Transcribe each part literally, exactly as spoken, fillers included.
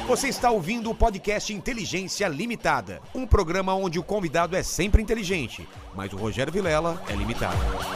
Você está ouvindo o podcast Inteligência Limitada, um programa onde o convidado é sempre inteligente, mas o Rogério Vilela é limitado.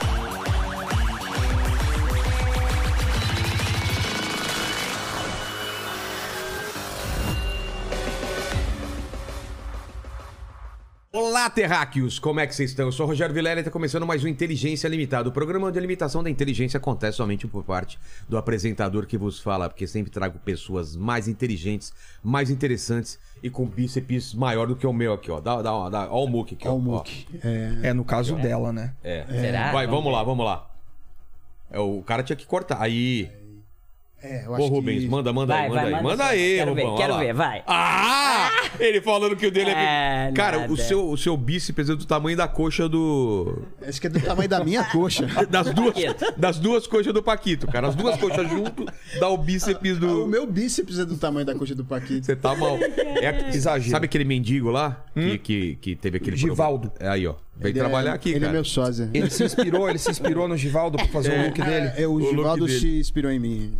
Olá, terráqueos! Como é que vocês estão? Eu sou o Rogério Vilela e está começando mais um Inteligência Limitada. O programa onde a limitação da inteligência acontece somente por parte do apresentador que vos fala, porque sempre trago pessoas mais inteligentes, mais interessantes e com bíceps maior do que o meu aqui, ó. Dá, dá, dá, ó o muque aqui, ó. Ó o muque. É... é, no caso é. dela, né? É. Será? Vai, vamos vamos lá, vamos lá. É, o cara tinha que cortar. Aí... É, eu Ô, acho Rubens, que... manda, manda vai, aí, manda vai, aí. manda, Manda aí, quero Rubão. ver, quero ver, vai. Ah! Ele falando que o dele é... É, Cara, nada. o seu, o seu bíceps é do tamanho da coxa do... Acho que é do tamanho da minha coxa. Das duas, Paquito. das duas coxas do Paquito, cara. As duas coxas junto dá o bíceps O do... meu bíceps é do tamanho da coxa do Paquito. Você tá mal. É, Exagero. Sabe aquele mendigo lá? Hum? Que, que, que teve aquele... Givaldo. É aí, ó. Veio Ele trabalhar é, aqui, ele cara. é meu sósia. Ele se inspirou, ele se inspirou no Givaldo pra fazer o look dele. É, o look Givaldo dele. se inspirou em mim.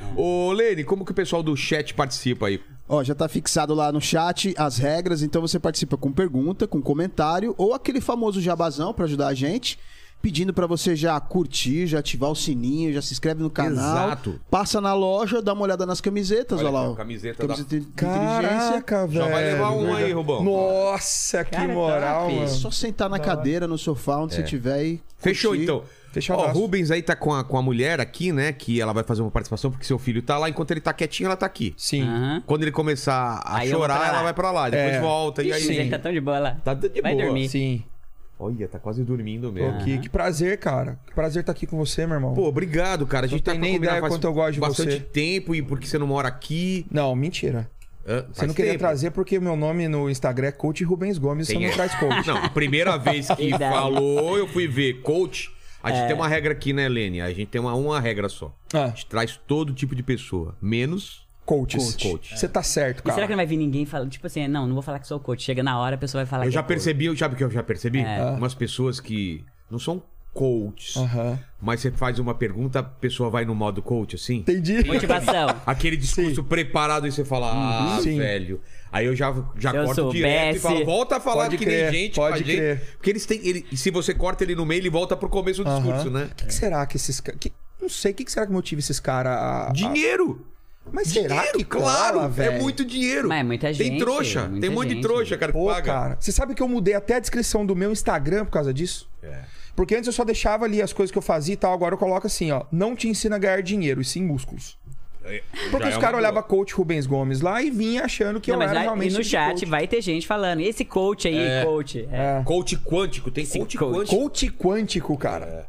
Ô, Lene, como que o pessoal do chat participa aí? Ó, já tá fixado lá no chat as regras, então você participa com pergunta, com comentário ou aquele famoso jabazão pra ajudar a gente, pedindo pra você já curtir, já ativar o sininho, já se inscreve no canal. Exato. Passa na loja, dá uma olhada nas camisetas, Olha olha lá. aqui, ó. a camiseta da- de inteligência. Caraca, velho. Já vai levar um aí, Rubão. Nossa, que Cara, moral, top. mano. É só sentar na cadeira, no sofá, onde você tiver e Fechou, curtir. então. Fechou, Ó, abraço. Rubens aí tá com a, com a mulher aqui, né? Que ela vai fazer uma participação porque seu filho tá lá. Enquanto ele tá quietinho, ela tá aqui. Sim. Aham. Quando ele começar a Aí eu vou chorar, pra lá. ela vai pra lá. Depois É. volta. E aí... Ixi, ele tá tão de boa lá. Tá de Vai boa. dormir. Sim. Olha, tá quase dormindo Tô mesmo. aqui. Que prazer, cara. Que prazer estar aqui com você, meu irmão. Pô, obrigado, cara. A gente Não tá tem pra nem combinar ideia faz quanto eu gosto de bastante você. tempo e porque você não mora aqui. Não, mentira. Hã? Você Faz não queria tempo. trazer porque meu nome no Instagram é Coach Rubens Gomes, Tem você não é. traz coach. Não, a primeira vez que Verdade. falou, eu fui ver coach. A gente É. tem uma regra aqui, né, Lene? A gente tem uma, uma regra só. Ah, A gente traz todo tipo de pessoa, menos... coaches. Coach. Você tá certo, E cara. será que não vai vir ninguém falando, tipo assim, não, não vou falar que sou coach. Chega na hora, a pessoa vai falar Eu que já é coach. percebi, sabe o que eu já percebi? É. Umas pessoas que não são coaches, Aham. mas você faz uma pergunta, a pessoa vai no modo coach, assim. Entendi. Motivação. Aquele discurso preparado e você fala, ah, Sim. velho. Aí eu já, já Se eu corto direto e soubesse. falo, volta a falar Pode que crer, nem gente pode com a gente. crer. Porque eles têm. Ele, e se você corta ele no meio, ele volta pro começo do Aham. discurso, né? O que, que será que esses caras... Não sei, o que, que será que motiva esses caras a... a- Dinheiro! Mas será Dinheiro, que claro, cola, velho? é muito dinheiro. Mas é muita Tem gente, trouxa, muita tem um monte de gente. trouxa, cara, que Pô, paga. cara, você sabe que eu mudei até a descrição do meu Instagram por causa disso? É. Porque antes eu só deixava ali as coisas que eu fazia e tal, agora eu coloco assim, ó, não te ensina a ganhar dinheiro, e sim músculos. É, Porque já os é caras uma olhavam boa. coach Rubens Gomes lá e vinha achando que Não, eu mas era vai- realmente e no esse chat coach. vai ter gente falando, esse coach aí, É. coach. É. É. Coach quântico, tem coach, coach. quântico. Coach quântico, cara.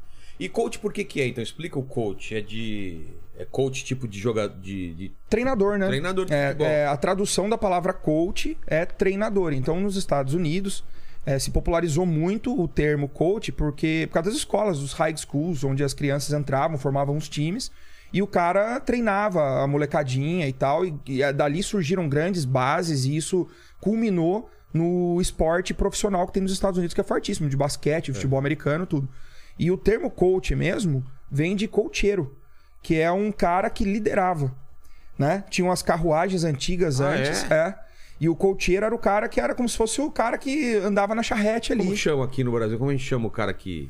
E coach por que que é? Então explica o coach. É de... É coach tipo de jogador... De, de... Treinador, né? Treinador de é, futebol. é, a tradução da palavra coach é treinador. Então, nos Estados Unidos, é, se popularizou muito o termo coach porque, por causa das escolas, dos high schools, onde as crianças entravam, formavam os times, e o cara treinava a molecadinha e tal, e, e dali surgiram grandes bases, e isso culminou no esporte profissional que tem nos Estados Unidos, que é fortíssimo, de basquete, futebol americano, tudo. E o termo coach mesmo vem de cocheiro, que é um cara que liderava, né? Tinha umas carruagens antigas Ah, antes, é? é. E o cocheiro era o cara que era como se fosse o cara que andava na charrete ali. Como chama aqui no Brasil? Como a gente chama o cara que...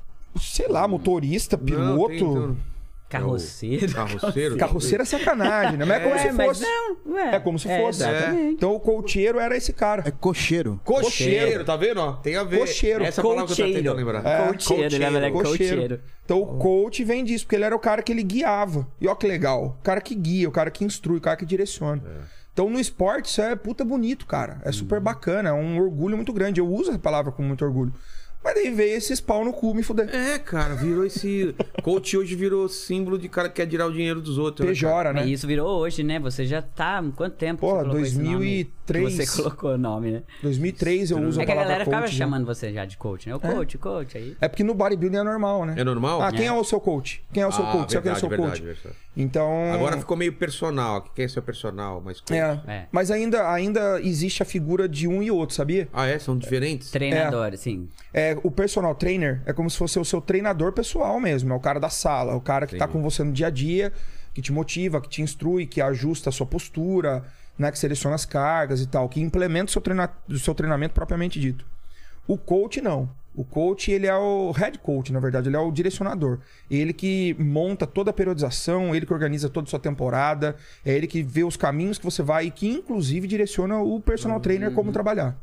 Sei lá, motorista, Não, piloto. tem- tem- Carroceiro. Carroceiro? Carroceiro é sacanagem, né? Mas é como É, se mas fosse. não, é. É como se É, fosse. exatamente. Então o cocheiro era esse cara. É cocheiro. Cocheiro, tá vendo? Ó, tem a ver. Cocheiro. Essa é a palavra que eu tô tentando lembrar. É, Cocheiro, ele é cocheiro. Então o coach vem disso, porque ele era o cara que ele guiava. E ó que legal. O cara que guia, o cara que instrui, o cara que direciona. Então no esporte isso é puta bonito, cara. É super bacana, é um orgulho muito grande. Eu uso a palavra com muito orgulho. Mas daí veio esses pau no cu me fuder. É, cara, virou esse... Coach hoje virou símbolo de cara que quer tirar o dinheiro dos outros. né, cara? Pejora, né? Mas isso virou hoje, né? Você já tá... há quanto tempo que Porra, você colocou esse nome? dois mil e três. Que você colocou o nome, né? dois mil e três eu uso É a que a palavra galera ficava coach. né? chamando você já de coach, né? O coach, coach, aí... É porque no bodybuilding é normal, né? É normal? Ah, quem é, É. o seu coach? Quem é o seu Ah, coach? Sabe quem é o verdade, seu verdade, coach? verdade. Então... Agora ficou meio personal. Quem é seu personal? Mas coach? É. É. Mas ainda, ainda existe a figura de um e outro, sabia? Ah, é? São diferentes? Treinador, sim. É, o personal trainer é como se fosse o seu treinador pessoal mesmo. É o cara da sala, o cara que tá Entendi. com você no dia a dia, que te motiva, que te instrui, que ajusta a sua postura, né, que seleciona as cargas e tal, que implementa o seu, treina... o seu treinamento propriamente dito. O coach não. O coach, ele é o head coach, na verdade, ele é o direcionador. Ele que monta toda a periodização, ele que organiza toda a sua temporada, é ele que vê os caminhos que você vai e que, inclusive, direciona o personal uhum. trainer como trabalhar.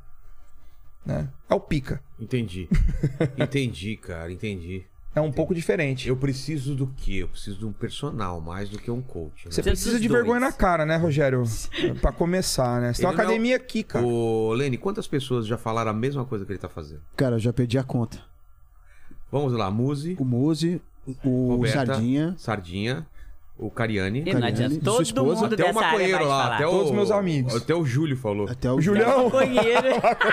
Né? É o pica. Entendi. Entendi, cara, entendi. É um entendi. pouco diferente. Eu preciso do quê? Eu preciso de um personal, mais do que um coach. Né? Você precisa de dois. vergonha na cara, né, Rogério? Pra começar, né? Você tem uma academia não... aqui, cara. Ô, Lene, quantas pessoas já falaram a mesma coisa que ele tá fazendo? Cara, eu já perdi a conta. Vamos lá, Muzi. O Muzi, o Roberta, Sardinha. Sardinha. O Cariani. E não adianta. Todo esposa, mundo até dessa o maconheiro área vai lá, falar. até o, Todos meus amigos. Até o Júlio falou. Até o Julião. Maconheiro.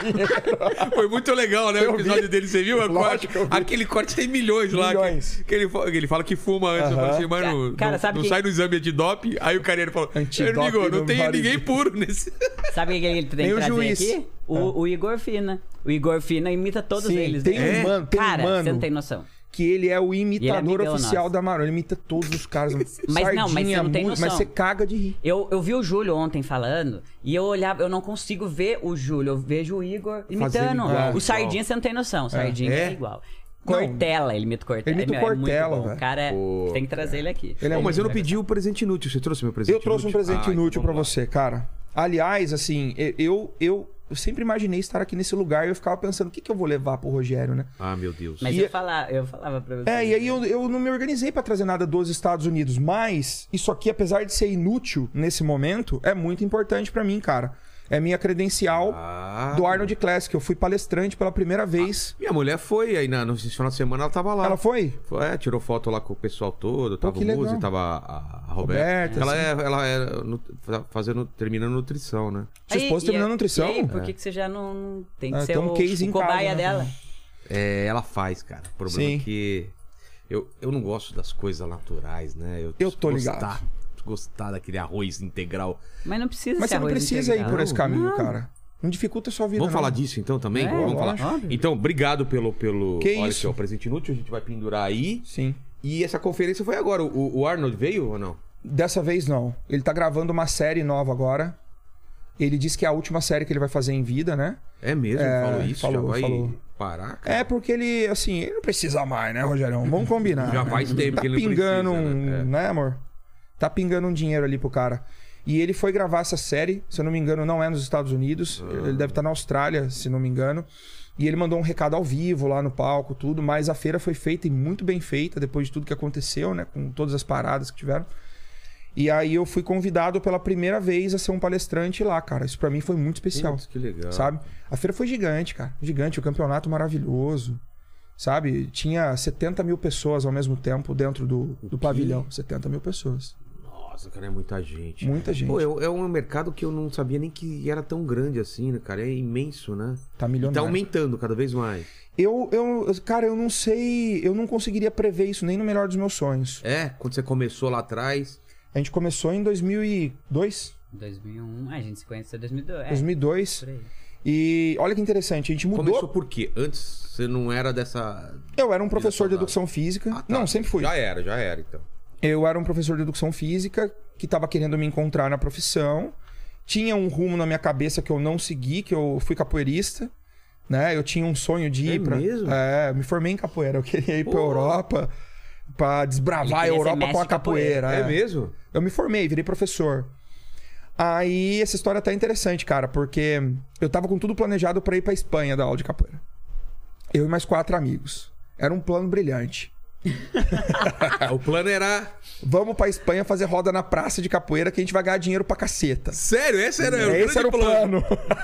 Foi muito legal, né? Eu o episódio vi. dele, você viu? Lógico, eu vi. Aquele corte tem milhões, Milhões. lá. Que, que ele, fa- que ele fala que fuma antes. Eu Aham. falei assim, mano, Ca- cara, não, sabe não que- sai no exame antidoping. Aí o Cariani falou, Antidoping amigo, não do tem marido. ninguém puro nesse... Sabe o que ele tem Nem que o trazer juiz. aqui? O, o Igor Fina. O Igor Fina imita todos Sim, eles. tem né? um mano, tem um Cara, mano. você não tem noção. Que ele é o imitador amigão oficial nosso. da Marol. Ele imita todos os caras. Mas não, mas você não tem Muzi, noção. Mas você caga de rir. Eu, eu vi o Júlio ontem falando e eu olhava, eu não consigo ver o Júlio, eu vejo o Igor imitando. igual, o Sardinha você não tem noção, o Sardinha é, É? igual. Não. Cortella, ele imita o Cortella. Ele imita o É, meu, é muito Cortella, bom. velho. O cara, é- Pô, tem que trazer ele aqui. Ele é Pô, mas muito eu não legal. pedi o presente inútil. Você trouxe meu presente Eu trouxe um inútil? presente Ah, inútil então pra vamos lá. você, cara. Aliás, assim, eu, eu, eu sempre imaginei estar aqui nesse lugar e eu ficava pensando, o que, que eu vou levar pro Rogério, né? Ah, meu Deus. Mas E- eu, falava, eu falava pra você. É, e aí eu, eu não me organizei pra trazer nada dos Estados Unidos, mas isso aqui, apesar de ser inútil nesse momento, é muito importante pra mim, cara. É minha credencial Ah. do Arnold Classic. Eu fui palestrante pela primeira vez. Minha mulher foi aí na, no final de semana, ela tava lá. Ela foi? Foi, é, tirou foto lá com o pessoal todo, tava que o Muzi, legal. tava a, a Roberta. Roberta, ela, assim. é, ela é nu- fazendo, terminando nutrição, né? Sua Aí, esposa e- terminou nutrição? E aí, por É. que, que você já não tem que Ah, ser tem um o, case em o cobaia casa, né? dela? É, ela faz, cara. O problema Sim. é que eu, eu não gosto das coisas naturais, né? Eu, Eu tô gostar, ligado. Gostar daquele arroz integral. Mas não precisa Mas ser você não arroz precisa ir integral. por esse caminho, Não. cara. Não dificulta a sua vida, Vamos não. falar disso então também? É, Vamos lógico. falar. Então, obrigado pelo. pelo Que olha isso? aqui, ó, o presente inútil, a gente vai pendurar aí. Sim. E essa conferência foi agora. O, o Arnold veio ou não? Dessa vez, não. Ele tá gravando uma série nova agora. Ele disse que é a última série que ele vai fazer em vida, né? É mesmo? É, falou isso? falou, já vai falou. parar, cara? É porque ele, assim, ele não precisa mais, né, Rogério? Vamos combinar. Já né? faz tempo tá que ele não pingando precisa, um, né? É. né, amor? Tá pingando um dinheiro ali pro cara. E ele foi gravar essa série, se eu não me engano, não é nos Estados Unidos. Ah. Ele deve estar na Austrália, se não me engano. E ele mandou um recado ao vivo lá no palco, tudo. Mas a feira foi feita e muito bem feita, depois de tudo que aconteceu, né? Com todas as paradas que tiveram. E aí eu fui convidado pela primeira vez a ser um palestrante lá, cara. Isso pra mim foi muito especial. Putz, que legal. Sabe? A feira foi gigante, cara. Gigante. O campeonato maravilhoso. Sabe? Tinha setenta mil pessoas ao mesmo tempo dentro do, do pavilhão. setenta mil pessoas. Nossa, cara, é muita gente. Muita gente. Pô, é, é um mercado que eu não sabia nem que era tão grande assim, né, cara? É imenso, né? Tá E milionário. tá aumentando cada vez mais. Eu, eu, cara, eu não sei. Eu não conseguiria prever isso nem no melhor dos meus sonhos. É, quando você começou lá atrás. A gente começou em dois mil e dois? dois mil e um, a gente se conheceu em dois mil e dois. É, dois mil e dois. por aí. E olha que interessante, a gente mudou. Começou por quê? Antes você não era dessa. Eu era um professor de saudável. educação física. Ah, tá. Não, sempre fui. Já era, já era, então. Eu era um professor de educação física que estava querendo me encontrar na profissão. Tinha um rumo na minha cabeça que eu não segui, que eu fui capoeirista, né? Eu tinha um sonho de ir É pra... mesmo? É, eu me formei em capoeira. Eu queria ir pra Pô. Europa pra desbravar a Ele queria ser Europa mestre com a de capoeira. capoeira. É, mesmo? Eu me formei, virei professor. Aí essa história tá interessante, cara, porque eu tava com tudo planejado pra ir pra Espanha dar aula de capoeira. Eu e mais quatro amigos. Era um plano brilhante. O plano era. Vamos pra Espanha fazer roda na praça de capoeira que a gente vai ganhar dinheiro pra caceta. Sério, esse era o Esse era o grande plano.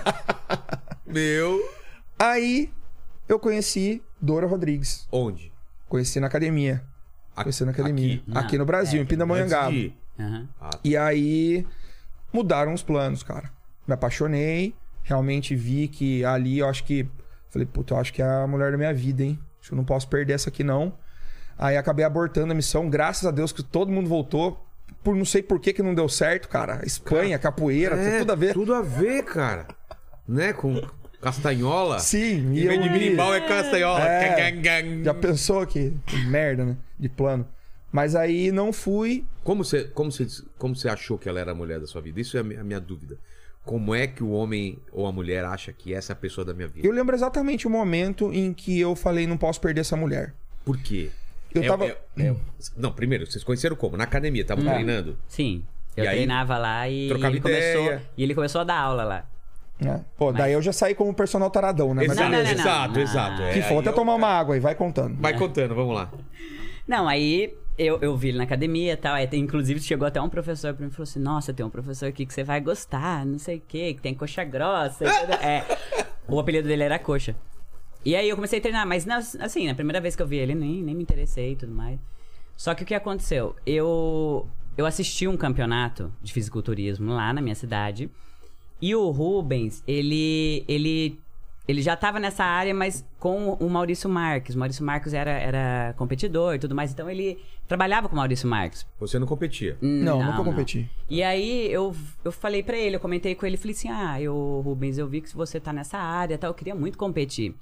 Meu. Aí eu conheci Dora Rodrigues. Onde? Conheci na academia. A- Conheci na academia. aqui? Aqui, Ah, no Brasil, é, em Pindamonhangaba. Antes de ir. Aham. Ah, tá. E aí mudaram os planos, cara. Me apaixonei. Realmente vi que ali eu acho que... Falei, puta, eu acho que é a mulher da minha vida, hein? Acho que eu não posso perder essa aqui, não. Aí acabei abortando a missão. Graças a Deus que todo mundo voltou. Por não sei por que que não deu certo, cara. Espanha, capoeira, tem tudo a ver. Tudo a ver, cara. Né? Com castanhola. Sim. Em E vez eu... de berimbau é castanhola. É. Gang, gang. Já pensou que, que merda, né? De plano. Mas aí não fui. Como você, como, você, como você achou que ela era a mulher da sua vida? Isso é a minha, a minha dúvida. Como é que o homem ou a mulher acha que essa é a pessoa da minha vida? Eu lembro exatamente o momento em que eu falei, não posso perder essa mulher. Por quê? Eu É- tava. é- é- Não, primeiro, vocês conheceram como? Na academia, estavam É. treinando? Sim. Eu E aí, treinava lá e trocava ele começou, ideia. e ele começou a dar aula lá. Né? Pô, daí eu já saí como personal taradão, né? Mas Exato, não, não, não, beleza. não. exato, não. exato. É, Que for, aí até eu- tomar uma água aí, vai contando. Vai contando, vamos lá. Não, aí eu, eu vi ele na academia e tal. Aí, tem- inclusive, chegou até um professor pra mim e falou assim: Nossa, tem um professor aqui que você vai gostar, não sei o quê, que tem coxa grossa. é, o apelido dele era Coxa. E aí eu comecei a treinar, mas não, assim, na primeira vez que eu vi ele, nem, nem me interessei e tudo mais. Só que o que aconteceu? Eu, eu assisti um campeonato de fisiculturismo lá na minha cidade. E o Rubens, ele, ele, ele já tava nessa área, mas com o Maurício Marques. O Maurício Marques era, era competidor e tudo mais, então ele trabalhava com o Maurício Marques. Você não competia. Não, nunca competi. E aí eu, eu falei pra ele, eu comentei com ele, falei assim, ah, eu, Rubens, eu vi que você tá nessa área e tal, eu queria muito competir.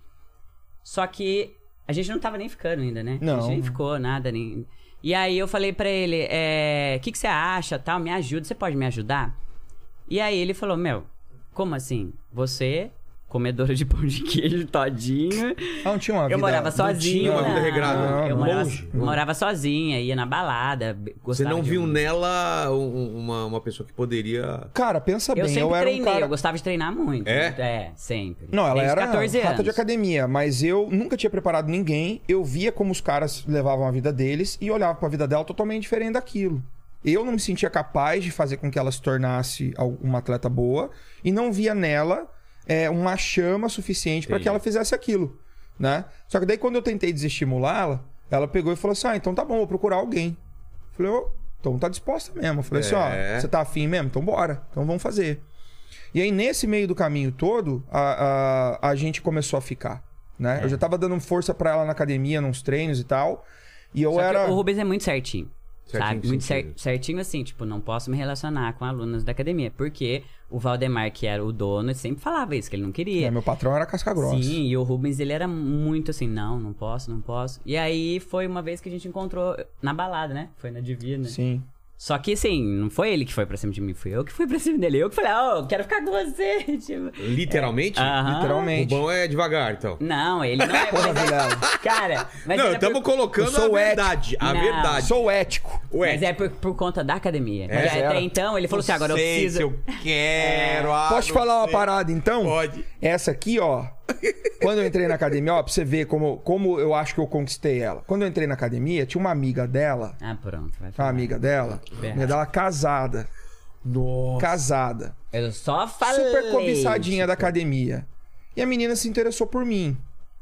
Só que a gente não tava nem ficando ainda, né? Não. A gente nem ficou, nada, nem... E aí eu falei pra ele, é, o que, que você acha, tal, me ajuda, você pode me ajudar? E aí ele falou, meu, como assim? Você, comedora de pão de queijo todinho... Ah, não tinha uma vida... Eu morava não sozinha. tinha uma vida regrada, não, eu não. morava, longe. morava sozinha, ia na balada, Você gostava não de viu um- nela um- uma, uma pessoa que poderia... Cara, pensa Eu bem, sempre eu era treinei, um cara... eu gostava de treinar muito. É? É, sempre. Não, ela Desde era catorze rata anos. de academia, mas eu nunca tinha preparado ninguém. Eu via como os caras levavam a vida deles e olhava pra vida dela totalmente diferente daquilo. Eu não me sentia capaz de fazer com que ela se tornasse al- uma atleta boa e não via nela é, uma chama suficiente pra Entendi. que ela fizesse aquilo, né? Só que daí quando eu tentei desestimulá-la, ela pegou e falou assim: ah, então tá bom, vou procurar alguém. Eu falei, ô, então tá disposta mesmo. Eu falei assim, É. ó, você tá afim mesmo? Então bora, então vamos fazer. E aí, nesse meio do caminho todo, a, a, a gente começou a ficar, né? É. Eu já tava dando força pra ela na academia, nos treinos e tal. E eu Só que era... o Rubens é muito certinho. Certinho sabe? que Muito cer- sentido? certinho assim, tipo, não posso me relacionar com alunos da academia. Porque o Valdemar, que era o dono, sempre falava isso, que ele não queria. É, meu patrão era casca grossa. Sim, e o Rubens, ele era muito assim, não, não posso, não posso. E aí foi uma vez que a gente encontrou na balada, né? Foi na Divina. Sim. Só que assim, não foi ele que foi pra cima de mim, fui eu que fui pra cima dele. Eu que falei, ó, oh, quero ficar com você. Tipo, Literalmente? aham. O Literalmente. bom é devagar, então. Não, ele não é. Porra, mas é- Vilela. Cara, mas não, era estamos por- colocando Eu sou a verdade. A Não. verdade. Sou ético. Ué, Mas é por, por conta da academia. É? Porque Era. até então ele falou assim, agora eu sei preciso... se eu quero. ah, Posso te não falar uma sei. parada, então? Pode. Essa aqui, ó. Quando eu entrei na academia, ó, pra você ver como, como eu acho que eu conquistei ela. Quando eu entrei na academia, tinha uma amiga dela, Ah, pronto. Vai uma falar. amiga dela, Verdade. amiga dela casada. Nossa. Casada. Eu só falei. Super cobiçadinha da academia. E a menina se interessou por mim.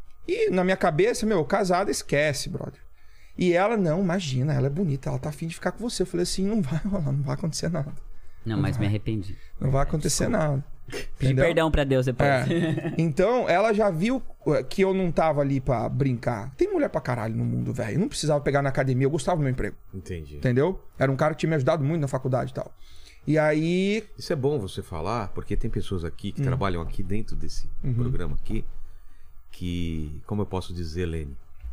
E na minha cabeça, meu, casada, esquece, brother. E ela, não, imagina, ela é bonita, ela tá afim de ficar com você. Eu falei assim, não vai rolar, não vai acontecer nada. Não, mas me arrependi. Não vai acontecer nada. Pedi Entendeu? perdão pra Deus depois. É. Então, ela já viu uh, que eu não tava ali pra brincar. Tem mulher pra caralho no mundo, velho. Eu não precisava pegar na academia, eu gostava do meu emprego. Entendi. Entendeu? Era um cara que tinha me ajudado muito na faculdade e tal. E aí, Isso é bom você falar, porque tem pessoas aqui Hum. que trabalham aqui dentro desse Uhum. programa aqui, que, como eu posso dizer, Lene,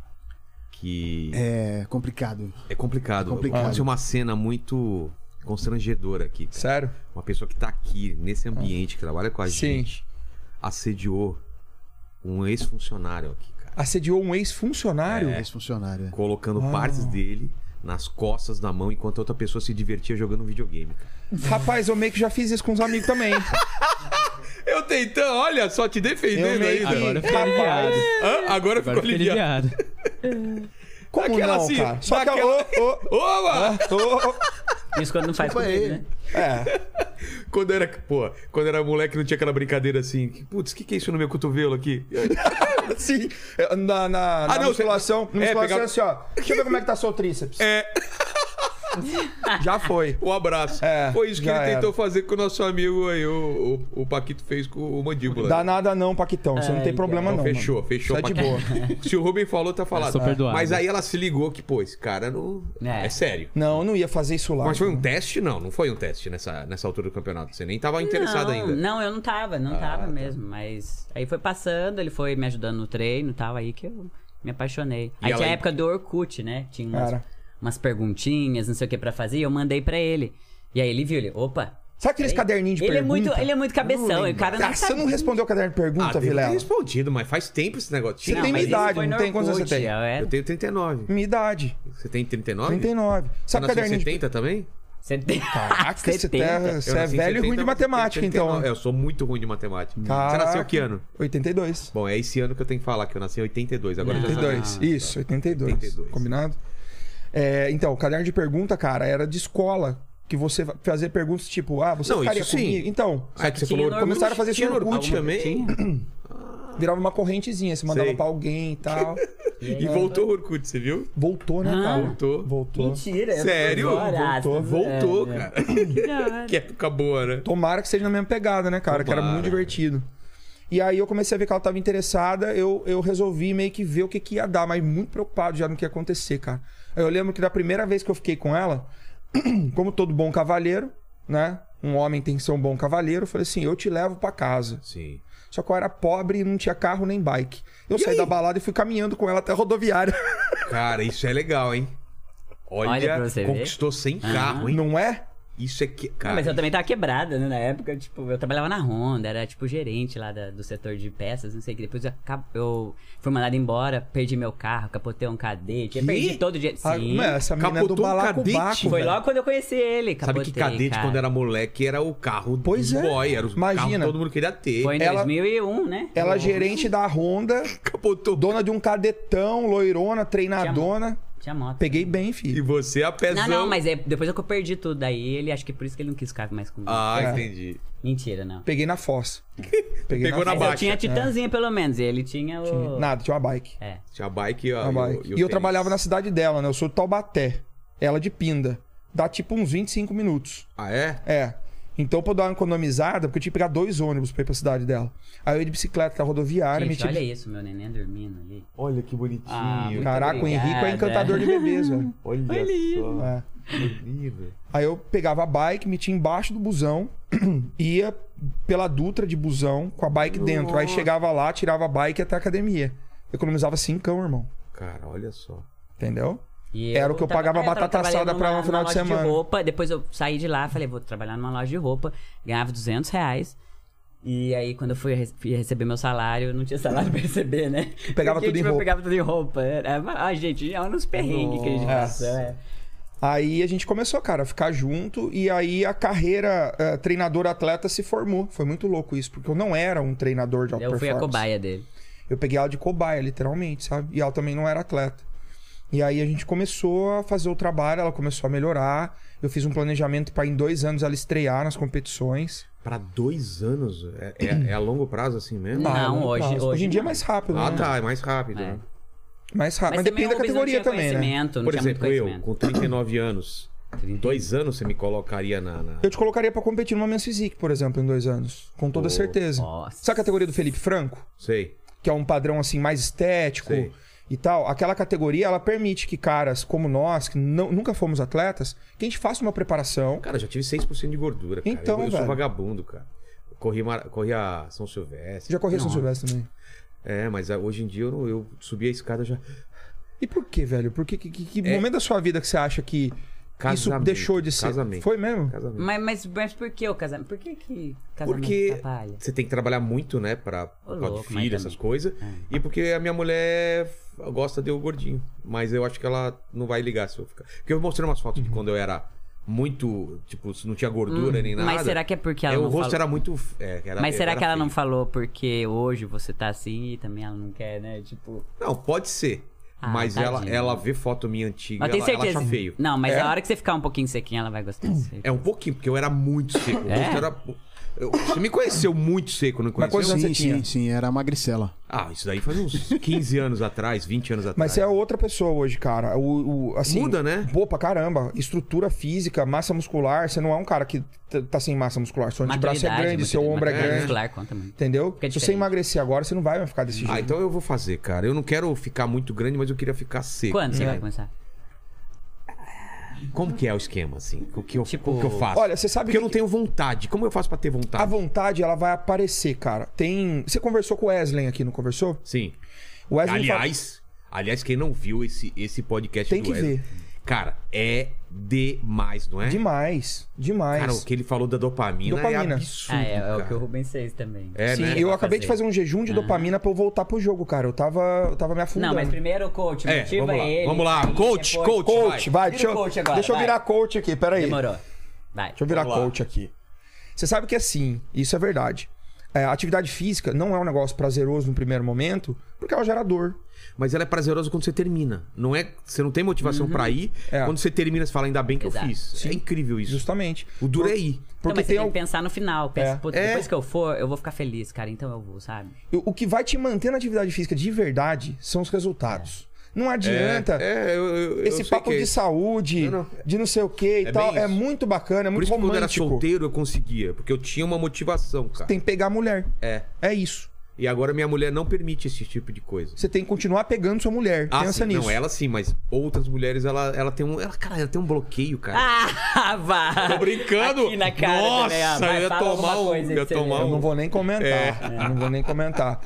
que é, É complicado. complicado. complicado. Pode ser uma cena muito constrangedora aqui. sério? Uma pessoa que tá aqui, nesse ambiente, que trabalha com a Sim. gente, assediou um ex-funcionário aqui, cara. Assediou um ex-funcionário? Ex-funcionário. é. Colocando Uau. partes dele nas costas, na mão, enquanto a outra pessoa se divertia jogando videogame, cara. Rapaz, eu meio que já fiz isso com os amigos também. Eu tentando, olha, só te Eu defendendo meio aí. que... Agora eu fiquei Rapaz, aliviado. Hã? Agora ficou Agora eu fiquei aliviado. aliviado. como Daquela não, assim, cara? Só que... daquela- Ô, ô, Oba! ô, ô. Isso quando não faz Desculpa comigo, aí. né? É. Quando era, pô, quando era moleque não tinha aquela brincadeira assim, que, putz, o que, que é isso no meu cotovelo aqui? Sim. Na, na, na Ah, não, musculação, você- na é, musculação pegar- assim, ó. Deixa eu ver como é que tá seu tríceps. É, Já foi. um abraço. É, Foi isso que já ele tentou era. fazer com o nosso amigo aí, o, o, o Paquito fez com o Mandíbula. Dá nada não, Paquitão. Você não tem Ai, problema Então, não. fechou, mano. fechou. Isso é de boa. Paquito. Se o Rubem falou, tá falado. sou perdoado. Mas aí ela se ligou que, pô, esse cara não... É, É. sério. Não, eu não ia fazer isso lá. Mas foi um cara. teste? Não, não foi um teste nessa, nessa altura do campeonato. Você nem tava interessado não, ainda. Não, eu não tava, não Ah, tava tá. mesmo. Mas aí foi passando, ele foi me ajudando no treino e tal, aí que eu me apaixonei. E Aí ela- tinha a época do Orkut, né? Tinha umas, Cara. umas perguntinhas, não sei o que pra fazer, e eu mandei pra ele. E aí ele viu, ele, opa... Sabe aqueles Ele- caderninhos de ele pergunta? É muito, ele é muito cabeção, o cara não Ah, você sabe. não respondeu o caderno de Ah, pergunta, deve ter Vilela? respondido, mas faz tempo esse negócio. Você Não, tem mas minha isso idade, foi não no tem quantos você Orkut, tem? eu era- Eu tenho trinta e nove. Minha idade. Você tem trinta e nove? trinta e nove. Você Sabe o nasceu em caderninho de... setenta também? setenta. Caraca, você, setenta. tá, Eu você é nasci em velho e ruim setenta, de matemática, trinta e nove. então. É, eu sou muito ruim de matemática. Caraca. Você nasceu que ano? oitenta e dois. Bom, é esse ano que eu tenho que falar, que eu nasci em oitenta e dois. Agora eu já oitenta e dois. sabia. Isso, oitenta e dois. oitenta e dois. Combinado? É, então, o caderno de pergunta, cara, era de escola. Que você fazia perguntas tipo, ah, você Não, ficaria isso sim. comigo? Então, Ah, que você Tinha falou no começaram a fazer isso Tinha no no Orkut também? Tinha. virava uma correntezinha, você mandava Sei. pra alguém e tal. E voltou o Orkut, você viu? Voltou, né, Ah. cara? Voltou. Voltou. Mentira. Sério? Voltou, Voltou, É, cara. cara. Que época boa, né? Tomara que seja na mesma pegada, né, cara? Que era Tomara. muito divertido. E aí eu comecei a ver que ela tava interessada, eu, eu resolvi meio que ver o que, que ia dar, mas muito preocupado já no que ia acontecer, cara. Aí eu lembro que da primeira vez que eu fiquei com ela, como todo bom cavalheiro, né? Um homem tem que ser um bom cavalheiro, eu falei assim, eu te levo pra casa. Sim. Só que eu era pobre e não tinha carro nem bike. Eu E saí aí? da balada e fui caminhando com ela até a rodoviária. Cara, isso é legal, hein? Olha, Olha pra você ver. conquistou sem carro, hein? Não é? Isso é que. Não, Cara, mas eu também tava quebrada, né? Na época, tipo, eu trabalhava na Honda, era tipo gerente lá da- do setor de peças, não sei o que. Depois eu, acab- eu fui mandado embora, perdi meu carro, capotei um cadete, eu Que? perdi todo dia. Ah, Sim. mas essa menina é do Capotou um balacobaco, cadete? Foi velho. logo quando eu conheci ele, sabe capotei, que cadete, cara. quando era moleque, era o carro Pois dos é. boy. Era o Imagina. carro que todo mundo queria ter. Foi em Ela- dois mil e um, né? Ela gerente da Honda, Capotou. dona de um cadetão, loirona, treinadona. Tinha moto. Peguei bem, E filho. você a pesão. Não, não, mas é, depois eu perdi tudo. Daí ele, acho que por isso que ele não quis ficar mais comigo. Ah, É. entendi. Mentira, não. Peguei na fossa. Peguei Pegou na Mas baixa. eu tinha Titãzinha, pelo menos. E ele tinha o... Nada, tinha uma bike. É. Tinha a bike, ó. Uma e o- bike. o E eu tênis. trabalhava na cidade dela, né? Eu sou de Taubaté. Ela de Pinda. Dá tipo uns vinte e cinco minutos. Ah, é? É. Então, pra eu dar uma economizada, porque eu tinha que pegar dois ônibus pra ir pra cidade dela. Aí eu ia de bicicleta pra rodoviária, Gente, metia. olha isso, meu neném dormindo ali. Olha que bonitinho. Ah, muito Caraca, o Henrico é obrigada. encantador de bebês, velho. Olha só. É. Dormindo. Aí eu pegava a bike, metia embaixo do busão, ia pela Dutra de busão com a bike dentro. Aí chegava lá, tirava a bike e ia até a academia. Economizava cincão, irmão. Cara, olha só. Entendeu? E Era o que eu tava- pagava é, eu tava batata assada trabalhando pra numa- um final numa de loja semana. roupa, depois eu saí de lá, falei, vou trabalhar numa loja de roupa, ganhava duzentos reais. E aí, quando eu fui, re- fui receber meu salário, eu não tinha salário pra receber, né? Pegava Porque, tudo em tipo, roupa. Eu pegava tudo em roupa. Era, ah, gente, é um dos perrengues que a gente Nossa. passou. É. Aí a gente começou, cara, a ficar junto. E aí a carreira eh, treinador-atleta se formou. Foi muito louco isso, porque eu não era um treinador de alta Eu fui a performance. cobaia dele. Eu peguei ela de cobaia, literalmente, sabe? E ela também não era atleta. E aí a gente começou a fazer o trabalho, ela começou a melhorar. Eu fiz um planejamento para em dois anos ela estrear nas competições. Pra dois anos? É, é- é a longo prazo assim mesmo? Não, Ah, longo hoje- prazo. hoje em dia é não. mais rápido, Ah, né? tá. É mais rápido. É. né? Mais rápido. Mas, depende da também o Rubens categoria não tinha também, né? conhecimento, não Por tinha muito exemplo, eu, conhecimento. com trinta e nove anos, em dois anos você me colocaria na... na- Eu te colocaria pra competir numa Men's Physique, por exemplo, em dois anos. Com toda Pô, certeza. nossa. Sabe a categoria do Felipe Franco? Sei. Que é um padrão assim mais estético Sei. e tal. Aquela categoria, ela permite que caras como nós, que não- nunca fomos atletas, que a gente faça uma preparação. Cara, eu já tive seis por cento de gordura, cara. Então, eu, eu sou velho. vagabundo, cara. Eu Corri, Mar- corri a São Silvestre. Já corri São Não. Silvestre também. É, mas ah, hoje em dia eu, não- eu subi a escada já... E por que, velho? Por que, que, que- que É. momento da sua vida que você acha que isso Casamento, deixou de ser? casamento. Foi mesmo? Casamento. Mas, mas, mas por que o casamento? Por que que casamento Porque atrapalha? você tem que trabalhar muito, né? Pra, por causa louco, de mas filho, também. essas coisas. É. E porque a minha mulher f- gosta de eu gordinho. Mas eu acho que ela não vai ligar se eu ficar. Porque eu mostrei umas fotos de quando eu era muito. Tipo, se não tinha gordura Hum, nem nada. Mas será que é porque ela É, o não rosto falou? era muito. É, era, Mas será era que ela não feio. falou porque hoje você tá assim e também ela não quer, né? Tipo. Não, pode ser. Ah, mas ela, tadinha. ela vê foto minha antiga, Mas tem ela, ela certeza. acha feio. Não, mas É? a hora que você ficar um pouquinho sequinho, ela vai gostar. de você. É um pouquinho, porque eu era muito seco. O É? rosto era. eu- você me conheceu muito seco, não Mas conheceu? quantos anos Sim, você tinha? sim, sim, era magricela. Ah, isso daí faz uns quinze anos atrás, vinte anos atrás. Mas você é outra pessoa hoje, cara. O, o- assim, Muda, né? Pô, pra caramba. Estrutura física, massa muscular. Você não é um cara que t- tá sem massa muscular. Seu antebraço é Maturidade, grande, seu maturidade ombro é grande. muscular conta muito. Entendeu? Fica Se você diferente. emagrecer agora, você não vai mais ficar desse jeito. Ah, então eu vou fazer, cara. Eu não quero ficar muito grande, mas eu queria ficar seco. Quando você É. vai começar? Como que é o esquema, assim? O que eu, Tipo, o que eu faço? Olha, você sabe Porque eu não que- tenho vontade. Como eu faço pra ter A vontade? vontade, ela vai aparecer, cara. Tem. Você conversou com o Wesley aqui, não conversou? Sim. O Wesley Aliás, aliás, quem não viu esse, esse podcast Tem do que Wesley, ver. Cara, é demais, não é? Demais, demais. Cara, o que ele falou da dopamina, Dopamina. é absurdo, Ah, é, é o cara. que o Rubens fez também. É, Sim, né? eu Pra acabei de fazer um jejum de Aham. dopamina pra eu voltar pro jogo, cara. Eu tava, eu tava me afundando. Não, mas primeiro o coach, É, motiva vamos lá, ele. vamos lá. aí Coach, depois- coach. Coach, vai, Vira deixa, o eu, coach agora, deixa eu vai. virar coach aqui, peraí. Demorou. Vai. Deixa eu virar Vamos lá. coach aqui. Você sabe que assim, isso é verdade. É, a atividade física não é um negócio prazeroso no primeiro momento, porque ela gera dor. Mas ela é prazerosa quando você termina. Não é, você não tem motivação pra ir. É. Quando você termina, você fala, ainda bem que Exato. eu fiz. Sim. É incrível isso. Justamente. O duro é ir. Não, Porque mas você tem tem al- que pensar no final. Pensa, É. "Putz, É. depois que eu for, eu vou ficar feliz, cara. Então eu vou, sabe? o que vai te manter na atividade física de verdade são os resultados. Não adianta. É, é, eu, eu, eu Esse sei papo que é de isso. saúde, Não, não. de não sei o que e É tal, bem é isso. muito bacana, é Por muito isso que quando eu era romântico. solteiro eu conseguia. Porque eu tinha uma motivação, cara. Tem que pegar a mulher. É. É isso. E agora minha mulher não permite esse tipo de coisa. Você tem que continuar pegando sua mulher. Ah, Pensa sim, nisso. Não, ela sim, mas outras mulheres, ela, ela tem um. Ela, cara, ela tem um bloqueio, cara. Ah, vá! Tô brincando. Aqui na cara Nossa, também, ó. Vai, eu ia fala tomar alguma um- coisa aí ia pra você tomar ver. Eu não vou nem comentar. É. Eu não vou nem comentar.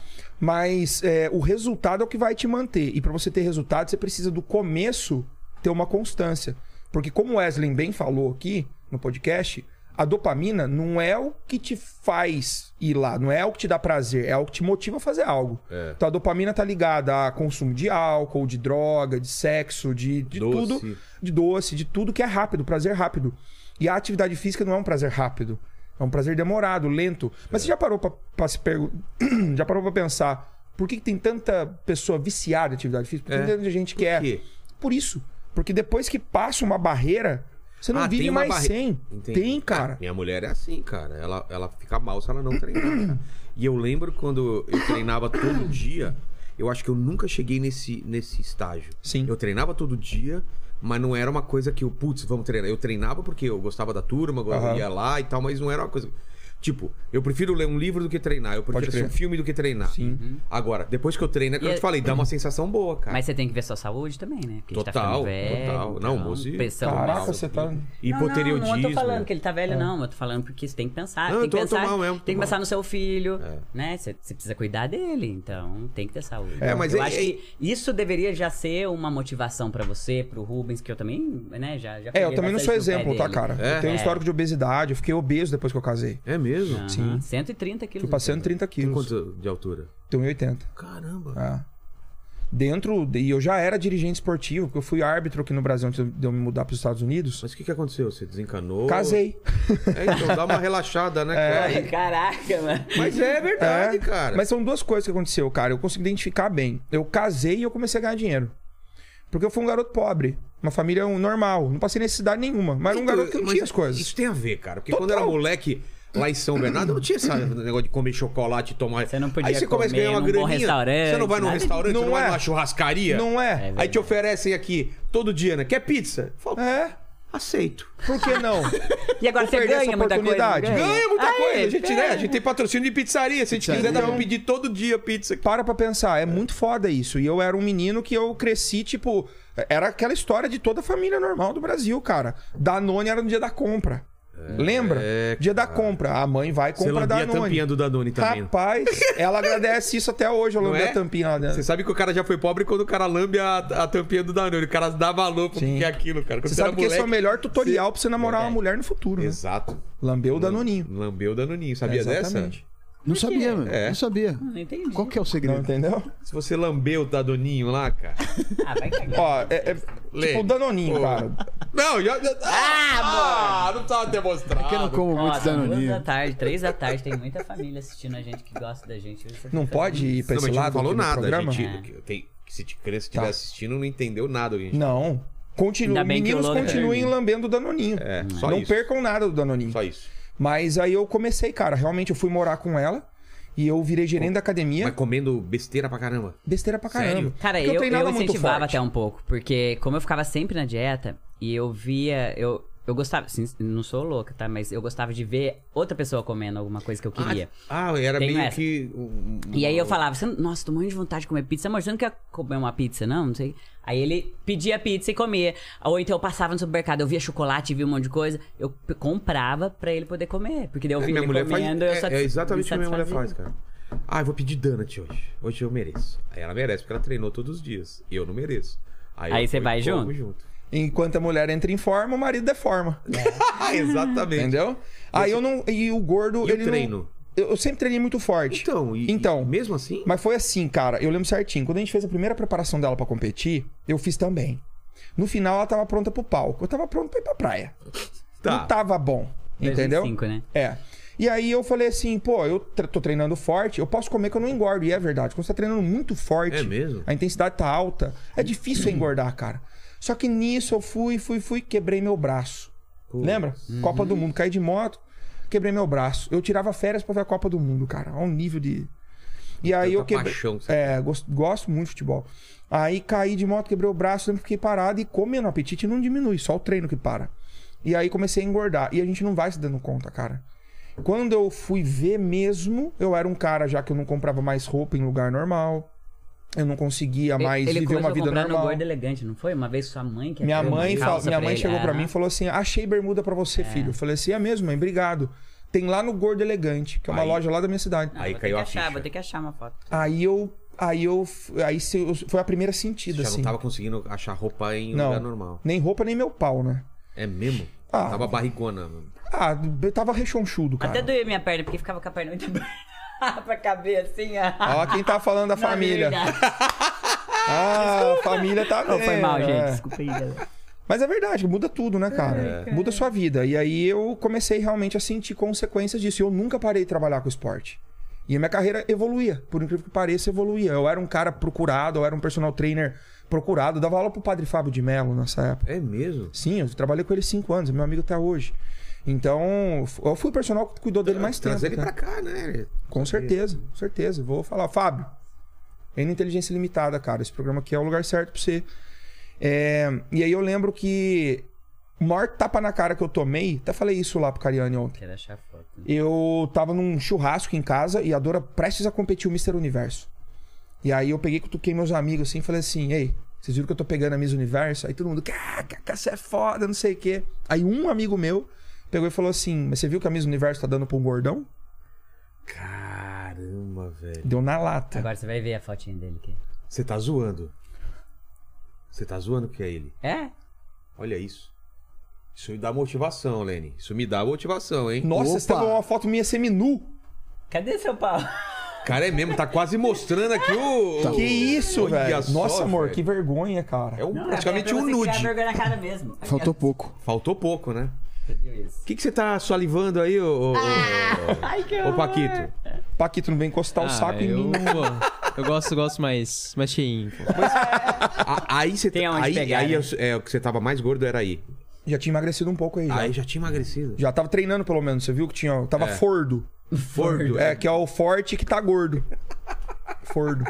Mas é, o resultado é o que vai te manter. E pra você ter resultado, você precisa do começo ter uma constância. Porque como o Wesley bem falou aqui no podcast, a dopamina não é o que te faz ir lá, não é o que te dá prazer, é o que te motiva a fazer algo. É. Então a dopamina tá ligada a consumo de álcool, de droga, de sexo, de, de Doce. tudo. De doce, de tudo que é rápido, prazer rápido. E a atividade física não é um prazer rápido. É um prazer demorado, lento. Mas você já parou pra, pra se perguntar. Já parou pra pensar por que, que tem tanta pessoa viciada em atividade física? Por que É. tem tanta gente que Por é. quê? Por isso. Porque depois que passa uma barreira, você não Ah, vive tem uma mais barre- sem. Entendi. Tem, cara. Ah, minha mulher é assim, cara. Ela, ela fica mal se ela não treinar. cara. E eu lembro quando eu treinava todo dia, eu acho que eu nunca cheguei nesse, nesse estágio. Sim. Eu treinava todo dia, mas não era uma coisa que eu, putz, vamos treinar. Eu treinava porque eu gostava da turma, eu Aham. ia lá e tal, mas não era uma coisa. Tipo, eu prefiro ler um livro do que treinar. Eu prefiro Pode assistir um crer. filme do que treinar. Sim. Agora, depois que eu treino, é que E eu é- te falei, dá uma sensação boa, cara. Mas você tem que ver sua saúde também, né? Porque a gente tá Total, ficando velho, total. Não, então, moço, e- pressão Caraca, alta. você tá. Hipotireoidismo. Não, não, não tô falando que ele tá velho, não. Eu tô falando porque você tem que pensar. Não, tem eu tô- que tô pensar, mal mesmo, tô tem que mal. pensar no seu filho, É. né? Você, você precisa cuidar dele, então tem que ter saúde. É, mas eu é- acho é- que isso deveria já ser uma motivação pra você, pro Rubens, que eu também, né, já já É, eu peguei também não sou bastante no pé exemplo, tá, dele. cara? É? Eu tenho um É. histórico de obesidade, eu fiquei obeso depois que eu casei. É mesmo? Aham, Sim. cento e trinta quilos. Fui pra cento e trinta Tem quilos. quanto de altura? Tenho um e oitenta. Caramba. É. Dentro. de- E eu já era dirigente esportivo, porque eu fui árbitro aqui no Brasil antes de eu me mudar para os Estados Unidos. Mas o que, que aconteceu? Você desencanou? Casei. É, então dá uma relaxada, né, cara? Ai, caraca, mano. Mas é verdade, É, cara. Mas são duas coisas que aconteceu, cara. Eu consegui identificar bem. Eu casei e eu comecei a ganhar dinheiro. Porque eu fui um garoto pobre. Uma família normal. Não passei necessidade nenhuma. Mas era um Então, garoto que não mas tinha as coisas. Isso tem a ver, cara. Porque Total. quando eu era moleque, lá em São Bernardo, eu não tinha esse negócio de comer chocolate e tomar... Você não podia Aí você começa a comer ganhar uma num bom graninha. restaurante, Você não vai num nada disso. restaurante, você Não não vai é. numa churrascaria. Não é. Aí te oferecem aqui, todo dia, né? Quer pizza? Eu falo, É. aceito. Por que não? E agora Vou você perder essa ganha muita coisa? oportunidade? não Ganha muita Aí, coisa. A gente, né? é. A gente tem patrocínio de pizzaria. Se a gente Pizzaria. quiser, dá pra pedir todo dia pizza. Para pra pensar, é muito foda isso. E eu era um menino que eu cresci, tipo... Era aquela história de toda a família normal do Brasil, cara. Danone era no dia da compra. Lembra? é, Dia da cara. compra. A mãe vai e Você compra lambia a Danone. tampinha do Danone também. Rapaz, ela agradece isso até hoje, eu Não lambi é? a tampinha lá dentro. Você sabe que o cara já foi pobre quando o cara lambe a, a tampinha do Danone. O cara dá valor pro Sim. que é aquilo, cara. Quando Você sabe era que esse é o moleque- melhor tutorial pra você namorar uma mulher no futuro, né? Exato. Lambeu o Danoninho. Lambeu o Danoninho. Sabia dessa? Exatamente. Não sabia, meu. É. Não sabia. Não entendi. Qual que é o Não segredo? entendeu? Se você lambeu o Danoninho lá, cara... Ah, vai cagar. Ó, é, é Lê. tipo o Danoninho, Pô. cara. Não, já... já- Ah, não tava demonstrado. Porque eu não como Ó, muito são duas da danoninho. tarde, três da tarde, tem muita família assistindo a gente que gosta da gente. Você Não fica pode feliz. ir pra Não, mas esse a gente lado não falou aqui no nada. A programa? gente... É. que- que- que se a criança estiver Tá. assistindo, não entendeu nada, gente. Não. Continua, Ainda bem que o meninos Logan continuem termina. lambendo o Danoninho. É, só Não isso. percam nada do Danoninho. Só isso. Mas aí eu comecei, cara. Realmente eu fui morar com ela. E eu virei gerente da academia. Mas comendo besteira pra caramba. Besteira pra caramba. Sério? Cara, Porque eu, eu, treinava muito incentivava forte. até um pouco, porque como eu ficava sempre na dieta e eu via, eu, eu gostava, assim, não sou louca, tá? Mas eu gostava de ver outra pessoa comendo alguma coisa que eu queria. Ah, ah, era Tenho meio essa. que... um- E aí eu falava, você, nossa, tô morrendo de vontade de comer pizza. Amor, você não quer comer uma pizza, não? Não sei. Aí ele pedia pizza e comia. Ou então eu passava no supermercado, eu via chocolate, via um monte de coisa. Eu p- comprava pra ele poder comer. Porque daí eu É, via minha ele mulher faz, comendo, eu é, satis- é exatamente o que me minha mulher faz, satisfazia. cara. Ah, eu vou pedir donut hoje. Hoje eu mereço. Aí ela merece, porque ela treinou todos os dias. Eu não mereço. Aí eu você vou e vai como junto? Enquanto a mulher entra em forma, o marido deforma. É. Exatamente. Entendeu? Aí eu não... E o gordo... E ele o treino? Não, eu sempre treinei muito forte. Então, e, então e mesmo assim? Mas foi assim, cara. Eu lembro certinho. Quando a gente fez a primeira preparação dela pra competir, eu fiz também. No final, ela tava pronta pro palco. Eu tava pronto pra ir pra praia. Tá. Não tava bom. Entendeu? dois mil e cinco, né? É. E aí eu falei assim, pô, eu tre- tô treinando forte, eu posso comer que eu não engordo. E é verdade. Quando você tá treinando muito forte, É mesmo? a intensidade tá alta, é difícil engordar, cara. Só que nisso eu fui, fui, fui, quebrei meu braço. Pô. Lembra? Uhum. Copa do Mundo, caí de moto, quebrei meu braço. Eu tirava férias pra ver a Copa do Mundo, cara. Ao nível de... E aí Tanta eu quebrei... paixão que você É, gosto, gosto muito de futebol. Aí caí de moto, quebrei o braço, sempre fiquei parado e comendo. O apetite não diminui, só o treino que para. E aí comecei a engordar. E a gente não vai se dando conta, cara. Quando eu fui ver mesmo, eu era um cara já que eu não comprava mais roupa em lugar normal. Eu não conseguia mais ele viver uma começou a vida comprar normal. no Gordo Elegante, não foi? Uma vez sua mãe que Minha deu uma mãe, calça fala, minha pra mãe ele. chegou pra Aham. mim e falou assim: achei bermuda pra você, filho. Eu falei assim: é mesmo, mãe? Obrigado. Tem lá no Gordo Elegante, que é uma Aí- loja lá da minha cidade. Não, Aí vou caiu ter a que achar, ficha. Vou ter que achar uma foto. Aí eu. Aí eu. Aí se- eu- foi a primeira sentida, Você já assim. não tava conseguindo achar roupa em Não, lugar normal. nem roupa, nem meu pau, né? É mesmo? Ah. Tava barrigona, mano. Ah, eu tava rechonchudo, cara. Até doeu minha perna, porque ficava com a perna muito pra caber assim. Ó, quem tá falando da Na família. verdade. Ah, a família tá Não, foi mal, vendo, gente. é. Desculpa aí, galera. Mas é verdade, muda tudo, né, cara? Muda a sua vida. E aí eu comecei realmente a sentir consequências disso. E eu nunca parei de trabalhar com esporte. E a minha carreira evoluía. Por incrível que pareça, evoluía. Eu era um cara procurado, eu era um personal trainer procurado. Eu dava aula pro padre Fábio de Mello nessa época. É mesmo? Sim, eu trabalhei com ele cinco anos, é meu amigo até hoje. Então, eu fui o personal que cuidou dele mais tempo. Trazer ele né? pra cá, né? Com certeza, com certeza. Vou falar, Fábio, N Inteligência Limitada, cara. Esse programa aqui é o lugar certo pra você. É, e aí eu lembro que o maior tapa na cara que eu tomei, até falei isso lá pro Cariani ontem. Quero achar foto. Eu tava num churrasco em casa e a Dora prestes a competir o mister Universo. E aí eu peguei, cutuquei meus amigos assim e falei assim: ei, vocês viram que eu tô pegando a Miss Universo? Aí todo mundo, cara, você é foda, não sei o quê. Aí um amigo meu pegou e falou assim: mas você viu que a Miss Universo tá dando pra um gordão? Caramba, velho. Deu na lata. Agora você vai ver a fotinha dele aqui. Você tá zoando. Você tá zoando que é ele. É? Olha isso. Isso me dá motivação, Lenny. Isso me dá motivação, hein? Nossa, você Opa. pegou uma foto minha seminu. Cadê seu pau? Cara, é mesmo, tá quase mostrando aqui o... Que isso, Olha velho? só, Nossa, amor, velho. que vergonha, cara. É um, Não, praticamente é pra um você nude. tirar vergonha na cara mesmo. Faltou pouco. Faltou pouco, né? Você viu isso? O que, que você tá salivando aí, ô, ô, Ai, que ô, ô horror. Paquito? Paquito, não vem encostar o Ah, saco em eu, mim. não. pô, eu gosto, gosto mais, mais cheinho. Pô. A- aí você Tem aonde aí, pegar, aí né? é, é, o que você tava mais gordo era aí. Já tinha emagrecido um pouco aí, já. Aí já tinha emagrecido. Já tava treinando, pelo menos. Você viu que tinha... Tava É. fordo. Fordo. É, que é o forte que tá gordo. Fordo.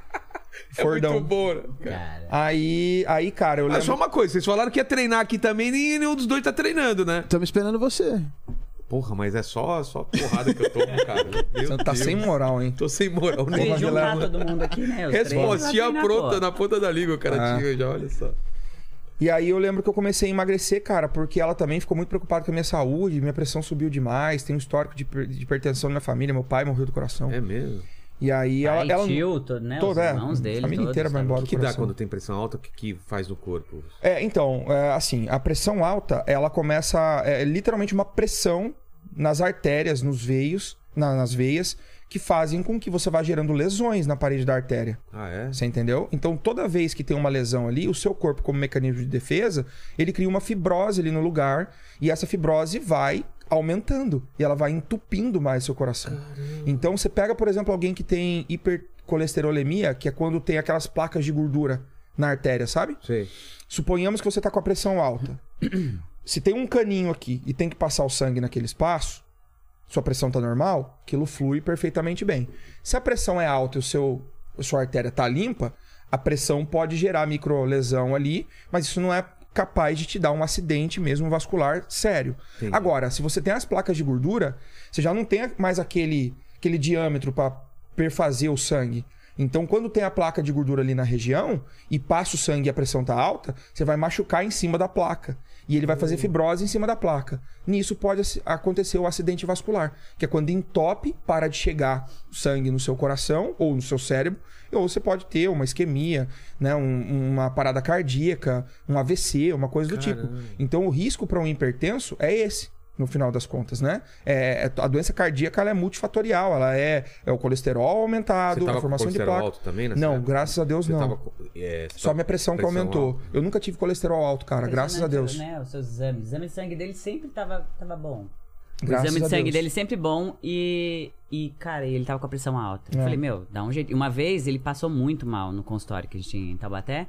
Fordão. É muito bom, né? Cara. Aí, aí, cara, eu Mas lembro... só uma coisa, vocês falaram que ia treinar aqui também, nem nenhum dos dois tá treinando, né? Estamos esperando você. Porra, mas é só, só porrada que eu tomo, cara. Meu Você tá Deus. sem moral, hein? Tô sem moral Porra, nenhuma. Se juntar releva. todo mundo aqui, né? os três, vai Respostinha treinar, pronta pô. na ponta da língua, o cara Ah. tinha já, olha só. E aí eu lembro que eu comecei a emagrecer, cara, porque ela também ficou muito preocupada com a minha saúde, minha pressão subiu demais, tem um histórico de, hiper- de hipertensão na minha família, meu pai morreu do coração. É mesmo? E aí ela... Pai, ela tio, todo, né? Todo, Os é. irmãos dele, A família todos, inteira vai sabe? embora. O que, que dá coração. quando tem pressão alta? O que, que faz no corpo? É, então, é, assim, a pressão alta, ela começa... É literalmente uma pressão nas artérias, nos veios, na- nas veias, que fazem com que você vá gerando lesões na parede da artéria. Ah, é? Você entendeu? Então, toda vez que tem uma lesão ali, o seu corpo, como mecanismo de defesa, ele cria uma fibrose ali no lugar, e essa fibrose vai aumentando, e ela vai entupindo mais seu coração. Caramba. Então, você pega, por exemplo, alguém que tem hipercolesterolemia, que é quando tem aquelas placas de gordura na artéria, sabe? Sei. Suponhamos que você tá com a pressão alta. Se tem um caninho aqui e tem que passar o sangue naquele espaço, sua pressão tá normal, aquilo flui perfeitamente bem. Se a pressão é alta e o seu, a sua artéria tá limpa, a pressão pode gerar microlesão ali, mas isso não é capaz de te dar um acidente mesmo vascular sério. Entendi. Agora, se você tem as placas de gordura, você já não tem mais aquele, aquele diâmetro para perfazer o sangue. Então, quando tem a placa de gordura ali na região e passa o sangue e a pressão tá alta, você vai machucar em cima da placa. E ele vai fazer fibrose em cima da placa. Nisso pode acontecer o acidente vascular, que é quando entope, para de chegar sangue no seu coração ou no seu cérebro, ou você pode ter uma isquemia, né, um, uma parada cardíaca, um A V C, uma coisa do Caramba. tipo. Então, o risco para um hipertenso é esse. No final das contas, né? É, a doença cardíaca ela é multifatorial. Ela é, é o colesterol aumentado, Você tava a formação com de colesterol placa. alto também nessa Não, época? graças a Deus Você não. tava com- é, você Só tava minha pressão, com que aumentou. alta. Eu nunca tive colesterol alto, cara. Graças a Deus. Né? Os seus exames. O exame de sangue dele sempre tava, tava bom. O Graças exame a de sangue Deus. dele sempre bom e, e, cara, ele tava com a pressão alta. Eu É. falei, meu, dá um jeito. Uma vez ele passou muito mal no consultório que a gente tinha em Taubaté.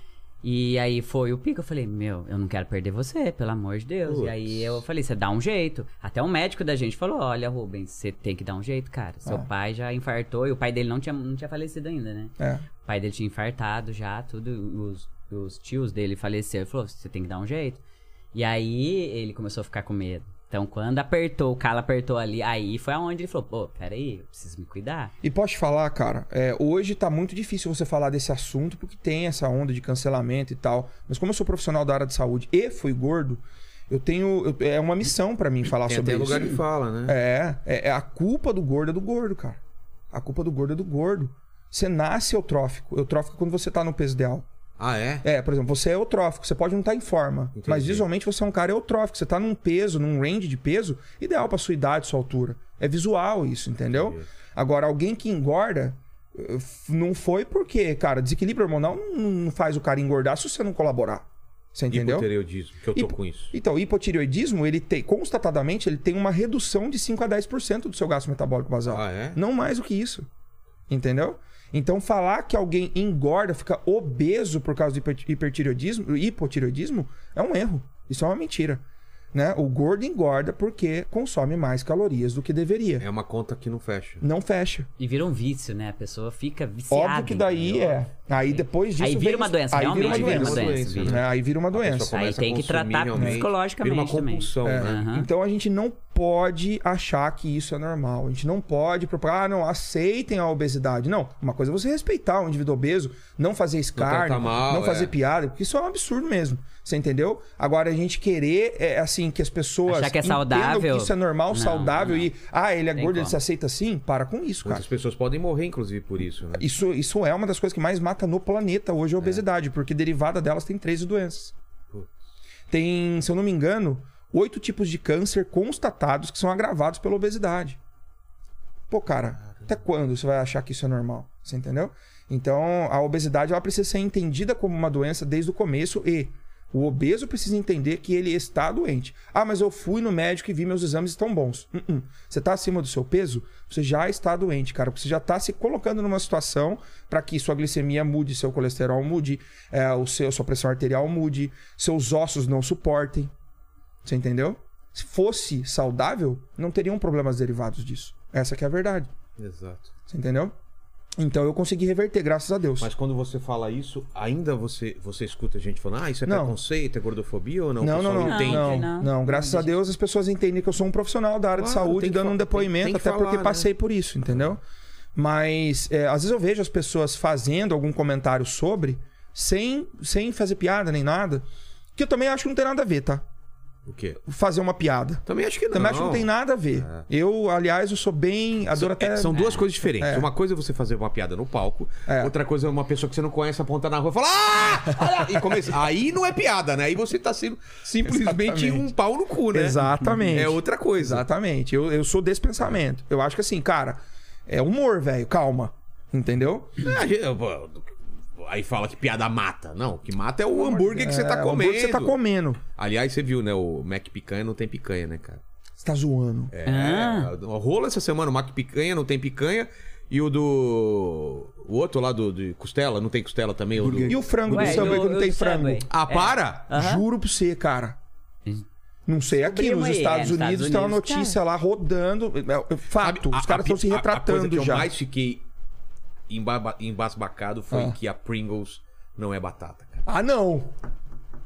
E aí foi o pico. Eu falei, meu, eu não quero perder você, pelo amor de Deus. Putz. E aí eu falei, você dá um jeito. Até um médico da gente falou, olha, Rubens, você tem que dar um jeito, cara. Seu É. pai já infartou e o pai dele não tinha, não tinha falecido ainda, né? É. O pai dele tinha infartado já, tudo. Os, os tios dele faleceram. Ele falou, você tem que dar um jeito. E aí ele começou a ficar com medo. Então, quando apertou, o calo apertou ali, aí foi aonde ele falou, pô, peraí, eu preciso me cuidar. E posso te falar, cara, é, hoje tá muito difícil você falar desse assunto, porque tem essa onda de cancelamento e tal. Mas como eu sou profissional da área de saúde e fui gordo, eu tenho... eu- é uma missão pra mim falar Tem sobre até isso. lugar que fala, né? É, é, é a culpa do gordo é do gordo, cara. A culpa do gordo é do gordo. Você nasce eutrófico. Eutrófico é quando você tá no peso ideal. Ah, é? É, por exemplo, você é eutrófico, você pode não estar em forma, Entendi. mas visualmente você é um cara eutrófico, você tá num peso, num range de peso ideal pra sua idade, sua altura. É visual isso, entendeu? Entendi. Agora, alguém que engorda, eh, f- não foi porque, cara, desequilíbrio hormonal não, não faz o cara engordar se você não colaborar. Você entendeu? Hipotireoidismo, que eu tô Hipo- com isso. Então, o hipotireoidismo, ele tem, constatadamente, ele tem uma redução de cinco a dez por cento do seu gasto metabólico basal. Ah, é? Não mais do que isso. Entendeu? Então, falar que alguém engorda, fica obeso por causa do hiper- hipertireoidismo, hipotireoidismo, é um erro. Isso é uma mentira. Né? O gordo engorda porque consome mais calorias do que deveria. É uma conta que não fecha. Não fecha. E vira um vício, né? A pessoa fica viciada. Óbvio que daí entendeu? é. Aí depois disso. Aí vira vem uma os- doença, aí realmente vira uma doença. doença, vira. né? Aí vira uma A pessoa doença. começa Aí tem a que consumir tratar realmente, psicologicamente vira uma também. compulsão, É. né? Aham. Então a gente não pode achar que isso é normal. A gente não pode propagar, ah, não, aceitem a obesidade. Não, uma coisa é você respeitar o indivíduo obeso, não fazer escárnio, tratar mal, não fazer é. piada, porque isso é um absurdo mesmo. Você entendeu? Agora a gente querer, é, assim, que as pessoas Achar que é entendam saudável. que isso é normal, Não, saudável não. e, ah, ele é Tem gordo, ele como. se aceita assim? Para com isso, cara. Muitas pessoas podem morrer, inclusive, por isso, né? Isso, isso é uma das coisas que mais mata no planeta hoje, a obesidade, porque derivada delas tem treze doenças. Putz. Tem, se eu não me engano, oito tipos de câncer constatados que são agravados pela obesidade. Pô, cara, até quando você vai achar que isso é normal? Você entendeu? Então, a obesidade ela precisa ser entendida como uma doença desde o começo e o obeso precisa entender que ele está doente. Ah, mas eu fui no médico e vi meus exames estão bons. Uh-uh. Você está acima do seu peso, você já está doente, cara. Você já está se colocando numa situação para que sua glicemia mude, seu colesterol mude, é, o seu, sua pressão arterial mude, seus ossos não suportem. Você entendeu? Se fosse saudável, não teriam problemas derivados disso. Essa que é a verdade. Exato. Você entendeu? Então eu consegui reverter, graças a Deus. Mas quando você fala isso, ainda você, você escuta a gente falando, ah, isso é Não. preconceito, é gordofobia ou não? Não, O não, pessoal não. entende. Não, Não, não, não, graças não, a Deus as pessoas entendem que eu sou um profissional da área de Claro, saúde tem que dando fa- um depoimento, tem- tem que até porque falar, passei né? por isso, entendeu? Mas é, às vezes eu vejo as pessoas fazendo algum comentário sobre, sem, sem fazer piada nem nada, que eu também acho que não tem nada a ver, tá? O quê? Fazer uma piada. Também acho que não. Também acho que não tem nada a ver. Eu, aliás, eu sou bem. Adoro São, até. é, são duas coisas diferentes. É. Uma coisa é você fazer uma piada no palco, É. outra coisa é uma pessoa que você não conhece apontar na rua e falar ah! Olha! E começa. Aí não é piada, né? Aí você tá sendo simplesmente Exatamente. um pau no cu, né? Exatamente. É outra coisa. Exatamente. Eu, eu sou desse pensamento. Eu acho que assim, cara, é humor, velho. Calma. Entendeu? É, a gente- pô, aí fala que piada mata. Não, o que mata é o hambúrguer que você tá É, o comendo. hambúrguer que você tá comendo. Aliás, você viu, né? O Mac Picanha não tem picanha, né, cara? Você tá zoando. É. Ah. O rolo essa semana, o Mac Picanha não tem picanha. E o do. O outro lá do, de costela, não tem costela também? O do... E o frango Ué, do Subway o- que não o tem do frango? Subway. Ah, para! Aham. Juro pra você, cara. Não sei, aqui Descobrimos nos aí, Estados é, nos Unidos Estados tem uma Unidos, notícia lá rodando. É, é fato, Sabe, os caras estão se a- a coisa retratando que já. eu mais fiquei embaba- embasbacado foi Ah. que a Pringles não é batata, cara. Ah, não.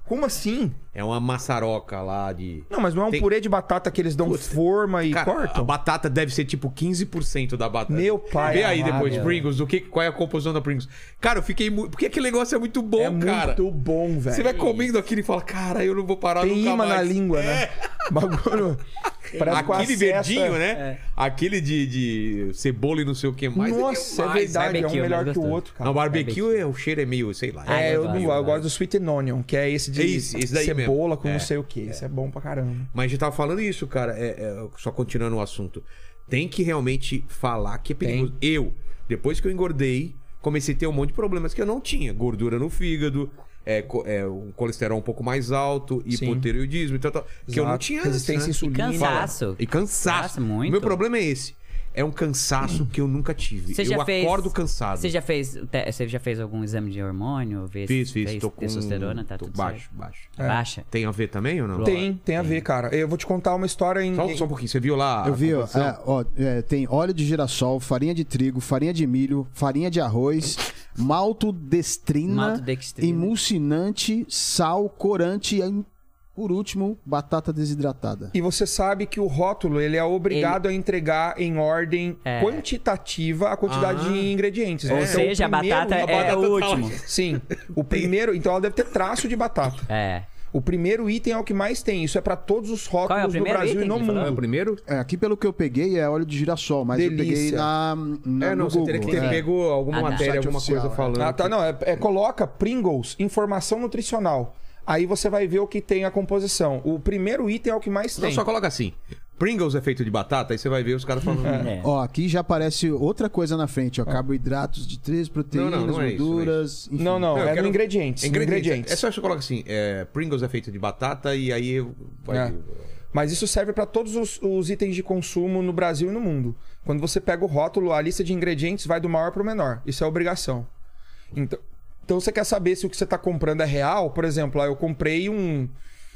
Como assim? É uma maçaroca lá de... Não, mas não é um Tem- purê de batata que eles dão Puta, forma e Cara, a cortam? batata deve ser tipo quinze por cento da batata. Meu pai Vê aí amado. depois, Pringles, do que, qual é a composição da Pringles. Cara, eu fiquei muito... Porque aquele negócio é muito bom, É cara. muito bom, velho. Você vai comendo aquilo e fala, cara, eu não vou parar Tem nunca imã mais. na língua, né? Bagulho. Parece com Aquele acesso, verdinho, é. né? Aquele de, de cebola e não sei o que mais. Nossa, é demais. verdade. É um Barbecue, melhor mais que o gostoso. outro, cara. Não, barbecue, Barbecue. é, o cheiro é meio, sei lá. Ah, É, eu, eu não, gosto, eu gosto do sweet and onion, que é esse de Esse, esse daí cebola mesmo. com É. não sei o que. Esse é bom pra caramba. Mas a gente tava falando isso, cara. É, é, só continuando o assunto. Tem que realmente falar que é perigoso. Eu, depois que eu engordei, comecei a ter um monte de problemas que eu não tinha. Gordura no fígado, é, co- é, um colesterol um pouco mais alto, Sim. hipotireoidismo e tal, tal. Que eu não Exato. tinha antes, Resistência né? insulínica. Cansaço. E cansaço. Nossa, muito. O meu problema é esse. É um cansaço que eu nunca tive. Você eu já fez- acordo cansado. Você já fez, te- você já fez algum exame de hormônio? Ver Fiz, se fiz. fez Tô com... testosterona, tá tô tudo baixo, certo? baixo. É. Baixa? Tem a ver também ou não? Tem, tem a ver, cara. Eu vou te contar uma história em... Só, só um pouquinho. Você viu lá a Eu vi, ó, composição? é, ó, é, tem óleo de girassol, farinha de trigo, farinha de milho, farinha de arroz, maltodestrina, Maltodextrina. emulsinante, sal, corante e, por último, batata desidratada. E você sabe que o rótulo ele é obrigado a entregar em ordem É. quantitativa a quantidade Ah. de ingredientes. Ou Então, seja, o a primeiro- batata a é batata o tá último. Sim. O primeiro... Então ela deve ter traço de batata. É. O primeiro item é o que mais tem. Isso é pra todos os Qual é o rótulos no primeiro Brasil item e no que ele falou? É o mundo. primeiro? É, aqui pelo que eu peguei é óleo de girassol, mas eu peguei Delícia. na, na É, não, no você Google. teria que ter é. pego alguma Ah, não. matéria, Site alguma oficial, coisa é. falando. Ah, tá, que- não. É, é- coloca Pringles, informação nutricional. Aí você vai ver o que tem a composição. O primeiro item é o que mais Não, tem. só coloca assim. Pringles é feito de batata, aí você vai ver os caras falando. É. Ó, aqui já aparece outra coisa na frente, ó. Carboidratos de três proteínas, Não, não, não é isso, gorduras, enfim. Não, não. Não, eu é quero- no ingredientes. no Ingredientes. ingredientes. É só você coloca assim, é, Pringles é feito de batata e aí vai... É. Mas isso serve para todos os, os itens de consumo no Brasil e no mundo. Quando você pega o rótulo, a lista de ingredientes vai do maior para o menor. Isso é obrigação. Então, então você quer saber se o que você está comprando é real? Por exemplo, lá eu comprei um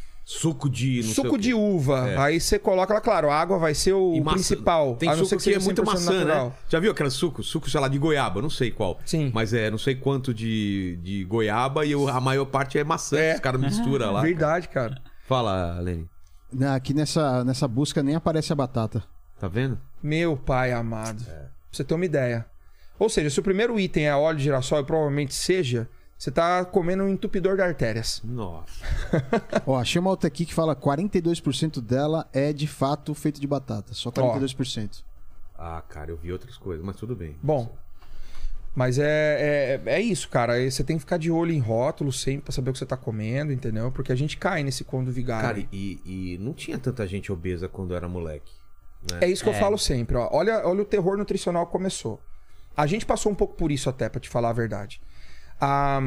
Suco de... não sei suco o quê. de uva. É. Aí você coloca lá, claro, a água vai ser o E maçã. principal. Tem a não suco ser que, que é seja muito cem por cento maçã, natural. né? Já viu aquele suco? Suco, sei lá, de goiaba, não sei qual. Sim. Mas é não sei quanto de, de goiaba e o- a maior parte é maçã. É. Os caras misturam lá. Verdade, cara. Fala, Lenny. Aqui nessa, nessa busca nem aparece a batata. Tá vendo? Meu pai amado. É. Pra você ter uma ideia. Ou seja, se o primeiro item é óleo de girassol, e provavelmente seja, você tá comendo um entupidor de artérias. Nossa. Ó, achei uma outra aqui que fala quarenta e dois por cento dela é de fato feito de batata. Só quarenta e dois por cento. Ah, cara, eu vi outras coisas, mas tudo bem. Bom, mas é, é, é isso, cara. Aí você tem que ficar de olho em rótulo sempre pra saber o que você tá comendo, entendeu? Porque a gente cai nesse conto vigário. Cara, e, e não tinha tanta gente obesa quando eu era moleque. Né? É isso que eu É. falo sempre, ó. Olha, olha o terror nutricional que começou. A gente passou um pouco por isso até, pra te falar a verdade. Ah,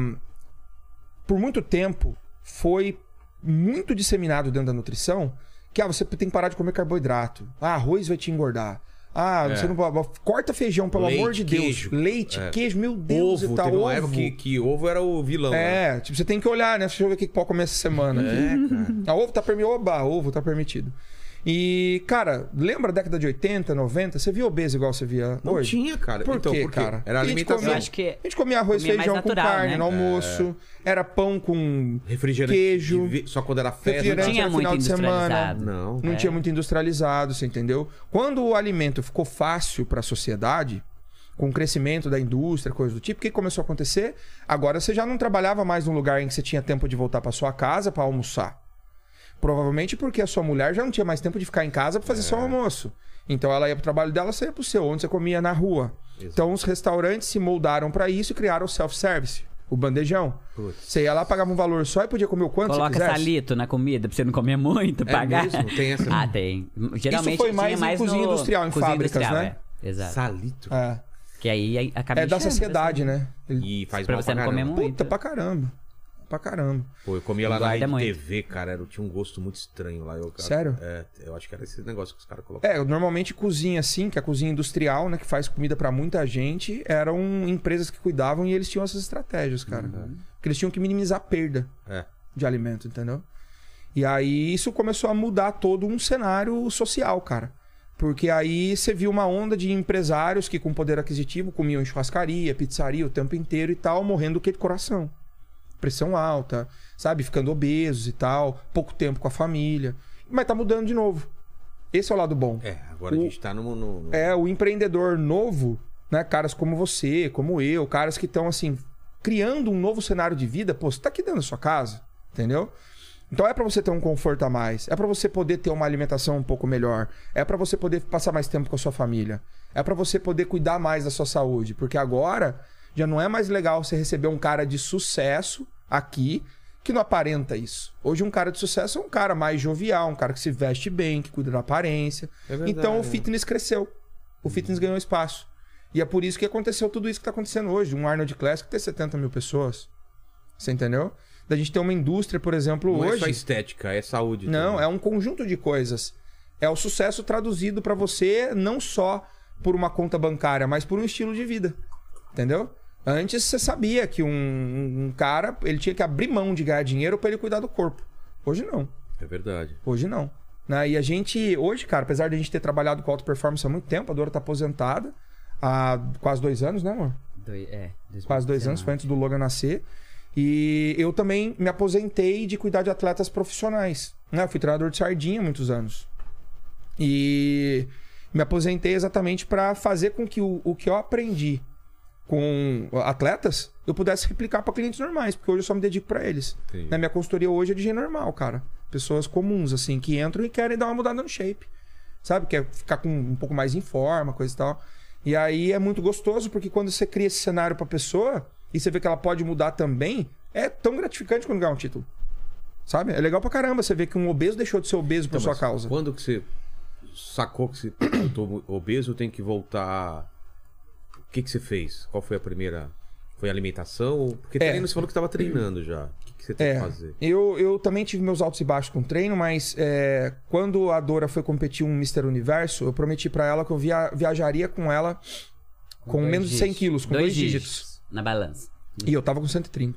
por muito tempo, foi muito disseminado dentro da nutrição que ah, você tem que parar de comer carboidrato. Ah, arroz vai te engordar. Ah, É. você não pode... Corta feijão, pelo Leite, amor de Deus. queijo. Leite, É. queijo, meu Deus. Ovo, e tal. teve uma ovo. época que, que ovo era o vilão. né? É, tipo, você tem que olhar, né? Deixa eu ver o que pode comer essa semana. É, cara. A ovo tá permitido. Oba, ovo tá permitido. E, cara, lembra a década de oitenta, noventa? Você via obeso igual você via Não hoje? tinha, cara. Por então, quê, por quê? cara? Era A gente alimentação. comia- Eu acho que A gente comia arroz e Comia mais feijão natural, com carne né? no almoço. Era pão com Refrigerante. queijo. de ve- Só quando era festa. refrigerante Não tinha no muito final de semana. industrializado. Não. Não É. tinha muito industrializado, você entendeu? Quando o alimento ficou fácil para a sociedade, com o crescimento da indústria, coisa do tipo, o que começou a acontecer? Agora você já não trabalhava mais num lugar em que você tinha tempo de voltar para sua casa para almoçar. Provavelmente porque a sua mulher já não tinha mais tempo de ficar em casa para fazer seu almoço. Então ela ia pro trabalho dela, você ia pro seu, onde você comia na rua. Exato. Então os restaurantes se moldaram para isso e criaram o self-service, o bandejão. Putz. Você ia lá, pagava um valor só e podia comer o quanto coloca você quisesse. salito na comida pra você não comer muito, É pagar. mesmo? Tem essa- Ah, tem. Geralmente Isso foi tinha mais em mais cozinha no... industrial, em cozinha fábricas, industrial, né? É. Exato. Salito. É, Que aí acaba é da enchendo, saciedade, assim. né? E faz Pra mal você pra não comer caramba. muito. Puta, pra caramba. Pra caramba. Pô, eu comia lá na Guarda Rede muito. T V, cara. Era, tinha um gosto muito estranho lá. Eu, cara, Sério? É, eu acho que era esse negócio que os caras colocavam. É, normalmente cozinha assim, que é a cozinha industrial, né? Que faz comida pra muita gente, eram empresas que cuidavam e eles tinham essas estratégias, cara. Porque eles tinham que minimizar a perda É. de alimento, entendeu? E aí isso começou a mudar todo um cenário social, cara. Porque aí você viu uma onda de empresários que com poder aquisitivo comiam em churrascaria, pizzaria o tempo inteiro e tal, morrendo do que de coração. pressão alta, sabe? Ficando obesos e tal, pouco tempo com a família. Mas tá mudando de novo. Esse é o lado bom. É, agora O- a gente tá no... no, no... É, o empreendedor novo, né? Caras como você, como eu, caras que estão, assim, criando um novo cenário de vida. Pô, você tá aqui dentro da sua casa, entendeu? Então é pra você ter um conforto a mais, é pra você poder ter uma alimentação um pouco melhor, é pra você poder passar mais tempo com a sua família, é pra você poder cuidar mais da sua saúde, porque agora já não é mais legal você receber um cara de sucesso aqui que não aparenta isso. Hoje um cara de sucesso é um cara mais jovial, um cara que se veste bem, que cuida da aparência. É verdade, Então o né? fitness cresceu, o fitness ganhou espaço. E é por isso que aconteceu tudo isso que tá acontecendo hoje. Um Arnold Classic tem setenta mil pessoas, você entendeu? Da gente ter uma indústria, por exemplo, Não hoje... é só estética, é saúde. Não, também. é um conjunto de coisas. É o sucesso traduzido pra você não só por uma conta bancária, mas por um estilo de vida. Entendeu? Antes você sabia que um, um cara, ele tinha que abrir mão de ganhar dinheiro pra ele cuidar do corpo. Hoje não. É verdade. Hoje não. Né? E a gente, hoje, cara, apesar de a gente ter trabalhado com alta performance há muito tempo, a Dora tá aposentada há quase dois anos, né, amor? Doi- é, Quase dois anos, foi antes do Logan nascer. E eu também me aposentei de cuidar de atletas profissionais. Né? Eu fui treinador de sardinha há muitos anos. E me aposentei exatamente para fazer com que o, o que eu aprendi com atletas eu pudesse replicar para clientes normais, porque hoje eu só me dedico para eles. Entendi. Na minha consultoria hoje é de gente normal, cara. Pessoas comuns, assim, que entram e querem dar uma mudada no shape. Sabe? Quer ficar com um pouco mais em forma, coisa e tal. E aí é muito gostoso, porque quando você cria esse cenário pra pessoa e você vê que ela pode mudar também, é tão gratificante quando ganhar um título. Sabe? É legal pra caramba você ver que um obeso deixou de ser obeso por Então, sua mas causa. Quando que você sacou que você voltou obeso, tem que voltar... O que que você fez? Qual foi a primeira... Foi alimentação? Porque É. treino você falou que estava treinando já. O que que você tem É, que fazer? eu, eu também tive meus altos e baixos com treino, mas é, quando a Dora foi competir um mister Universo, eu prometi pra ela que eu via- viajaria com ela com Dois menos de cem dígitos. quilos, com dois, dígitos. Na balança. E eu tava com cento e trinta.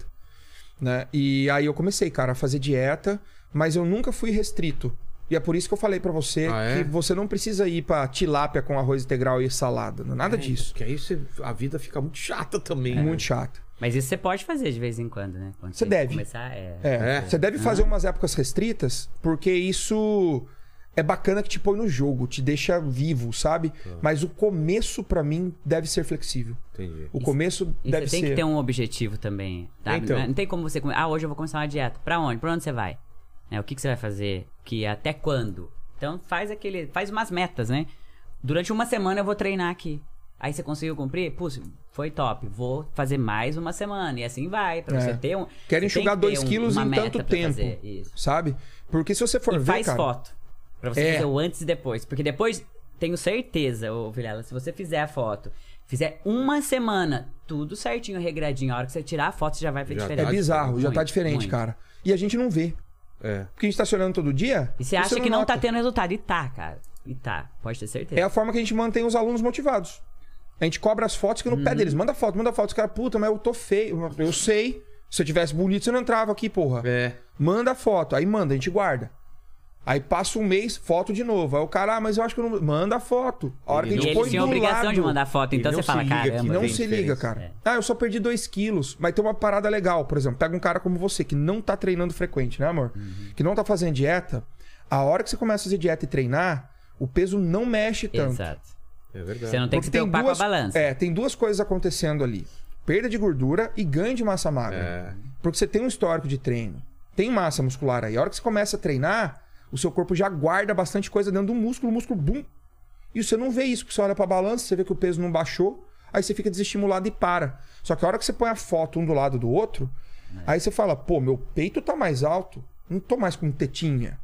Né? E aí eu comecei, cara, a fazer dieta, mas eu nunca fui restrito. E é por isso que eu falei pra você Ah, é? que você não precisa ir pra tilápia com arroz integral e salada. Não é nada disso. Porque aí você- a vida fica muito chata também. É. Muito chato. Mas isso você pode fazer de vez em quando, né? Quando Você deve. Começar, é... É. É? Você deve fazer umas épocas restritas, porque isso é bacana que te põe no jogo, te deixa vivo, sabe? Mas o começo, pra mim, deve ser flexível. Entendi. O começo E deve você tem ser. que ter um objetivo também, tá? Então. Não tem como você... come- Ah, hoje eu vou começar uma dieta. Pra onde? Pra onde você vai? Né? O que, que você vai fazer? Que até quando? Então faz aquele... Faz umas metas, né? Durante uma semana eu vou treinar aqui. Aí você conseguiu cumprir? Putz, foi top. Vou fazer mais uma semana. E assim vai, pra É. você ter um... Quero você tem enxugar que ter dois um- quilos uma em meta tanto pra tempo. fazer isso. Sabe? Porque se você for E ver, faz cara... foto. Pra você É. fazer o antes e depois. Porque depois, tenho certeza, ô Vilela, se você fizer a foto, fizer uma semana, tudo certinho, regradinho, a hora que você tirar a foto, você já vai ver Já diferente. É bizarro, já tá Muito, diferente, muito. cara. E a gente não vê. É. Porque a gente tá se olhando todo dia. E você acha que não nota. tá tendo resultado. E tá, cara. E tá. Pode ter certeza. É a forma que a gente mantém os alunos motivados. A gente cobra as fotos que no Uhum. pé deles. Manda foto, manda foto. Os caras, puta, mas eu tô feio. Eu sei. Se eu tivesse bonito, você não entrava aqui, porra. É. Manda a foto. Aí manda, a gente guarda. Aí passa um mês, foto de novo. Aí o cara, ah, mas eu acho que eu não... Manda a foto. A hora que a Ele gente E põe eles tinham do obrigação lado... de mandar foto, então Ele você não fala, se liga caramba. que Não tem se diferença. liga, cara. É. Ah, eu só perdi dois quilos. Mas tem uma parada legal, por exemplo. Pega um cara como você, que não tá treinando frequente, né, amor? Uhum. Que não tá fazendo dieta. A hora que você começa a fazer dieta e treinar, o peso não mexe tanto. Exato. É verdade. Você não tem que se Porque preocupar duas, com a balança. É, tem duas coisas acontecendo ali. Perda de gordura e ganho de massa magra. É. Porque você tem um histórico de treino. Tem massa muscular aí. A hora que você começa a treinar, o seu corpo já guarda bastante coisa dentro do músculo, o músculo, bum. E você não vê isso, porque você olha pra balança, você vê que o peso não baixou, aí você fica desestimulado e para. Só que a hora que você põe a foto um do lado do outro, aí você fala, pô, meu peito tá mais alto, não tô mais com tetinha.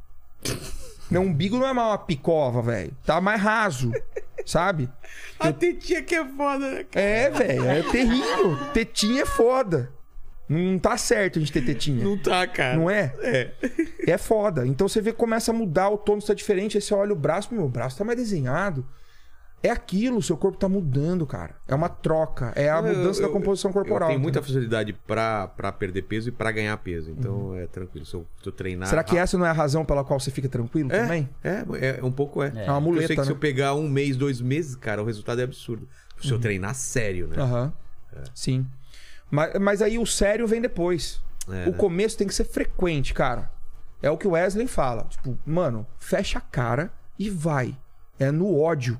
Meu umbigo não é mais uma picova, velho. Tá mais raso, sabe? A tetinha que é foda, né? É, velho, é terrível. Tetinha é foda. Não tá certo a gente ter tetinha. Não tá, cara. Não é? É. É foda. Então você vê que começa a mudar, o tônus tá diferente, aí você olha o braço, meu braço tá mais desenhado. É aquilo, o seu corpo tá mudando, cara. É uma troca, é a Eu- mudança eu- da composição corporal. Eu tenho muita entendeu? facilidade pra, pra perder peso e pra ganhar peso. Então é tranquilo. Se eu, se eu treinar. Será que essa não é a razão pela qual você fica tranquilo é, também? É, é, um pouco é. É uma muleta, Eu sei que né? se eu pegar um mês, dois meses, cara, o resultado é absurdo. Se eu treinar sério, né? Aham. Sim. Mas, mas aí o sério vem depois. É, o né? começo tem que ser frequente, cara. É o que o Wesley fala. Tipo, mano, fecha a cara e vai. É no ódio.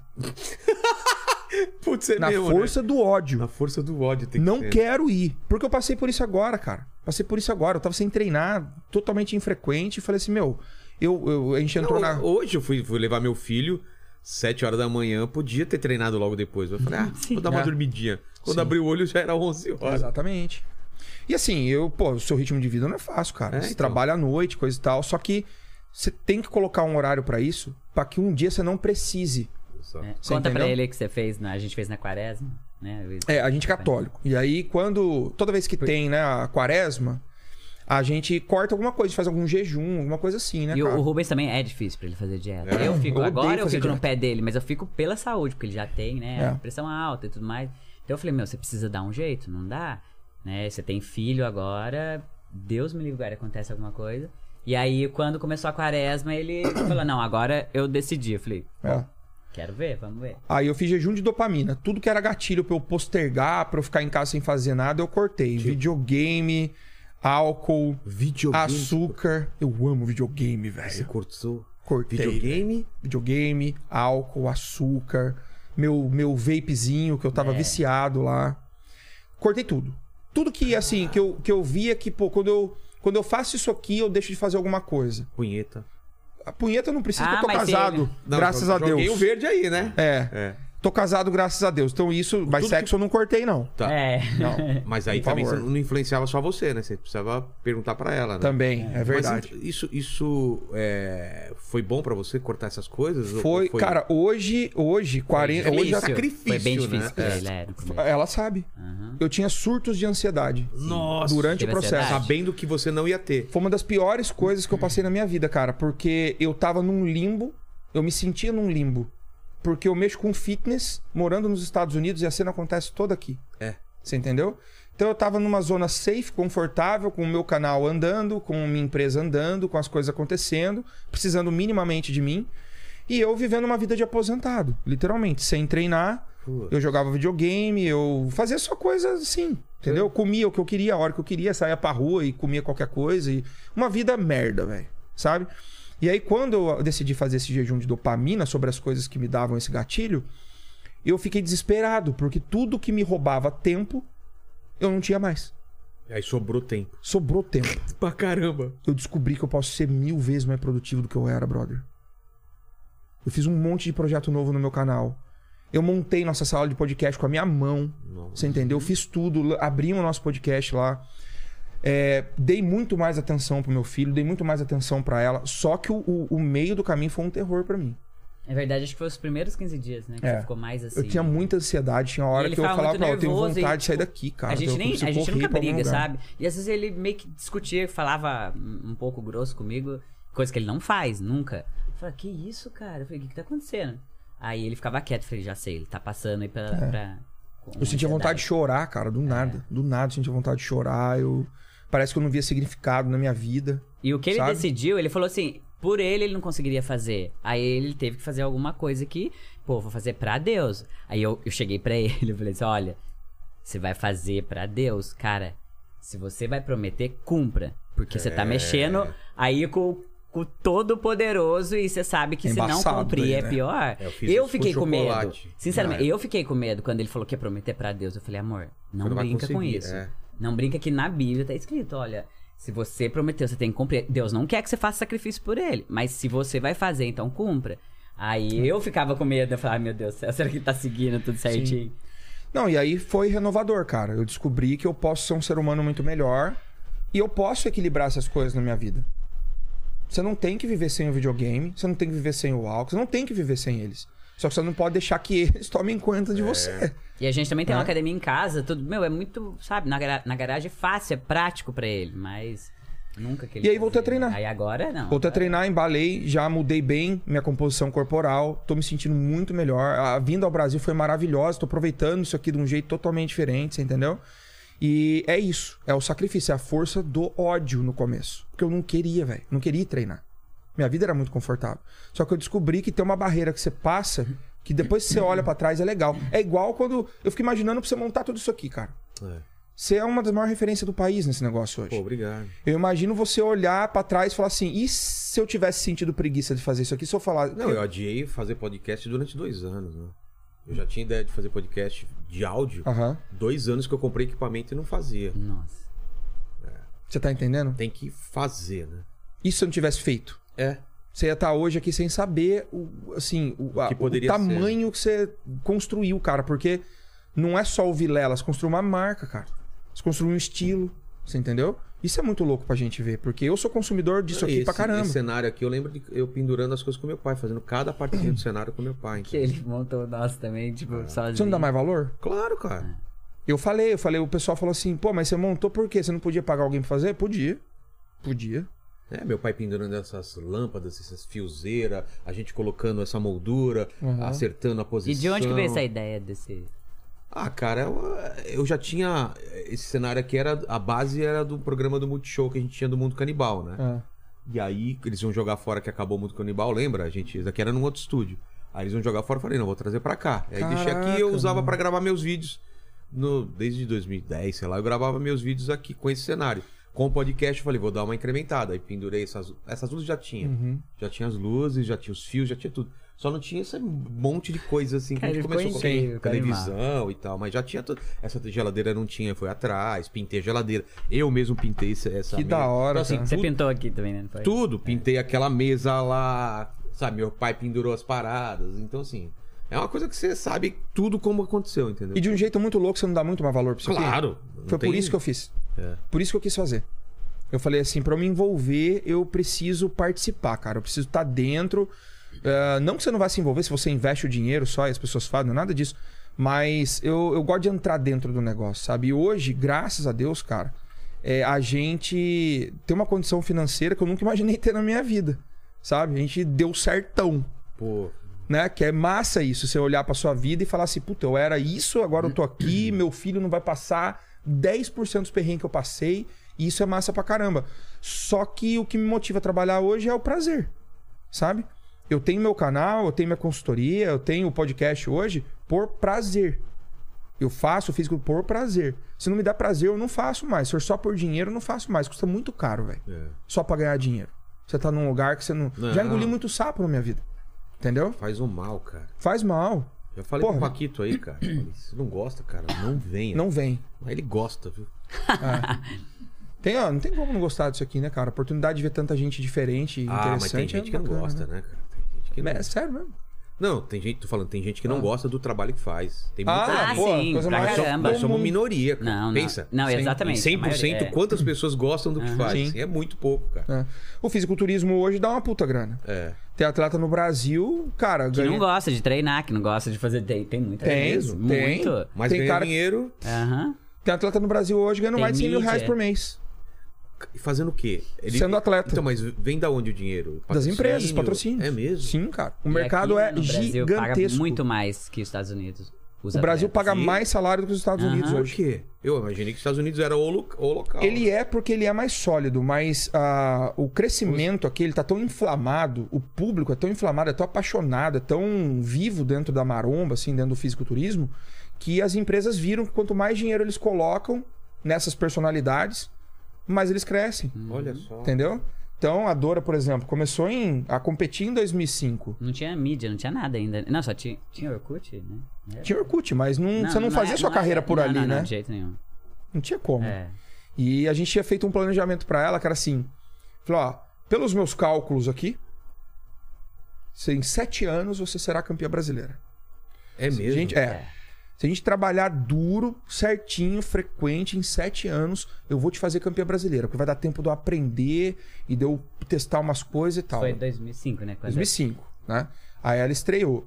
Putz, é Na mesmo, força né? do ódio. Na força do ódio tem que Não ser. quero ir. Porque eu passei por isso agora, cara. Passei por isso agora. Eu tava sem treinar, totalmente infrequente. E falei assim, meu... Eu, eu, a gente entrou Não, na... Hoje eu fui, fui levar meu filho, sete horas da manhã, podia ter treinado logo depois. Eu falei, ah, vou dar uma É. dormidinha. Quando Sim. abri o olho já era onze horas. Exatamente. E assim, eu, pô, o seu ritmo de vida não é fácil, cara. É, Você então. trabalha à noite, coisa e tal. Só que você tem que colocar um horário pra isso, pra que um dia você não precise. Só. É, Você conta pra entendeu? ele que você fez, na, a gente fez na quaresma, né? É, a gente é católico. E aí, quando... Toda vez que tem, né, a quaresma, a gente corta alguma coisa, faz algum jejum, alguma coisa assim, né, E o, cara? o Rubens também é difícil pra ele fazer dieta. É. Eu fico, Eu odeio agora eu fazer fico no dieta. pé dele, mas eu fico pela saúde, porque ele já tem, né, É. pressão alta e tudo mais. Então eu falei, meu, você precisa dar um jeito, não dá, né? Você tem filho agora, Deus me livre, agora acontece alguma coisa. E aí, quando começou a quaresma, ele falou, não, agora eu decidi. Eu falei, É. quero ver, vamos ver. Aí eu fiz jejum de dopamina. Tudo que era gatilho pra eu postergar, pra eu ficar em casa sem fazer nada, eu cortei. Videogame, álcool, Videogame. açúcar. Eu amo videogame, Você velho. cortou Cortei. videogame? Videogame, álcool, açúcar, meu, meu vapezinho que eu tava É. viciado lá. Cortei tudo. Tudo que, assim, que eu, que eu via que, pô, quando eu, quando eu faço isso aqui, eu deixo de fazer alguma coisa. Punheta. A punheta não precisa, Ah, porque eu tô mas casado. ele- Não, graças jo- a Deus. Joguei o verde aí, né? É. É. Tô casado, graças a Deus. Então isso, mas Tudo sexo eu não cortei, não. Tá. É. Não. Mas aí Por também favor. você não influenciava só você, né? Você precisava perguntar pra ela, né? Também, é verdade. Mas isso, isso é, foi bom pra você cortar essas coisas? Ou Foi, cara, hoje, hoje, quarenta, Foi hoje já- difícil. Foi bem né? difícil pra É. ele, é, no começo. ela sabe. Aham. Eu tinha surtos de ansiedade Nossa. durante o Teve processo. ansiedade? Sabendo que você não ia ter. Foi uma das piores coisas que eu passei na minha vida, cara, porque eu tava num limbo, eu me sentia num limbo. Porque eu mexo com fitness, morando nos Estados Unidos, e a cena acontece toda aqui. É. Você entendeu? Então eu tava numa zona safe, confortável, com o meu canal andando, com a minha empresa andando, com as coisas acontecendo, precisando minimamente de mim. E eu vivendo uma vida de aposentado, literalmente, sem treinar. Putz. Eu jogava videogame, eu fazia só coisas assim, entendeu? Comia o que eu queria, a hora que eu queria, saía pra rua e comia qualquer coisa. E... Uma vida merda, velho, sabe? E aí, quando eu decidi fazer esse jejum de dopamina sobre as coisas que me davam esse gatilho, eu fiquei desesperado, porque tudo que me roubava tempo, eu não tinha mais. Aí sobrou tempo. Sobrou tempo. Pra caramba. Eu descobri que eu posso ser mil vezes mais produtivo do que eu era, brother. Eu fiz um monte de projeto novo no meu canal. Eu montei nossa sala de podcast com a minha mão. Nossa. Você entendeu? Eu fiz tudo, abri o nosso podcast lá. É, dei muito mais atenção pro meu filho, dei muito mais atenção pra ela. Só que o, o, o meio do caminho foi um terror pra mim. É verdade, acho que foi os primeiros quinze dias, né? Que É. você ficou mais assim. Eu tinha muita ansiedade, tinha hora E ele que eu ficava falava muito pra ela, eu tenho nervoso vontade e, de sair tipo, daqui, cara. A gente, eu nem, preciso a gente correr nunca pra algum briga, lugar. sabe? E às vezes ele meio que discutia, falava um pouco grosso comigo, coisa que ele não faz, nunca. Eu falei, que isso, cara? Eu falei, o que, que tá acontecendo? Aí ele ficava quieto, eu falei, já sei, ele tá passando aí pra... pra com Eu sentia vontade de ansiedade. chorar, cara, do nada. Do nada eu sentia vontade de chorar. Eu... Parece que eu não via significado na minha vida. E o que ele sabe? decidiu, ele falou assim, por ele ele não conseguiria fazer. Aí ele teve que fazer alguma coisa que, pô, vou fazer pra Deus. Aí eu, eu cheguei pra ele, eu falei assim, olha, você vai fazer pra Deus, cara, se você vai prometer, cumpra. Porque você tá mexendo aí com, com o Todo-Poderoso e você sabe que se não Embaçado cumprir daí, é né? pior. Eu fiz Eu isso fiquei com com medo. chocolate. Sinceramente, Ah, é. eu fiquei com medo quando ele falou que ia prometer pra Deus. Eu falei, amor, não Você não vai brinca com conseguir, isso. é. Não brinca que na Bíblia tá escrito, olha, se você prometeu, você tem que cumprir. Deus não quer que você faça sacrifício por ele, mas se você vai fazer, então cumpra. Aí eu ficava com medo, eu falava, ai meu Deus do céu, será que ele tá seguindo tudo certinho? Não, e aí foi renovador, cara. Eu descobri que eu posso ser um ser humano muito melhor e eu posso equilibrar essas coisas na minha vida. Você não tem que viver sem o videogame, você não tem que viver sem o álcool, você não tem que viver sem eles. Só que você não pode deixar que eles tomem conta de você. E a gente também tem É. uma academia em casa, tudo, meu, é muito, sabe, na, gara- na garagem é fácil, é prático pra ele, mas nunca que ele E aí voltei a fazia. treinar. Aí agora não. Voltei a agora- treinar, embalei, já mudei bem minha composição corporal, tô me sentindo muito melhor. A vinda ao Brasil foi maravilhosa, tô aproveitando isso aqui de um jeito totalmente diferente, você entendeu? E é isso, é o sacrifício, é a força do ódio no começo. Porque eu não queria, velho, não queria treinar. Minha vida era muito confortável. Só que eu descobri que tem uma barreira que você passa, que depois que você olha pra trás é legal. É igual quando... Eu fico imaginando pra você montar tudo isso aqui, cara. É. Você é uma das maiores referências do país nesse negócio hoje. Pô, obrigado. Eu imagino você olhar pra trás e falar assim, e se eu tivesse sentido preguiça de fazer isso aqui, se eu falar... Não, eu adiei fazer podcast durante dois anos, né? Eu já tinha ideia de fazer podcast de áudio. Aham. Dois anos que eu comprei equipamento e não fazia. Nossa. Você tá entendendo? Tem que fazer, né? E se eu não tivesse feito? É. Você ia estar hoje aqui sem saber o, assim, o, a- que o poderia tamanho que você construiu, cara. Porque não é só o Vilela, você construiu uma marca, cara. Você construiu um estilo, você entendeu? Isso é muito louco pra gente ver, porque eu sou consumidor disso aqui esse, pra caramba. Esse cenário aqui, eu lembro de eu pendurando as coisas com meu pai, fazendo cada partezinha do cenário com meu pai. Que Entendeu? ele montou o nosso também, tipo, sozinho. Você não dá mais valor? Claro, cara. Eu falei, eu falei, o pessoal falou assim, pô, mas você montou por quê? Você não podia pagar alguém pra fazer? Podia. Podia. É, meu pai pendurando essas lâmpadas, essas fiozeiras, a gente colocando essa moldura, Uhum. acertando a posição. E de onde que veio essa ideia desse... Ah, cara, eu, eu já tinha... Esse cenário aqui, era a base era do programa do Multishow que a gente tinha do Mundo Canibal, né? É. E aí, eles iam jogar fora que acabou o Mundo Canibal, lembra? A gente, isso aqui era num outro estúdio. Aí eles iam jogar fora, eu falei, não, vou trazer pra cá. Aí deixei aqui e eu Caraca, usava mano. pra gravar meus vídeos. No, desde dois mil e dez, sei lá, eu gravava meus vídeos aqui com esse cenário. Com o podcast, eu falei, vou dar uma incrementada. Aí pendurei essas... Essas luzes já tinha. Uhum. Já tinha as luzes, já tinha os fios, já tinha tudo. Só não tinha esse monte de coisa assim que Cara, a gente ele começou ficou com incrível, ficou televisão e tal. Mas já tinha tudo. Essa geladeira não tinha, foi atrás. Pintei a geladeira. Eu mesmo pintei essa essa Que mesa. da hora, Então, assim, cara. Você tudo, pintou aqui também, né? Não foi? tudo. Pintei aquela mesa lá. Sabe, meu pai pendurou as paradas. Então, assim... É uma coisa que você sabe tudo como aconteceu, entendeu? E de um jeito muito louco, você não dá muito mais valor pra isso aqui? Claro. não Foi tem- por isso que eu fiz. É. Por isso que eu quis fazer. Eu falei assim, pra eu me envolver, eu preciso participar, cara. Eu preciso estar dentro. Uh, não que você não vai se envolver se você investe o dinheiro só e as pessoas fazem, não é nada disso. Mas eu, eu gosto de entrar dentro do negócio, sabe? E hoje, graças a Deus, cara, é, a gente tem uma condição financeira que eu nunca imaginei ter na minha vida, sabe? A gente deu certão. Pô, Né? Que é massa isso, você olhar pra sua vida e falar assim, puta, eu era isso, agora eu tô aqui, meu filho não vai passar dez por cento dos perrengues que eu passei, e isso é massa pra caramba. Só que o que me motiva a trabalhar hoje é o prazer, sabe? Eu tenho meu canal, eu tenho minha consultoria, eu tenho o podcast hoje por prazer. Eu faço o físico por prazer. Se não me dá prazer, eu não faço mais. Se for só por dinheiro, eu não faço mais. Custa muito caro, velho. é. Só pra ganhar dinheiro. Você tá num lugar que você não... Não. Já engoli muito sapo na minha vida. Entendeu? Faz um mal, cara. Faz mal. Já falei Porra. pro Paquito aí, cara. Falei, se não gosta, cara, não venha. Não vem. Mas ele gosta, viu? Tem, ó, não tem como não gostar disso aqui, né, cara? A oportunidade de ver tanta gente diferente e Ah, interessante. mas tem gente é que não bacana, gosta, né, cara? Tem gente que não... É sério mesmo. Não, tem gente, tô falando, tem gente que não Ah. gosta do trabalho que faz. Tem Ah, muita Ah, gente. pô, sim, coisa pra mais- Nós somos- caramba. nós somos minoria, cara. Não, não. Pensa. Não, Sim. exatamente. Em cem por cento, a maioria- é. quantas pessoas gostam do que Aham. faz? Sim. É muito pouco, cara. É. O fisiculturismo hoje dá uma puta grana. É. Tem atleta no Brasil, cara, Que ganha... não gosta de treinar, que não gosta de fazer... Tem, tem muita Tem, mesmo. tem. Muito. Mas Tem ganha cara- dinheiro Aham. Tem atleta no Brasil hoje ganhando Tem mais de cem mil mídia. reais por mês. fazendo o quê? Ele- Sendo atleta. Então, mas vem da onde o dinheiro? Das empresas, patrocínios. É mesmo? Sim, cara. O E mercado aqui é no Brasil paga gigantesco. muito mais que os Estados Unidos. os O Brasil atletas. paga Sim. mais salário do que os Estados Aham. Unidos Por hoje. quê? Eu imaginei que os Estados Unidos era o, lo- o local. Ele é porque ele é mais sólido, mas ah, o crescimento aqui, ele tá tão inflamado, o público é tão inflamado, é tão apaixonado, é tão vivo dentro da maromba, assim, dentro do fisiculturismo, que as empresas viram que quanto mais dinheiro eles colocam nessas personalidades, mais eles crescem, Olha só. entendeu? Então, a Dora, por exemplo, começou em, a competir em dois mil e cinco. Não tinha mídia, não tinha nada ainda. Não, só tinha, tinha Orkut, né? É. Tinha Orkut, mas não, você não, fazia é- sua não carreira é- por não, ali, não, né? Não, de jeito nenhum. Não tinha como. É. E a gente tinha feito um planejamento pra ela que era assim: falou, ó, pelos meus cálculos aqui, se em sete anos você será campeã brasileira. É Se a mesmo? gente, é. Se a gente trabalhar duro, certinho, frequente, em sete anos, eu vou te fazer campeã brasileira. Porque vai dar tempo de eu aprender e de eu testar umas coisas e tal. Foi em dois mil e cinco, né? Quando dois mil e cinco, né? Aí ela estreou.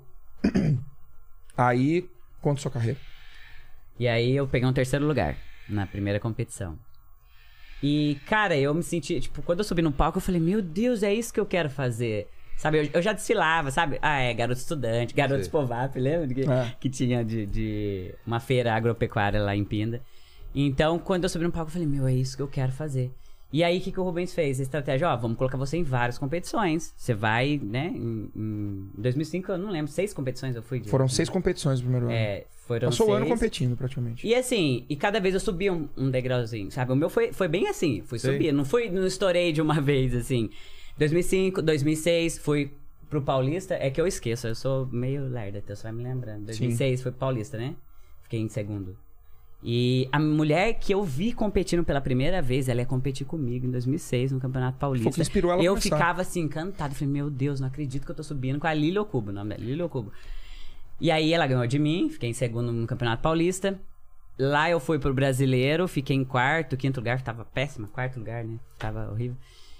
Aí, conta sua carreira. E aí eu peguei um terceiro lugar na primeira competição. E, cara, eu me senti, tipo, quando eu subi no palco, eu falei, meu Deus, é isso que eu quero fazer. Sabe, eu, eu já desfilava, sabe? Ah, é, garoto estudante, garoto Sim. Povap, lembra? Que, É. que tinha de, de uma feira agropecuária lá em Pinda. Então, quando eu subi no palco, eu falei, meu, é isso que eu quero fazer. E aí, o que, que o Rubens fez? A estratégia, ó, vamos colocar você em várias competições. Você vai, né, em, em dois mil e cinco, eu não lembro, seis competições eu fui. De, Foram seis competições no primeiro ano. É, foram Passou o seis. ano competindo, praticamente. E assim, e cada vez eu subia um, um degrauzinho, sabe? O meu foi, foi bem assim, fui Sei. subir, não fui, não estourei de uma vez, assim. dois mil e cinco, dois mil e seis, fui pro Paulista, é que eu esqueço, eu sou meio lerda, então você vai me lembrando. dois mil e seis fui pro Paulista, né? Fiquei em segundo. E a mulher que eu vi competindo pela primeira vez, ela ia competir comigo em dois mil e seis no Campeonato Paulista. Foi o que inspirou ela a eu começar. ficava assim, encantado. Falei, meu Deus, não acredito que eu tô subindo com a Lili Okubo, o nome dela, Lili Okubo. E aí ela ganhou de mim, fiquei em segundo no Campeonato Paulista. Lá eu fui pro Brasileiro, fiquei em quarto, quinto lugar, tava péssima, quarto lugar, né? Tava horrível.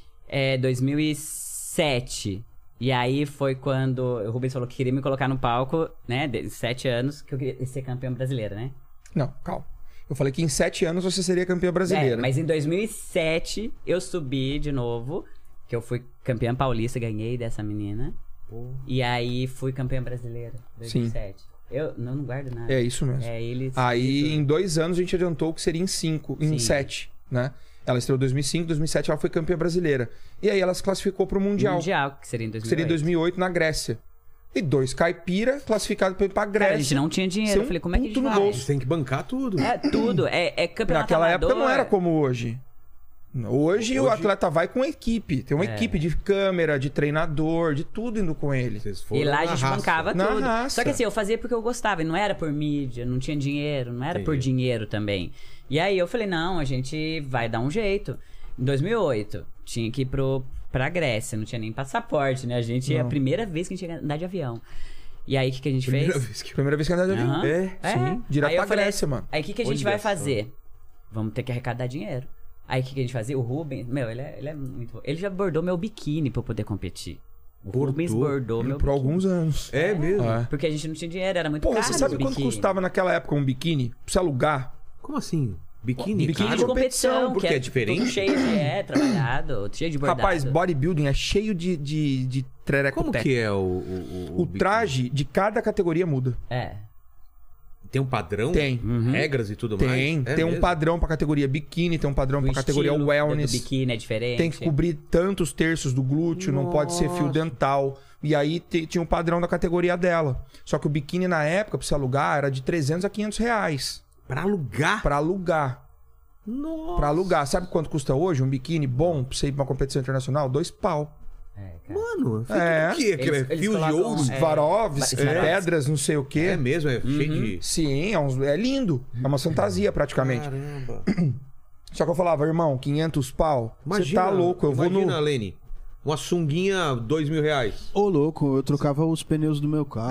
É, dois mil e sete. E aí foi quando o Rubens falou que queria me colocar no palco, né? De sete anos, que eu queria ser campeã brasileira, né? Não, calma. Eu falei que em sete anos você seria campeã brasileira. É, mas em dois mil e sete eu subi de novo, que eu fui campeã paulista, ganhei dessa menina. Pô. E aí fui campeã brasileira, dois mil e sete. Eu não, não guardo nada. É isso mesmo. É, ele... Aí, em dois anos, a gente adiantou que seria em cinco, em Sim. sete, né? Ela estreou em dois mil e cinco, em dois mil e sete ela foi campeã brasileira. E aí ela se classificou pro Mundial. Mundial, que seria em dois mil e oito. Que seria em dois mil e oito, na Grécia. E dois caipira classificados pra ir pra Grécia. Cara, a gente não tinha dinheiro. Sem Eu falei, como é que a puto gente no faz? bolso. Você tem que bancar tudo. É tudo. É, é campeonato Naquela amador. época não era como hoje. Hoje, o Hoje- atleta vai com equipe. Tem uma É. equipe de câmera, de treinador, de tudo indo com ele. Vocês foram E lá a na gente raça. bancava Na tudo. raça. Só que assim, eu fazia porque eu gostava. E não era por mídia, não tinha dinheiro. Não era por Entendi. dinheiro também. E aí eu falei, não, a gente vai dar um jeito. Em dois mil e oito, tinha que ir pro, pra Grécia. Não tinha nem passaporte, né? A gente... É a Não. primeira vez que a gente ia andar de avião. E aí, o que, que a gente Primeira fez? vez que... Primeira vez que anda de avião. Aham. É, É. sim. Direto Aí eu pra falei, Grécia, mano. Aí o que, que a gente Olha vai só. fazer? Vamos ter que arrecadar dinheiro. Aí o que, que a gente fazia? O Rubens, meu, ele é, ele é muito bom. Ele já bordou meu biquíni pra eu poder competir. O Bordou? Rubens bordou meu Por biquíni. alguns anos. É mesmo? É. Porque a gente não tinha dinheiro, era muito Porra, caro. você sabe os quanto biquíni. custava naquela época um biquíni? Pra você alugar? Como assim? Biquíni? Biquíni caro? de competição, Porque que é diferente? Tudo cheio de... É, trabalhado, cheio de bordado. Rapaz, bodybuilding é cheio de, de, de trereco Como que é o... O, O traje de cada categoria muda. É. Tem um padrão? Tem. Uhum. Regras e tudo mais? Tem. É tem um mesmo? padrão pra categoria biquíni, tem um padrão O pra categoria estilo wellness. do biquíni é diferente. Tem que cobrir tantos terços do glúteo, não pode ser fio Nossa. dental. E aí te- tinha um padrão da categoria dela. Só que o biquíni na época, pra você alugar, era de trezentos a quinhentos reais. Pra alugar? Pra alugar. Nossa. Pra alugar. Sabe quanto custa hoje um biquíni bom pra você ir pra uma competição internacional? Dois pau. É, cara. Mano, feito É. do quê? Aquele Eles- eles fio de colocam- ouro? É. Varovs, É. pedras, não sei o quê. É mesmo, é cheio Uhum. de... Sim, é, uns- é lindo. É uma fantasia praticamente. Caramba. Só que eu falava, irmão, quinhentos pau? Você Imagina, tá louco, eu vou imagina, no... Lene, uma sunguinha, dois mil reais. Ô, louco, eu trocava os pneus do meu carro.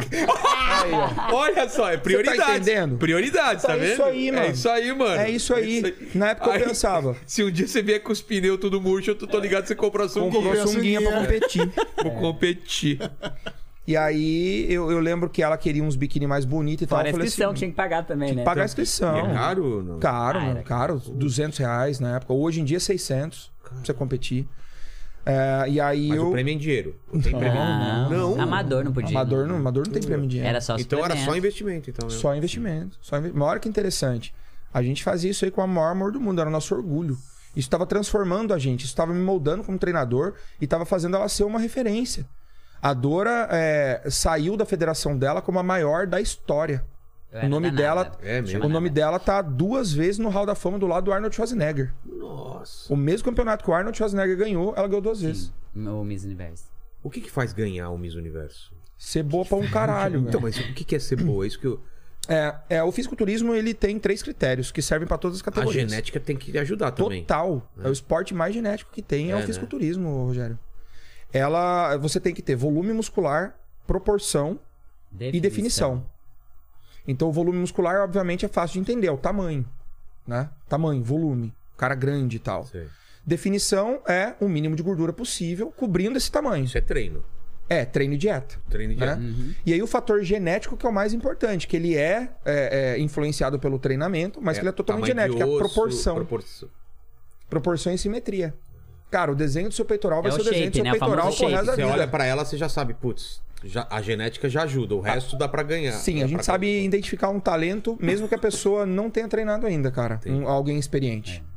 Olha só, é prioridade. tá entendendo? Prioridade, tá É vendo? isso aí, mano. É isso aí, mano. É isso aí. Na época Aí, eu pensava, Se um dia você vier com os pneus tudo murcho, eu tô, tô ligado que você comprou a sunguinha. comprou a sunguinha sunguinha. pra competir. Vou competir. E aí eu, eu lembro que ela queria uns biquíni mais bonitos e tal. Fora a Eu falei inscrição, assim, que tinha que pagar também, né? pagar a E inscrição. é caro? Não? Caro, Ah, mano, era caro. duzentos reais na época. Hoje em dia, seiscentos pra você competir. É, e aí Mas eu... o prêmio é em dinheiro. Não tem prêmio. Não, Não. Amador não podia. Amador não, amador não tem prêmio em dinheiro. Era só Então era só suplemento. investimento, então. Né? Só investimento. Só inve... Mas olha que interessante. A gente fazia isso aí com o maior amor do mundo. Era o nosso orgulho. Isso estava transformando a gente. Isso estava me moldando como treinador e estava fazendo ela ser uma referência. A Dora é, saiu da federação dela como a maior da história. Eu O era nome danada. dela, É mesmo. o nome dela tá duas vezes no Hall da Fama do lado do Arnold Schwarzenegger. Nossa. O mesmo campeonato que o Arnold Schwarzenegger ganhou, ela ganhou duas vezes. O Miss Universo. O que que faz ganhar o Miss Universo? Ser boa pra um caralho, Então, velho. mas o que que é ser boa? É isso que eu... É, é, o fisiculturismo ele tem três critérios que servem pra todas as A categorias. genética tem que ajudar também. Total. É. o esporte mais genético que tem, é, É, o né? fisiculturismo, Rogério. Ela, você tem que ter volume muscular, proporção e definição. Então o volume muscular, obviamente, é fácil de entender, é o tamanho, né? Tamanho, volume, cara grande e tal. Sei. Definição é o mínimo de gordura possível, cobrindo esse tamanho. Isso é treino. É, treino e dieta. Treino de Né? dieta. E aí o fator genético que é o mais importante, que ele é, é, é influenciado pelo treinamento, mas que ele é totalmente tamanho de genético, é a osso, proporção. proporção. Proporção e simetria. Cara, o desenho do seu peitoral vai É ser o o desenho shape, do seu né? O peitoral famoso pro resto da Você vida. olha pra ela, você já sabe, putz, já, a genética já ajuda, o resto dá pra ganhar. Sim, Dá a gente pra- sabe identificar um talento, mesmo que a pessoa não tenha treinado ainda, cara. Entendi. Um- alguém experiente.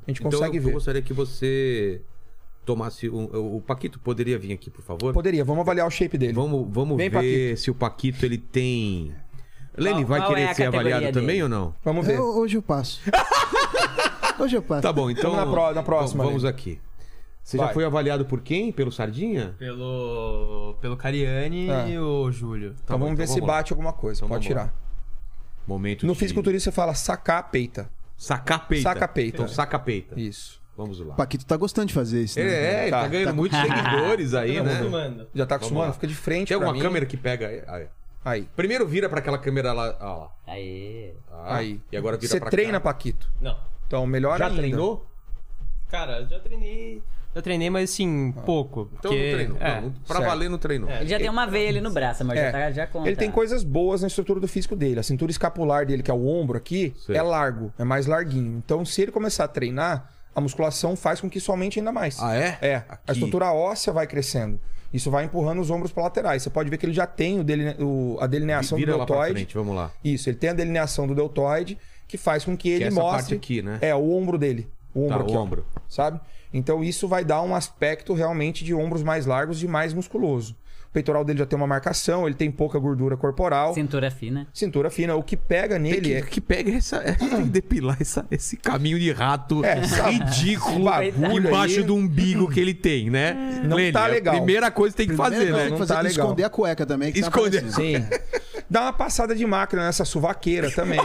A gente Então consegue eu, ver. eu gostaria que você tomasse... Um, o o Paquito poderia vir aqui, por favor? Poderia, vamos avaliar o shape dele. Vamos, vamos Vem, ver Paquito. se o Paquito ele tem... Lene, Qual- vai qual é querer a ser categoria avaliado dele? também ou não? Vamos ver. Eu- hoje eu passo. Hoje eu passo. Tá bom, então... Vamos na pró- na próxima, Vamos Lene. aqui. Você já Vai. foi avaliado por quem? Pelo Sardinha? Pelo. Pelo Cariani Ah. e o Júlio. Então bom, vamos ver então se vamos lá. bate alguma coisa. Então Pode vamos lá. tirar. Momento No de- fisiculturismo você fala sacar peita. Sacar peita. Saca peita. Então saca peita. Isso. Vamos lá. O Paquito tá gostando de fazer isso, né? É, é, Tá, tá ganhando tá. muitos seguidores aí, Tô né? acostumando. Já tá Vamos acostumado? lá. Fica de frente Tem pra alguma mim. câmera que pega aí? Aí. Aí. Primeiro vira pra aquela câmera lá. Ó, lá. Aí. Ah, Aí. E agora vira Você pra treina, cá. Paquito? Não. Então, melhor Já ainda. treinou? Cara, já treinei. Já treinei, mas assim, pouco. Então porque, não treinou. É. Não, pra certo. valer não treinou. É. Ele já tem uma veia ali no braço, mas É. já, tá, já conta. Ele tem coisas boas na estrutura do físico dele. A cintura escapular dele, que é o ombro aqui, Sei. é largo, é mais larguinho. Então, se ele começar a treinar, a musculação faz com que isso aumente ainda mais. Ah, é? É. Aqui. A estrutura óssea vai crescendo. Isso vai empurrando os ombros para laterais. Você pode ver que ele já tem o deline... o... a delineação Vira do lá pra deltoide. frente, vamos lá. Isso, ele tem a delineação do deltoide, que faz com que Que ele é essa mostre. parte aqui, né? É, o ombro dele. O ombro Tá, aqui, o ó. ombro. Sabe? Então isso vai dar um aspecto realmente de ombros mais largos e mais musculoso. O peitoral dele já tem uma marcação, ele tem pouca gordura corporal, Cintura fina. cintura fina. O que pega Tem nele que, é que pega essa. É, tem que depilar essa, esse caminho de rato É, essa- ridículo bagulho embaixo aí. do umbigo que ele tem, né? Não tá é legal. A primeira coisa que tem que Primeira fazer, coisa né? que tem que Não fazer tá é legal. esconder a cueca também. Que Esconder. Tá aparecendo. Sim. Dá uma passada de máquina nessa suvaqueira também.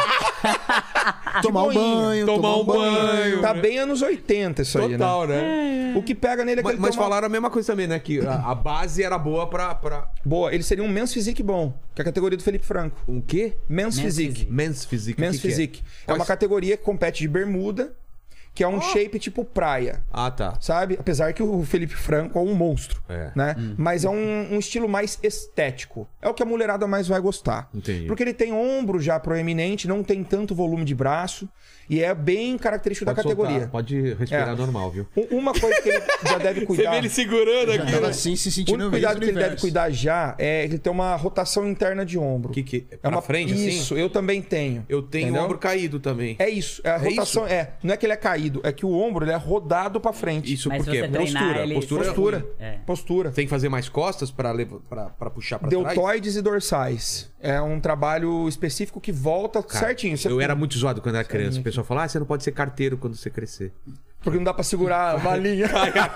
Tomar um boinha. banho. Tomar um banho. Tá bem anos oitenta isso aí, né? Total, né? O que pega nele é que Mas, ele mas tem uma- falaram a mesma coisa também, né? Que a, a base era boa pra, pra. Boa, ele seria um men's physique bom, que é a categoria do Felipe Franco. Um quê? Men's, Men's physique. physique. Men's physique. Men's o que que é? physique. É, Quais- uma categoria que compete de bermuda, que é um shape tipo praia. Ah, tá. Sabe? Apesar que o Felipe Franco é um monstro, É. né? Mas é um, um estilo mais estético. É o que a mulherada mais vai gostar. Entendi. Porque ele tem ombro já proeminente, não tem tanto volume de braço e é bem característico Pode da categoria. soltar, pode respirar É. normal, viu? U- Uma coisa que ele já deve cuidar... segurando Já tava assim se O sentindo único vez cuidado do que ele deve universo. cuidar já é ele ter uma rotação interna de ombro. Que que É pra uma frente assim? Isso, eu também tenho. Eu tenho Entendeu? o ombro caído também. É isso, é a É rotação é, não é que ele é caído, é que o ombro ele é rodado pra frente. Isso Mas se porque você treinar, postura, ele- postura, é Postura, ruim. É. postura. Tem que fazer mais costas pra levar para para puxar pra trás. Deltoides e dorsais. É um trabalho específico que volta Cara, certinho. Você- Eu era muito zoado quando era criança. O pessoal fala: "Ah, você não pode ser carteiro quando você crescer". Porque não dá pra segurar a balinha.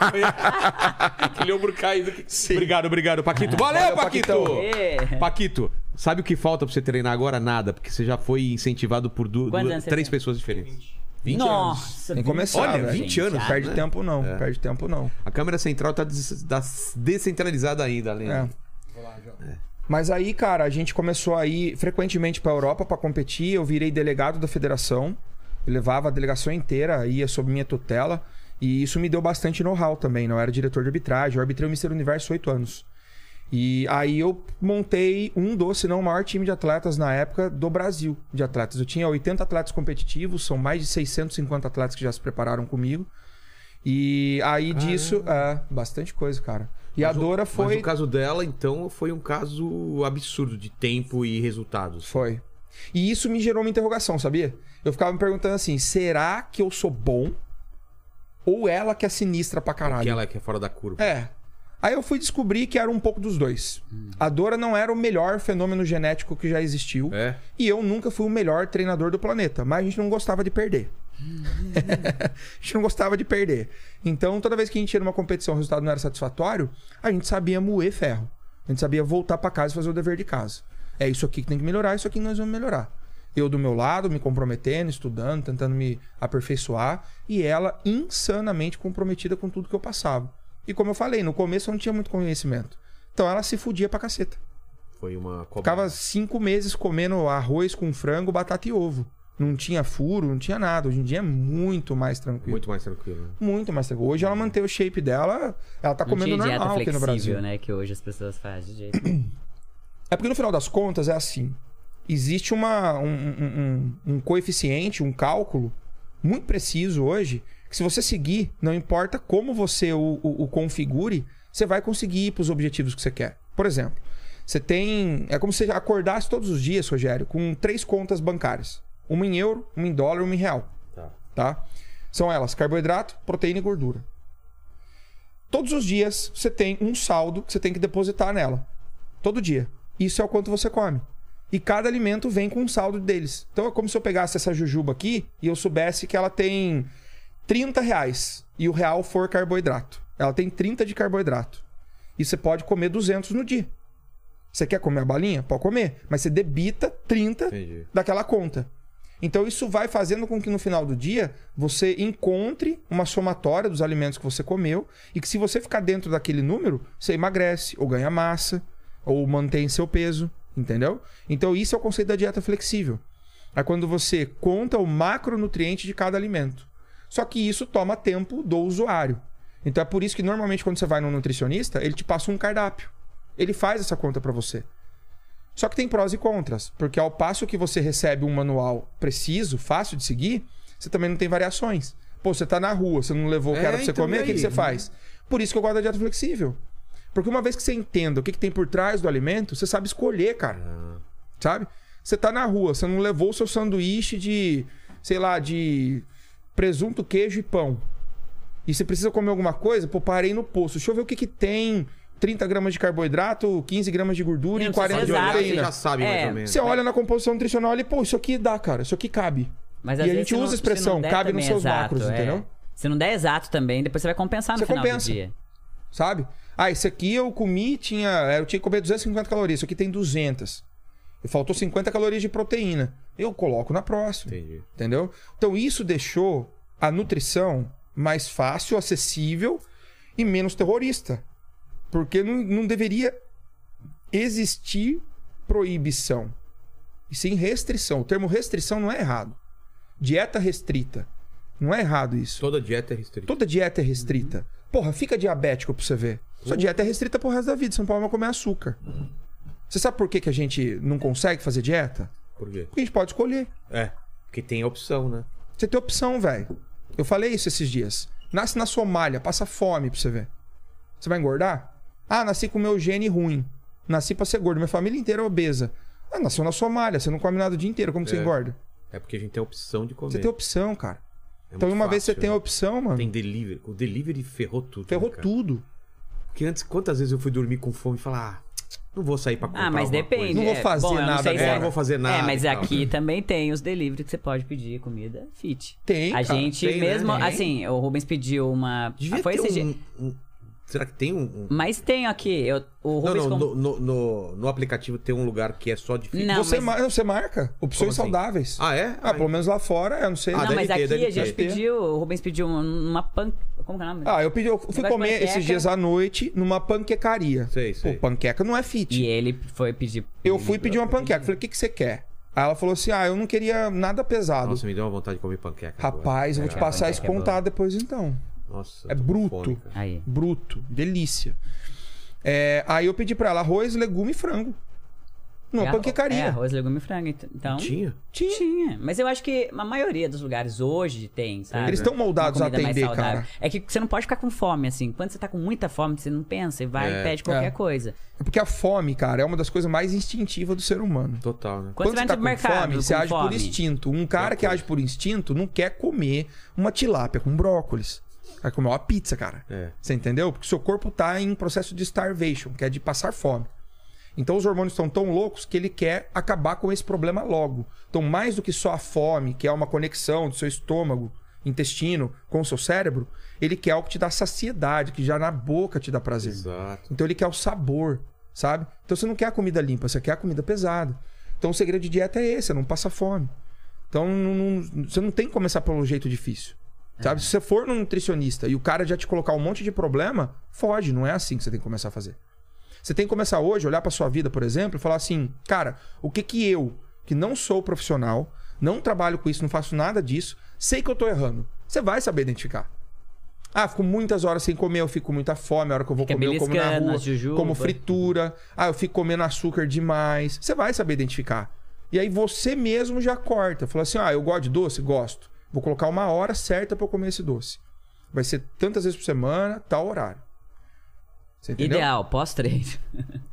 Aquele ombro caído. Obrigado, obrigado, Paquito. Valeu, Valeu, Paquito. Paquitão. É. Paquito, sabe o que falta pra você treinar agora? Nada, porque você já foi incentivado por du- Quantos duas, anos você três tem? pessoas diferentes. vinte Nossa, Tem que começar, Olha, velho. vinte anos, Não perde né? tempo não, É. perde tempo não. A câmera central tá des- das- descentralizada ainda, além. É. Mas aí, cara, a gente começou a ir frequentemente pra Europa pra competir. Eu virei delegado da federação. Eu levava a delegação inteira, ia sob minha tutela. E isso me deu bastante know-how também. Não era diretor de arbitragem. Eu arbitrei o Mister Universo oito anos. E aí eu montei um dos, se não o maior time de atletas na época do Brasil de atletas. Eu tinha oitenta atletas competitivos, são mais de seiscentos e cinquenta atletas que já se prepararam comigo. E aí disso, é, bastante coisa, cara. E a Mas o- Dora Mas foi... o caso dela, então, foi um caso absurdo de tempo e resultados. Foi. E isso me gerou uma interrogação, sabia? Eu ficava me perguntando assim, será que eu sou bom? Ou ela que é sinistra pra caralho? Porque ela é que é fora da curva. É. Aí eu fui descobrir que era um pouco dos dois. A Dora não era o melhor fenômeno genético que já existiu. É. E eu nunca fui o melhor treinador do planeta. Mas a gente não gostava de perder. a gente não gostava de perder. Então, toda vez que a gente ia numa competição e o resultado não era satisfatório, a gente sabia moer ferro. A gente sabia voltar pra casa e fazer o dever de casa. É isso aqui que tem que melhorar, isso aqui que nós vamos melhorar. Eu do meu lado, me comprometendo, estudando, tentando me aperfeiçoar. E ela insanamente comprometida com tudo que eu passava. E como eu falei, no começo eu não tinha muito conhecimento. Então ela se fudia pra caceta. Foi uma cobrança. Ficava cinco meses comendo arroz com frango, batata e ovo. Não tinha furo, não tinha nada. Hoje em dia é muito mais tranquilo. Muito mais tranquilo. né? Muito mais tranquilo. Hoje ela mantém o shape dela, ela tá Não comendo tinha dieta normal aqui no flexível, Brasil. né? Que hoje as pessoas fazem de jeito. É porque no final das contas é assim. Existe uma, um, um, um, um coeficiente, um cálculo muito preciso hoje, que se você seguir, não importa como você o, o, o configure, você vai conseguir ir para os objetivos que você quer. Por exemplo, você tem... É como se você acordasse todos os dias, Rogério, com três contas bancárias. Uma em euro, uma em dólar e uma em real. Tá. Tá? São elas, carboidrato, proteína e gordura. Todos os dias você tem um saldo que você tem que depositar nela. Todo dia. Isso é o quanto você come. E cada alimento vem com um saldo deles. Então é como se eu pegasse essa jujuba aqui e eu soubesse que ela tem trinta reais e o real for carboidrato. Ela tem trinta de carboidrato. E você pode comer duzentos no dia. Você quer comer a balinha? Pode comer. Mas você debita trinta Entendi. Daquela conta. Então isso vai fazendo com que no final do dia você encontre uma somatória dos alimentos que você comeu e que se você ficar dentro daquele número, você emagrece, ou ganha massa, ou mantém seu peso, entendeu? Então isso é o conceito da dieta flexível. É quando você conta o macronutriente de cada alimento. Só que isso toma tempo do usuário. Então é por isso que normalmente quando você vai no nutricionista, ele te passa um cardápio. Ele faz essa conta para você. Só que tem prós e contras, porque ao passo que você recebe um manual preciso, fácil de seguir, você também não tem variações. Pô, você tá na rua, você não levou o É, cara pra você então comer, e o que, que aí? você faz? Por isso que eu gosto da dieta flexível. Porque uma vez que você entenda o que, que tem por trás do alimento, você sabe escolher, cara. Sabe? Você tá na rua, você não levou o seu sanduíche de, sei lá, de presunto, queijo e pão. E você precisa comer alguma coisa, pô, parei no posto. Deixa eu ver o que, que tem... trinta gramas de carboidrato, quinze gramas de gordura Não e quarenta de precisa exato, Você proteína. já sabe É, mais ou menos. Você olha na composição nutricional e, pô, isso aqui dá, cara. Isso aqui cabe. Mas E às a vezes, gente se não- usa a expressão, se não der cabe nos também seus exato, macros, é. entendeu? Se não der exato também, depois você vai compensar no Você final compensa. do dia. Sabe? Ah, esse aqui eu comi, tinha... Eu tinha que comer duzentas e cinquenta calorias. Isso aqui tem duzentas. E faltou cinquenta calorias de proteína. Eu coloco na próxima. Entendi. Entendeu? Então isso deixou a nutrição mais fácil, acessível e menos terrorista. Porque não, não deveria existir proibição. E sim restrição. O termo restrição não é errado. Dieta restrita. Não é errado isso. Toda dieta é restrita. Toda dieta é restrita. Porra, fica diabético pra você ver. Sua dieta é restrita pro resto da vida. Você não pode mais comer açúcar. Você sabe por que, que a gente não consegue fazer dieta? Por quê? Porque a gente pode escolher. É, porque tem opção, né? Você tem opção, velho. Eu falei isso esses dias. Nasce na Somália, passa fome pra você ver. Você vai engordar? Ah, nasci com o meu gene ruim. Nasci pra ser gordo. Minha família inteira é obesa. Ah, nasceu na Somália. Você não come nada o dia inteiro. Como que É. você engorda? É porque a gente tem a opção de comer. Você tem opção, cara. É então, muito uma vez que você fácil, tem a né? opção, mano, Tem delivery. O delivery ferrou tudo. ferrou né, cara? tudo. Porque antes, quantas vezes eu fui dormir com fome e falar, ah, não vou sair pra comprar Ah, mas alguma depende. coisa. Não vou é, fazer bom, eu nada sei se agora. É, não vou fazer nada É, mas e tal. aqui também tem os delivery que você pode pedir comida fit. Tem, A cara, gente tem, né? mesmo, Tem. assim, o Rubens pediu uma... Devia ah, foi ter esse dia. um, um- Será que tem um... um- Mas tem aqui, eu, o Não, Rubens... não, com- no, no, no, no aplicativo tem um lugar que é só de fit. Não, você, mas- mar- não, você marca opções Como assim? saudáveis. Ah, é? Ah, pelo menos lá fora, eu não sei. Ah, Não, deve mas ter, aqui deve a gente ter. pediu, o Rubens pediu uma pan... Como que é o nome? Ah, eu pedi, eu fui Negócio de comer panqueca. esses dias à noite numa panquecaria. Sei, sei. Pô, panqueca não é fit. E ele foi pedir... Eu fui pedir uma panqueca. Falei, o que, que você quer? Aí ela falou assim: ah, eu não queria nada pesado. Nossa, me deu uma vontade de comer panqueca. agora. Rapaz, eu vou te Caralho. passar esse panqueca é contado depois então. Nossa, É eu tô com bruto. fome, cara. Aí. Bruto. Delícia. É, aí eu pedi pra ela arroz, legume e frango. Numa É, panquecaria. É, arroz, legume e frango. Então... Tinha? Tinha. Tinha. Mas eu acho que a maioria dos lugares hoje tem, sabe? Eles estão moldados Uma a comida mais atender, saudável. cara. É que você não pode ficar com fome, assim. Quando você tá com muita fome, você não pensa e vai É. e pede qualquer É. coisa. É porque a fome, cara, é uma das coisas mais instintivas do ser humano. Total, né? Quando você vai tá no supermercado fome, você com age por fome. instinto. Um cara que age por instinto não quer comer uma tilápia com brócolis. Vai comer uma pizza, cara. É. Você entendeu? Porque seu corpo tá em processo de starvation, que é de passar fome. Então os hormônios estão tão loucos que ele quer acabar com esse problema logo. Então, mais do que só a fome, que é uma conexão do seu estômago, intestino com o seu cérebro, ele quer algo que te dá saciedade, que já na boca te dá prazer. Exato. Então ele quer o sabor, sabe? Então você não quer a comida limpa, você quer a comida pesada. Então o segredo de dieta é esse, é não passar fome. Então não- não- você não tem que começar pelo jeito difícil. Sabe? Se você for num nutricionista e o cara já te colocar um monte de problema, foge, não é assim que você tem que começar a fazer. Você tem que começar hoje, olhar pra sua vida, por exemplo, e falar assim, cara, o que que eu, que não sou profissional, não trabalho com isso, não faço nada disso, sei que eu tô errando. Você vai saber identificar. Ah, fico muitas horas sem comer, eu fico com muita fome, a hora que eu vou Fica comer, eu como na beliscando rua, as jujuba. como fritura. Ah, eu fico comendo açúcar demais. Você vai saber identificar. E aí você mesmo já corta. Fala assim, ah, eu gosto de doce? Gosto. Vou colocar uma hora certa pra eu comer esse doce. Vai ser tantas vezes por semana, tal horário. Você entendeu? Ideal, pós-treino.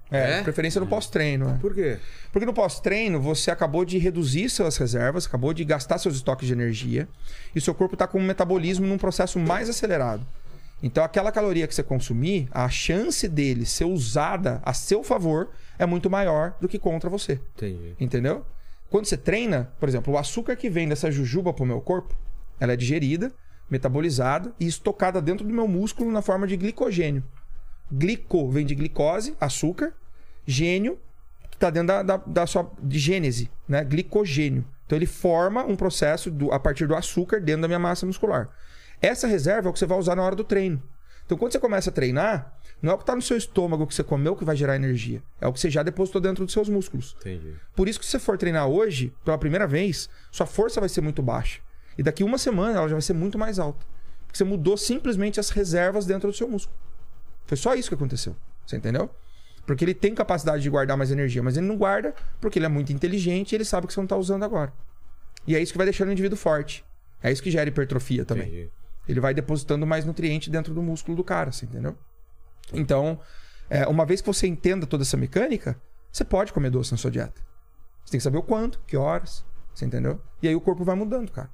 É, É? preferência no pós-treino. É. Por quê? Porque no pós-treino você acabou de reduzir suas reservas, acabou de gastar seus estoques de energia e seu corpo está com um metabolismo num processo mais acelerado. Então aquela caloria que você consumir, a chance dele ser usada a seu favor é muito maior do que contra você. Entendi. Entendeu? Quando você treina, por exemplo, o açúcar que vem dessa jujuba pro meu corpo, ela é digerida, metabolizada e estocada dentro do meu músculo na forma de glicogênio. Glico vem de glicose, açúcar. Gênio, que está dentro da, da, da sua de gênese, né? Glicogênio. Então ele forma um processo do, a partir do açúcar dentro da minha massa muscular. Essa reserva é o que você vai usar na hora do treino. Então quando você começa a treinar, não é o que está no seu estômago que você comeu que vai gerar energia. É o que você já depositou dentro dos seus músculos. Entendi. Por isso que se você for treinar hoje, pela primeira vez, sua força vai ser muito baixa. E daqui uma semana ela já vai ser muito mais alta. Porque você mudou simplesmente as reservas dentro do seu músculo. Foi só isso que aconteceu. Você entendeu? Porque ele tem capacidade de guardar mais energia, mas ele não guarda porque ele é muito inteligente e ele sabe que você não está usando agora. E é isso que vai deixando o indivíduo forte. É isso que gera hipertrofia também. Entendi. Ele vai depositando mais nutriente dentro do músculo do cara, você entendeu? Então, é, uma vez que você entenda toda essa mecânica, você pode comer doce na sua dieta. Você tem que saber o quanto, que horas, você entendeu? E aí o corpo vai mudando, cara.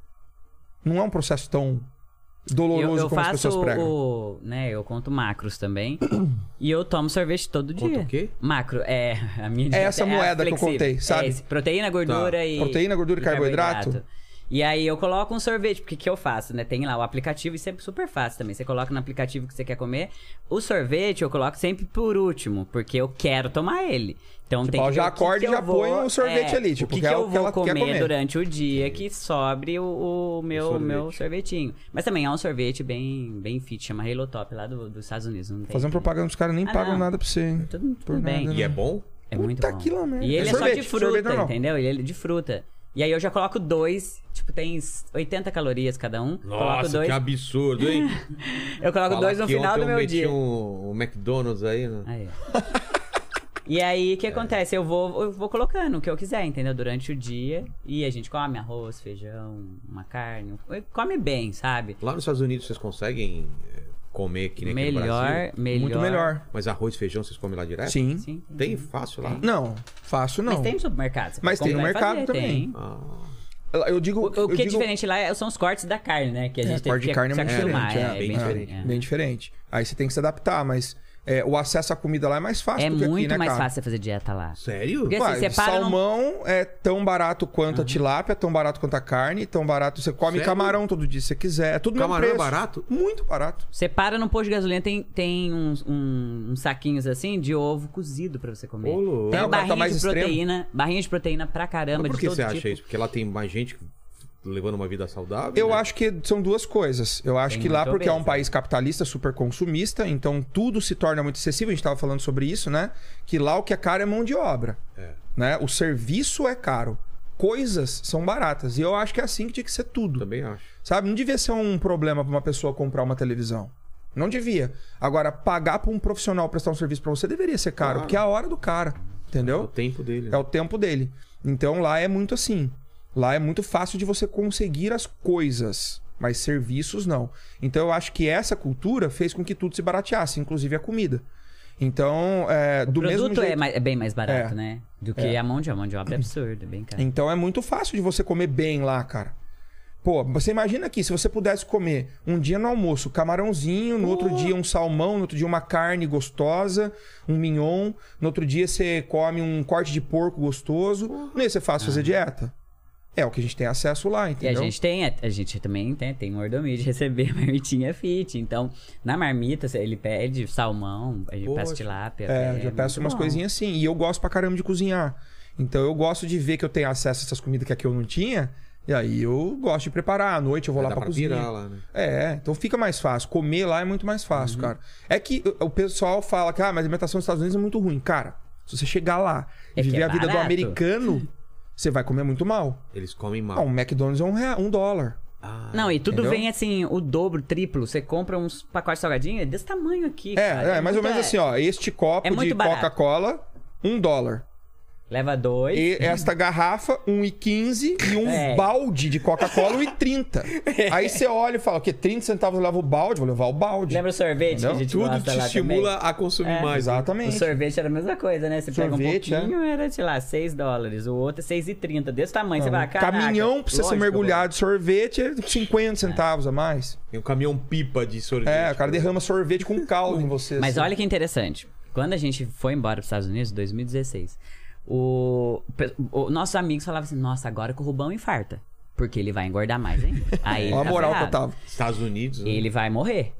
Não é um processo tão doloroso eu, eu como as faço pessoas pregam. o, né, eu conto macros também. E eu tomo sorvete todo dia. Conta o quê? Macro, é a minha É dieta essa moeda a que eu flexível. contei, sabe? É esse, proteína, gordura Tá. e... Proteína, gordura e carboidrato. E aí eu coloco um sorvete, porque o que eu faço, né? Tem lá o aplicativo, isso é super fácil também. Você coloca no aplicativo que você quer comer. O sorvete eu coloco sempre por último, porque eu quero tomar ele. Então Tipo, tem ela que já ver o que acorda que e já eu vou- põe o sorvete é, ali, tipo, o que, que que é o eu que vou ela quer comer, comer. durante o dia que sobre o, o meu, sorvete. meu sorvetinho. Mas também é um sorvete bem, bem fit, chama Halo Top, lá do, dos Estados Unidos. Não tem Fazendo que- propaganda, os caras nem Ah, pagam não. nada pra você, hein? Tudo, Por tudo bem. nada, E é bom? É muito Puta bom. que lá, merda. E ele É é, só sorvete, de sorvete fruta, normal. entendeu? E ele é de fruta. E aí eu já coloco dois, tipo, tem oitenta calorias cada um. coloco Nossa, dois. que absurdo, hein? Eu coloco Falar dois no que final ontem do eu meu meti dia. Um, um McDonald's aí, né? Aí. E aí, o que acontece? Eu vou, eu vou colocando o que eu quiser, entendeu? Durante o dia. E a gente come arroz, feijão, uma carne. Come bem, sabe? Lá nos Estados Unidos vocês conseguem eh, comer que nem aqui no Melhor, Brasil? melhor. Muito melhor. Mas arroz e feijão vocês comem lá direto? Sim. Sim. Tem fácil lá? Não, fácil não. Mas tem no supermercado. você Mas pode tem no comprar e mercado fazer, também. tem. Ah, Eu digo... O, o eu que é digo... diferente lá é- são os cortes da carne, né? Que a É, gente tem corte que de carne é se muito acostumar. diferente. é, bem diferente. é. Bem diferente. Aí você tem que se adaptar, mas é, o acesso à comida lá é mais fácil É do que muito aqui, né, mais cara? fácil você fazer dieta lá. sério? Porque assim, Ué, você para num- salmão é tão barato quanto a tilápia, tão barato quanto a carne, tão barato. Você come Sério? camarão todo dia se você quiser. É tudo mesmo Camarão é preço. barato? Muito barato. Você para no posto de gasolina, tem, tem uns, um- uns saquinhos assim de ovo cozido pra você comer. Ô, louco. Tem É, agora tá barrinha mais de extremo. proteína, barrinha de proteína pra caramba, Mas por de que todo você tipo. acha isso? Porque lá tem mais gente levando uma vida saudável? Eu né? acho que são duas coisas. Eu acho Tem que lá, muito porque é um obeso. país capitalista, super consumista, então tudo se torna muito excessivo. A gente tava falando sobre isso, né? Que lá o que é caro é mão de obra. É. Né? O serviço é caro. Coisas são baratas. E eu acho que é assim que tinha que ser tudo. Também acho. Sabe? Não devia ser um problema pra uma pessoa comprar uma televisão. Não devia. Agora, pagar pra um profissional prestar um serviço pra você deveria ser caro, Claro. porque é a hora do cara. É o Entendeu? tempo dele. É o tempo dele. Então lá é muito assim. Lá é muito fácil de você conseguir as coisas, mas serviços não. Então eu acho que essa cultura fez com que tudo se barateasse, inclusive a comida. Então, é, do O mesmo produto jeito... é, mais- é bem mais barato, É. né? Do que É. a mão de obra. A mão de obra é absurda, é bem caro. Então é muito fácil de você comer bem lá, cara. Pô, você imagina aqui, se você pudesse comer um dia no almoço camarãozinho, no outro dia um salmão, no outro dia uma carne gostosa, um mignon, no outro dia você come um corte de porco gostoso, não ia ser fácil fazer dieta? É o que a gente tem acesso lá, E a entendeu? gente tem, a, a gente também tem, tem mordomia de receber a marmitinha fit. Então, na marmita, ele pede salmão, a gente Poxa. peça tilápia. É, já peço muito umas bom. coisinhas assim. E eu gosto pra caramba de cozinhar. Então eu gosto de ver que eu tenho acesso a essas comidas que aqui eu não tinha. E aí eu gosto de preparar. À noite eu vou Dá lá pra, pra cozinhar. pirar lá, né? É, então fica mais fácil. Comer lá é muito mais fácil, Uhum. cara. É que o o pessoal fala que ah, mas a alimentação nos Estados Unidos é muito ruim. Cara, se você chegar lá e É que viver é a vida do barato. americano, você vai comer muito mal. Eles comem mal. Ah, um McDonald's é um, real, um dólar. Ah, Não, e tudo Entendeu? vem assim, o dobro, triplo. Você compra uns pacotes salgadinhos, é desse tamanho aqui. É, cara. é, mais ou muito- menos assim, ó. Este copo é de muito barato. Coca-Cola, um dólar. Leva dois. E esta garrafa, um e quinze e um É. balde de Coca-Cola, um e trinta. Aí você olha e fala, o quê? trinta centavos eu levo o balde? Vou levar o balde. Lembra o sorvete Entendeu? que a gente Tudo gosta te lá estimula também? a consumir É. mais. né? O Exatamente. sorvete era a mesma coisa, né? Você Sorvete, pega um pouquinho, era, sei lá, seis dólares. O outro é seis e trinta. Desse tamanho. Você vai, caraca. Caminhão, pra você ser lógico, mergulhado de sorvete, é cinquenta centavos a mais. Tem um caminhão pipa de sorvete. É, o cara derrama sorvete com caldo em você. Mas assim. olha que interessante. Quando a gente foi embora para os Estados Unidos, em dois mil e dezesseis, o, o, nossos amigos falavam assim, nossa, agora que o Rubão infarta. Porque ele vai engordar mais, hein? Aí ele Olha a tá moral que eu ferrado. tava. Estados Unidos. né? Ele vai morrer.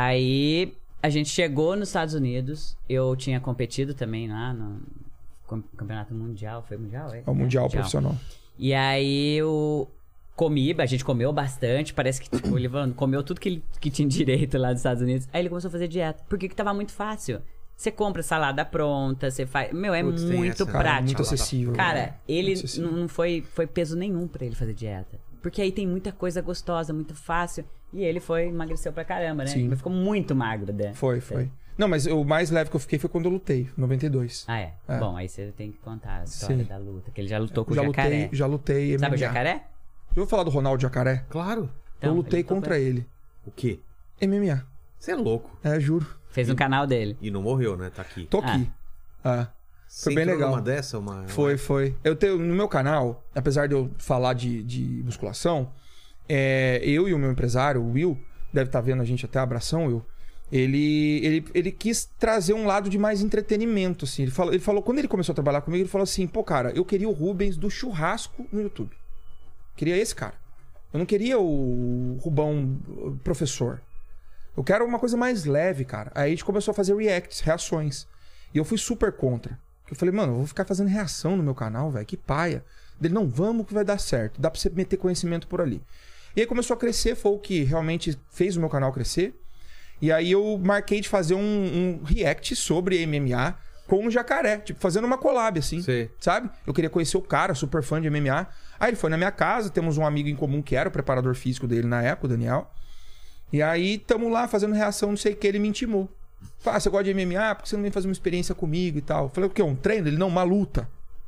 Aí a gente chegou nos Estados Unidos. Eu tinha competido também lá no com- campeonato mundial. Foi mundial? É, É o Mundial Profissional. E aí eu comi, a gente comeu bastante. Parece que tipo, ele falou, comeu tudo que, ele, que tinha direito lá nos Estados Unidos. Aí ele começou a fazer dieta. Porque que tava muito fácil. Você compra salada pronta, você faz. Meu, é Putz, tem muito essa, né? prático. Muito acessível. Cara, ele Muito acessível. não não foi, foi peso nenhum pra ele fazer dieta. Porque aí tem muita coisa gostosa, muito fácil. E ele foi, emagreceu pra caramba, né? Sim. Mas ficou muito magro, né? Foi, foi. Não, mas o mais leve que eu fiquei foi quando eu lutei, em noventa e dois. Ah, é. É. Bom, aí você tem que contar a história Sim. da luta. Que ele já lutou com já o jacaré. lutei, já lutei M M A. Sabe o jacaré? Já ouviu falar do Ronaldo Jacaré? Claro. Então, eu lutei ele lutou contra com- ele. O quê? M M A. Você é louco. É, juro. Fez no canal dele. E não morreu, né? Tá aqui. Tô aqui. Ah. Você bem entrou legal. numa dessa? Uma... Foi, foi. Eu tenho, no meu canal, apesar de eu falar de, de musculação, é, eu e o meu empresário, o Will, deve estar vendo a gente até, abração, Will, ele, ele, ele quis trazer um lado de mais entretenimento, assim. Ele falou, ele falou, quando ele começou a trabalhar comigo, ele falou assim, pô, cara, eu queria o Rubens do churrasco no YouTube. Queria esse cara. Eu não queria o Rubão o professor. Eu quero uma coisa mais leve, cara. Aí a gente começou a fazer reacts, reações. E eu fui super contra. Eu falei, mano, eu vou ficar fazendo reação no meu canal, velho. Que paia. Ele, não, vamos que vai dar certo. Dá pra você meter conhecimento por ali. E aí começou a crescer, foi o que realmente fez o meu canal crescer. E aí eu marquei de fazer um, um react sobre M M A com o Jacaré. Tipo, fazendo uma collab, assim. Sei. Sabe? Eu queria conhecer o cara, super fã de M M A. Aí ele foi na minha casa, temos um amigo em comum que era o preparador físico dele na época, o Daniel. E aí tamo lá fazendo reação, não sei o que, ele me intimou. Fala, ah, você gosta de M M A? Por que você não vem fazer uma experiência comigo e tal? Eu falei, o quê? Um treino? Ele, não, uma luta.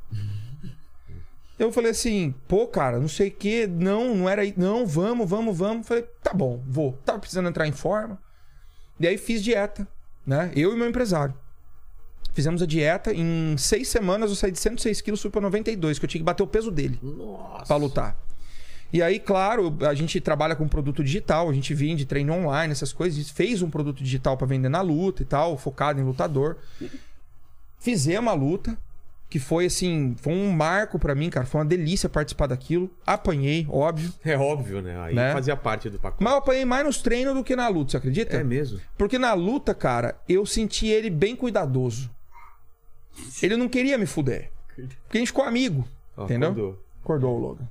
Eu falei assim, pô, cara, não sei o que, não, não era aí. Não, vamos, vamos, vamos. Falei, tá bom, vou. Tava precisando entrar em forma. E aí fiz dieta, né? Eu e meu empresário. Fizemos a dieta. Em seis semanas eu saí de cento e seis quilos, fui pra noventa e dois, que eu tinha que bater o peso dele Nossa. pra lutar. E aí, claro, a gente trabalha com produto digital, a gente vende treino online, essas coisas. A gente fez um produto digital pra vender na luta e tal, focado em lutador. Fizemos a luta, que foi assim, foi um marco pra mim, cara. Foi uma delícia participar daquilo. Apanhei, óbvio. É óbvio, né? Aí Né? fazia parte do pacote. Mas eu apanhei mais nos treinos do que na luta, você acredita? É mesmo? Porque na luta, cara, eu senti ele bem cuidadoso. Ele não queria me fuder. Porque a gente ficou amigo. Ó, entendeu? acordou. Acordou o Logan.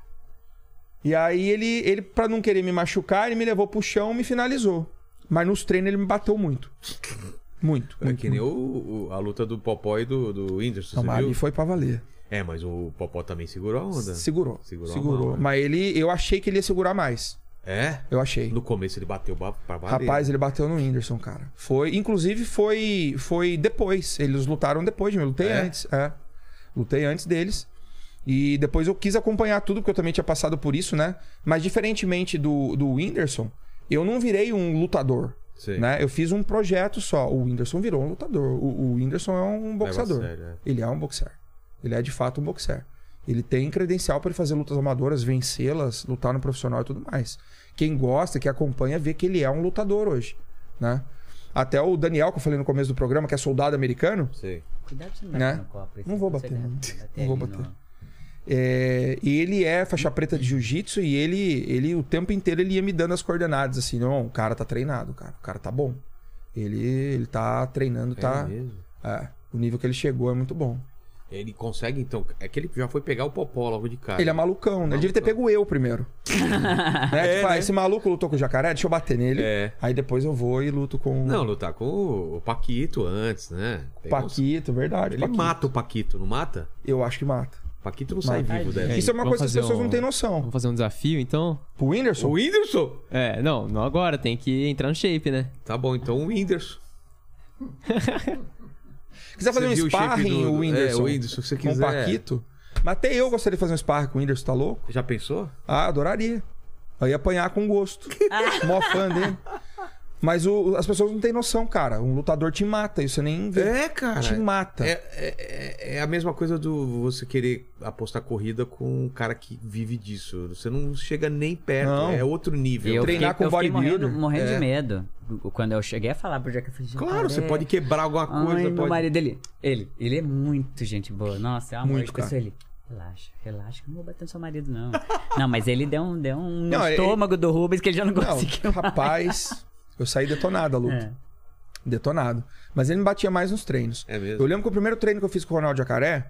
E aí ele, ele, pra não querer me machucar, ele me levou pro chão e me finalizou. Mas nos treinos ele me bateu muito. Muito. É muito, que nem muito. o, o- a luta do Popó e do, do Whindersson, Não, você mas viu? ali foi pra valer. É, mas o Popó também segurou a onda. Segurou. Segurou Segurou. a mão, né? Mas ele, eu achei que ele ia segurar mais. É? Eu achei. No começo ele bateu ba- pra valer. Rapaz, ele bateu no Whindersson, cara. Foi, inclusive foi foi depois. Eles lutaram depois de mim. Eu lutei É? antes, é. Lutei antes deles. E depois eu quis acompanhar tudo, porque eu também tinha passado por isso, né? Mas diferentemente do, do Whindersson, eu não virei um lutador, Sei. né? Eu fiz um projeto só. O Whindersson virou um lutador. O, o Whindersson é um boxeador. Leva a sério, é. Ele é um boxer. Ele é de fato um boxer. Ele tem credencial para ele fazer lutas amadoras, vencê-las, lutar no profissional e tudo mais. Quem gosta, que acompanha, vê que ele é um lutador hoje, né? Até o Daniel, que eu falei no começo do programa, que é soldado americano, Sei. Cuidado pra você não Né? bater no copo. esse Não vou aqui bater, você não. deve bater Não vou ali bater. no- é, ele é faixa preta de jiu-jitsu e ele, ele, o tempo inteiro, ele ia me dando as coordenadas, assim, não, o cara tá treinado, cara, o cara tá bom. Ele, ele tá treinando, tá... É mesmo? É, o nível que ele chegou é muito bom. Ele consegue, então... É que ele já foi pegar o Popó logo de cara. Ele é malucão, né? Ele devia ter pego eu primeiro. né? Tipo, ah, esse maluco lutou com o jacaré, deixa eu bater nele. É. Aí depois eu vou e luto com Não, lutar com o, o Paquito antes, né? o Tem uns- Paquito, verdade. Ele Paquito. mata o Paquito, não mata? Eu acho que mata. O Paquito não sai Mata. vivo Ai, dessa. É, Isso é uma vamos coisa que as fazer pessoas um- não têm noção. Vamos fazer um desafio, então? O Whindersson? O Whindersson? É, não, não agora, tem que entrar no shape, né? Tá bom, então o Whindersson. Quiser fazer Você um viu o shape sparring, do- o Whindersson, é, o Whindersson, se você com o quiser. Paquito. Mas até eu gostaria de fazer um sparring com o Whindersson, tá louco? Já pensou? Ah, adoraria. Eu ia apanhar com gosto. Mó fã dele. Mas o- as pessoas não têm noção, cara. Um lutador te mata, isso você nem vê. É, cara. Te mata. É, é, é a mesma coisa do você querer apostar corrida com um cara que vive disso. Você não chega nem perto. Não. É outro nível. Eu Treinar fiquei, com eu fiquei morrendo, bodybuilder. morrendo É. de medo. Quando eu cheguei a falar pro Jack, eu falei, Claro, você "Jacaré, pode quebrar alguma coisa. Ai, meu pode... marido, ele, ele, ele é muito gente boa. Nossa, é um amor Muito, de cara. pessoa. Ele, relaxa, relaxa, que eu não vou bater no seu marido, não. Não, mas ele deu um, deu um Não, no ele- estômago do Rubens que ele já não Não, conseguiu mais. rapaz, eu saí detonado a luta. É. Detonado. Mas ele me batia mais nos treinos. É mesmo? Eu lembro que o primeiro treino que eu fiz com o Ronaldo Jacaré,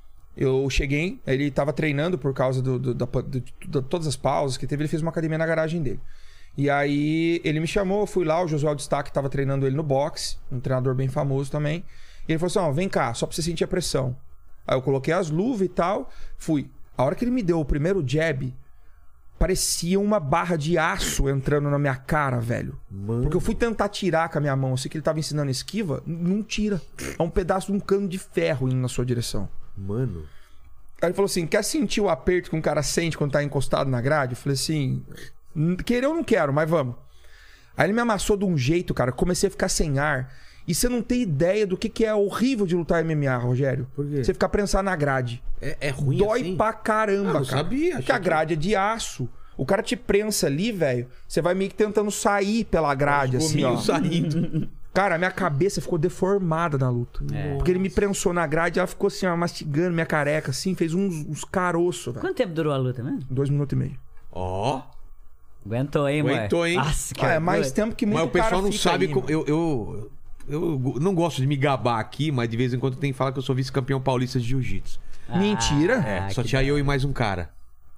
eu cheguei, ele tava treinando por causa do, do- da, de, de todas as pausas que teve, ele fez uma academia na garagem dele. E aí ele me chamou, eu fui lá, o Josué Destaque tava treinando ele no boxe, um treinador bem famoso também. E ele falou assim: ó, vem cá, só pra você sentir a pressão. Aí eu coloquei as luvas e tal, fui. A hora que ele me deu o primeiro jab, parecia uma barra de aço entrando na minha cara, velho. Mano. Porque eu fui tentar tirar com a minha mão, assim que ele tava ensinando esquiva, n- não tira. É um pedaço de um cano de ferro indo na sua direção. Mano. Aí ele falou assim: quer sentir o aperto que um cara sente quando tá encostado na grade? Eu falei assim: "N- querer eu não quero, mas vamos. Aí ele me amassou de um jeito, cara, comecei a ficar sem ar. E você não tem ideia do que, que é horrível de lutar M M A, Rogério. Por quê? Você ficar prensado na grade. É, é ruim Dói assim? pra caramba, Ah, não cara. sabia, Porque a achei que- grade é de aço. O cara te prensa ali, velho. Você vai meio que tentando sair pela grade, assim, ó. Gominho saindo. Cara, minha cabeça ficou deformada na luta. É. Porque ele me prensou na grade, ela ficou assim, ó, mastigando minha careca, assim, fez uns, uns caroços, velho. Quanto tempo durou a luta mesmo? Dois minutos e meio. Ó. Aguentou, hein, mano? Aguentou, hein? Nossa, que Ah, é orgulho. mais tempo que muito Mas o pessoal cara não fica sabe aí, como. mano. Eu, eu, eu não gosto de me gabar aqui, mas de vez em quando tem que falar que eu sou vice-campeão paulista de jiu-jitsu. Mentira. É, Ah, só que tinha da eu e mais um cara.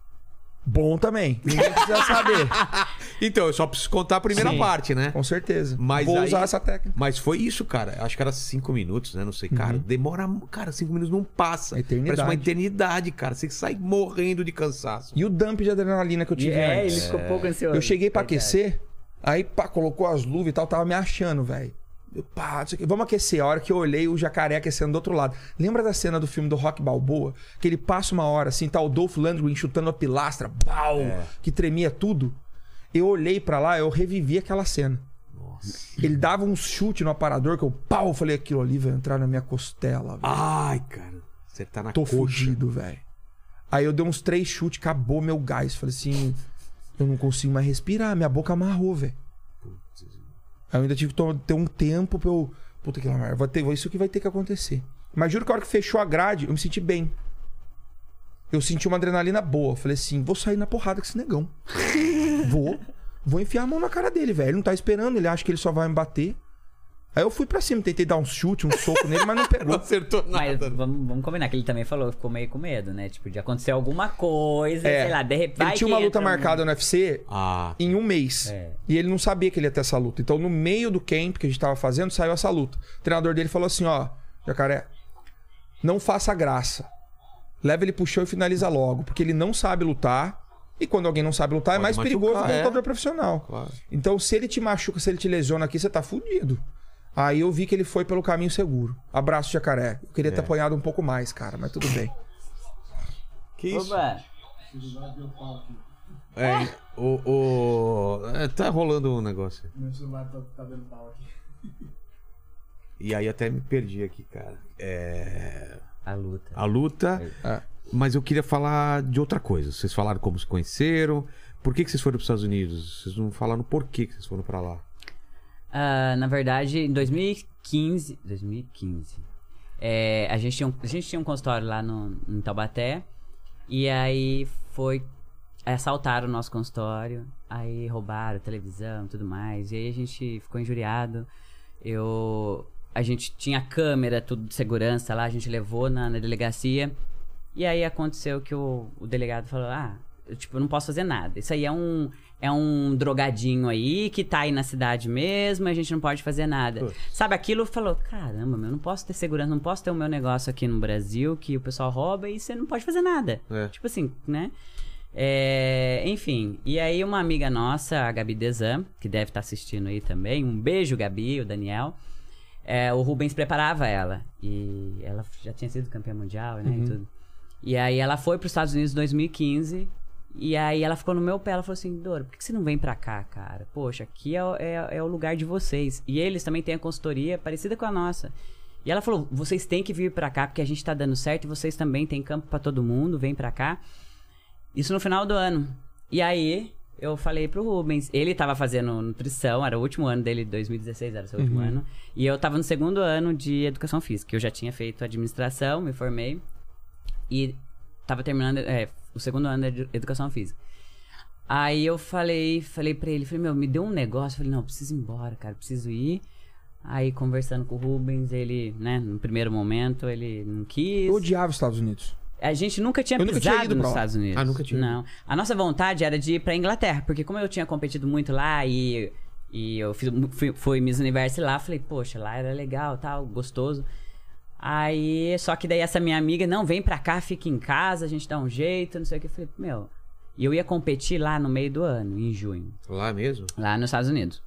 Bom também. Ninguém precisa saber. Então, eu só preciso contar a primeira Sim. parte, né? Com certeza. Mas Vou aí- usar essa técnica. Mas foi isso, cara. Acho que era cinco minutos, né? Não sei, cara. Demora. Cara, cinco minutos não passa. Eternidade. Parece uma eternidade, cara. Você sai morrendo de cansaço. E o dump de adrenalina que eu tive É, antes. ele ficou pouco ansioso. Eu cheguei pra Verdade. aquecer, aí pá, colocou as luvas e tal, tava me achando, velho. Eu, pá, não sei o quê. Vamos aquecer. A hora que eu olhei, o jacaré aquecendo do outro lado. Lembra da cena do filme do Rock Balboa? Que ele passa uma hora assim, tá o Dolph Lundgren chutando a pilastra, pau, que tremia tudo. Eu olhei pra lá, eu revivi aquela cena. Ele dava um chute no aparador que eu, pau, eu falei, aquilo ali vai entrar na minha costela, velho. Ai, cara. Você tá na Tô coxa. fugido, velho. Aí eu dei uns três chutes, acabou meu gás. Falei assim, eu não consigo mais respirar, minha boca amarrou, velho. Aí eu ainda tive que to- ter um tempo pra eu... Puta que lá, vai ter, isso que vai ter que acontecer. Mas juro que a hora que fechou a grade, eu me senti bem. Eu senti uma adrenalina boa. Falei assim, vou sair na porrada com esse negão. Vou. Vou enfiar a mão na cara dele, velho. Ele não tá esperando, ele acha que ele só vai me bater. Aí eu fui pra cima, tentei dar um chute, um soco nele, mas não Não pegou. acertou Mas nada. vamos, vamos combinar que ele também falou, ficou meio com medo, né? Tipo, de acontecer alguma coisa, É. sei lá, de repente. Ele tinha uma luta marcada no U F C Ah, em um mês. É. E ele não sabia que ele ia ter essa luta. Então, no meio do camp que a gente tava fazendo, saiu essa luta. O treinador dele falou assim, ó, Jacaré, não faça graça. Leva ele pro chão e finaliza logo. Porque ele não sabe lutar. E quando alguém não sabe lutar, Pode é mais machucar, perigoso que um é. lutador profissional. claro. Então, se ele te machuca, se ele te lesiona aqui, você tá fudido. Aí eu vi que ele foi pelo caminho seguro. Abraço, Jacaré. Eu queria ter apanhado um pouco mais, cara, mas tudo bem. Que isso? Opa! É, o, o... é, tá rolando um negócio. Meu celular tá, tá dando pau aqui. E aí até me perdi aqui, cara. É... A luta. A luta... É. Mas eu queria falar de outra coisa. Vocês falaram como se conheceram. Por que, que vocês foram para os Estados Unidos? Vocês não falaram por que, que vocês foram para lá. Ah, na verdade, em dois mil e quinze. dois mil e quinze. É, a, gente tinha um, a gente tinha um consultório lá no, em Taubaté. E aí foi. Assaltaram o nosso consultório. Aí roubaram a televisão e tudo mais. E aí a gente ficou injuriado. Eu. A gente tinha câmera, tudo de segurança lá. A gente levou na, na delegacia. E aí aconteceu que o, o delegado falou: ah, eu, tipo, eu não posso fazer nada. Isso aí é um. É um drogadinho aí que tá aí na cidade mesmo, a gente não pode fazer nada. Putz. Sabe, aquilo falou, caramba, meu, eu não posso ter segurança, não posso ter o meu negócio aqui no Brasil, que o pessoal rouba e você não pode fazer nada. É. Tipo assim, né? É, enfim, e aí uma amiga nossa, a Gabi Desan, que deve estar assistindo aí também, um beijo, Gabi, o Daniel. é, o Rubens preparava ela. E ela já tinha sido campeã mundial, né? Uhum. E tudo. E aí ela foi pros Estados Unidos em dois mil e quinze. E aí ela ficou no meu pé. Ela falou assim, Dora, por que você não vem pra cá, cara? Poxa, aqui é, é, é o lugar de vocês. E eles também têm a consultoria parecida com a nossa. E ela falou, vocês têm que vir pra cá, porque a gente tá dando certo. E vocês também têm campo pra todo mundo, vem pra cá. Isso no final do ano. E aí, eu falei pro Rubens. Ele tava fazendo nutrição, era o último ano dele, dois mil e dezesseis, era o seu último Uhum. ano. E eu tava no segundo ano de educação física. Eu já tinha feito administração, me formei. E tava terminando é, o segundo ano de educação física. Aí eu falei, falei pra ele, falei, meu, me deu um negócio. Falei, não, eu preciso ir embora, cara, preciso ir. Aí, conversando com o Rubens, ele, né, no primeiro momento, ele não quis. Eu odiava os Estados Unidos. A gente nunca tinha Eu nunca pisado tinha ido nos pra lá. Estados Unidos. Ah, nunca tinha ido. Não. A nossa vontade era de ir pra Inglaterra, porque como eu tinha competido muito lá e, e eu fiz, fui, fui Miss Universo lá, falei, poxa, lá era legal, tal, gostoso. Aí, só que daí essa minha amiga, não, vem pra cá, fica em casa, a gente dá um jeito, não sei o que. Eu falei, meu... E eu ia competir lá no meio do ano, em junho. Lá mesmo? Lá nos Estados Unidos.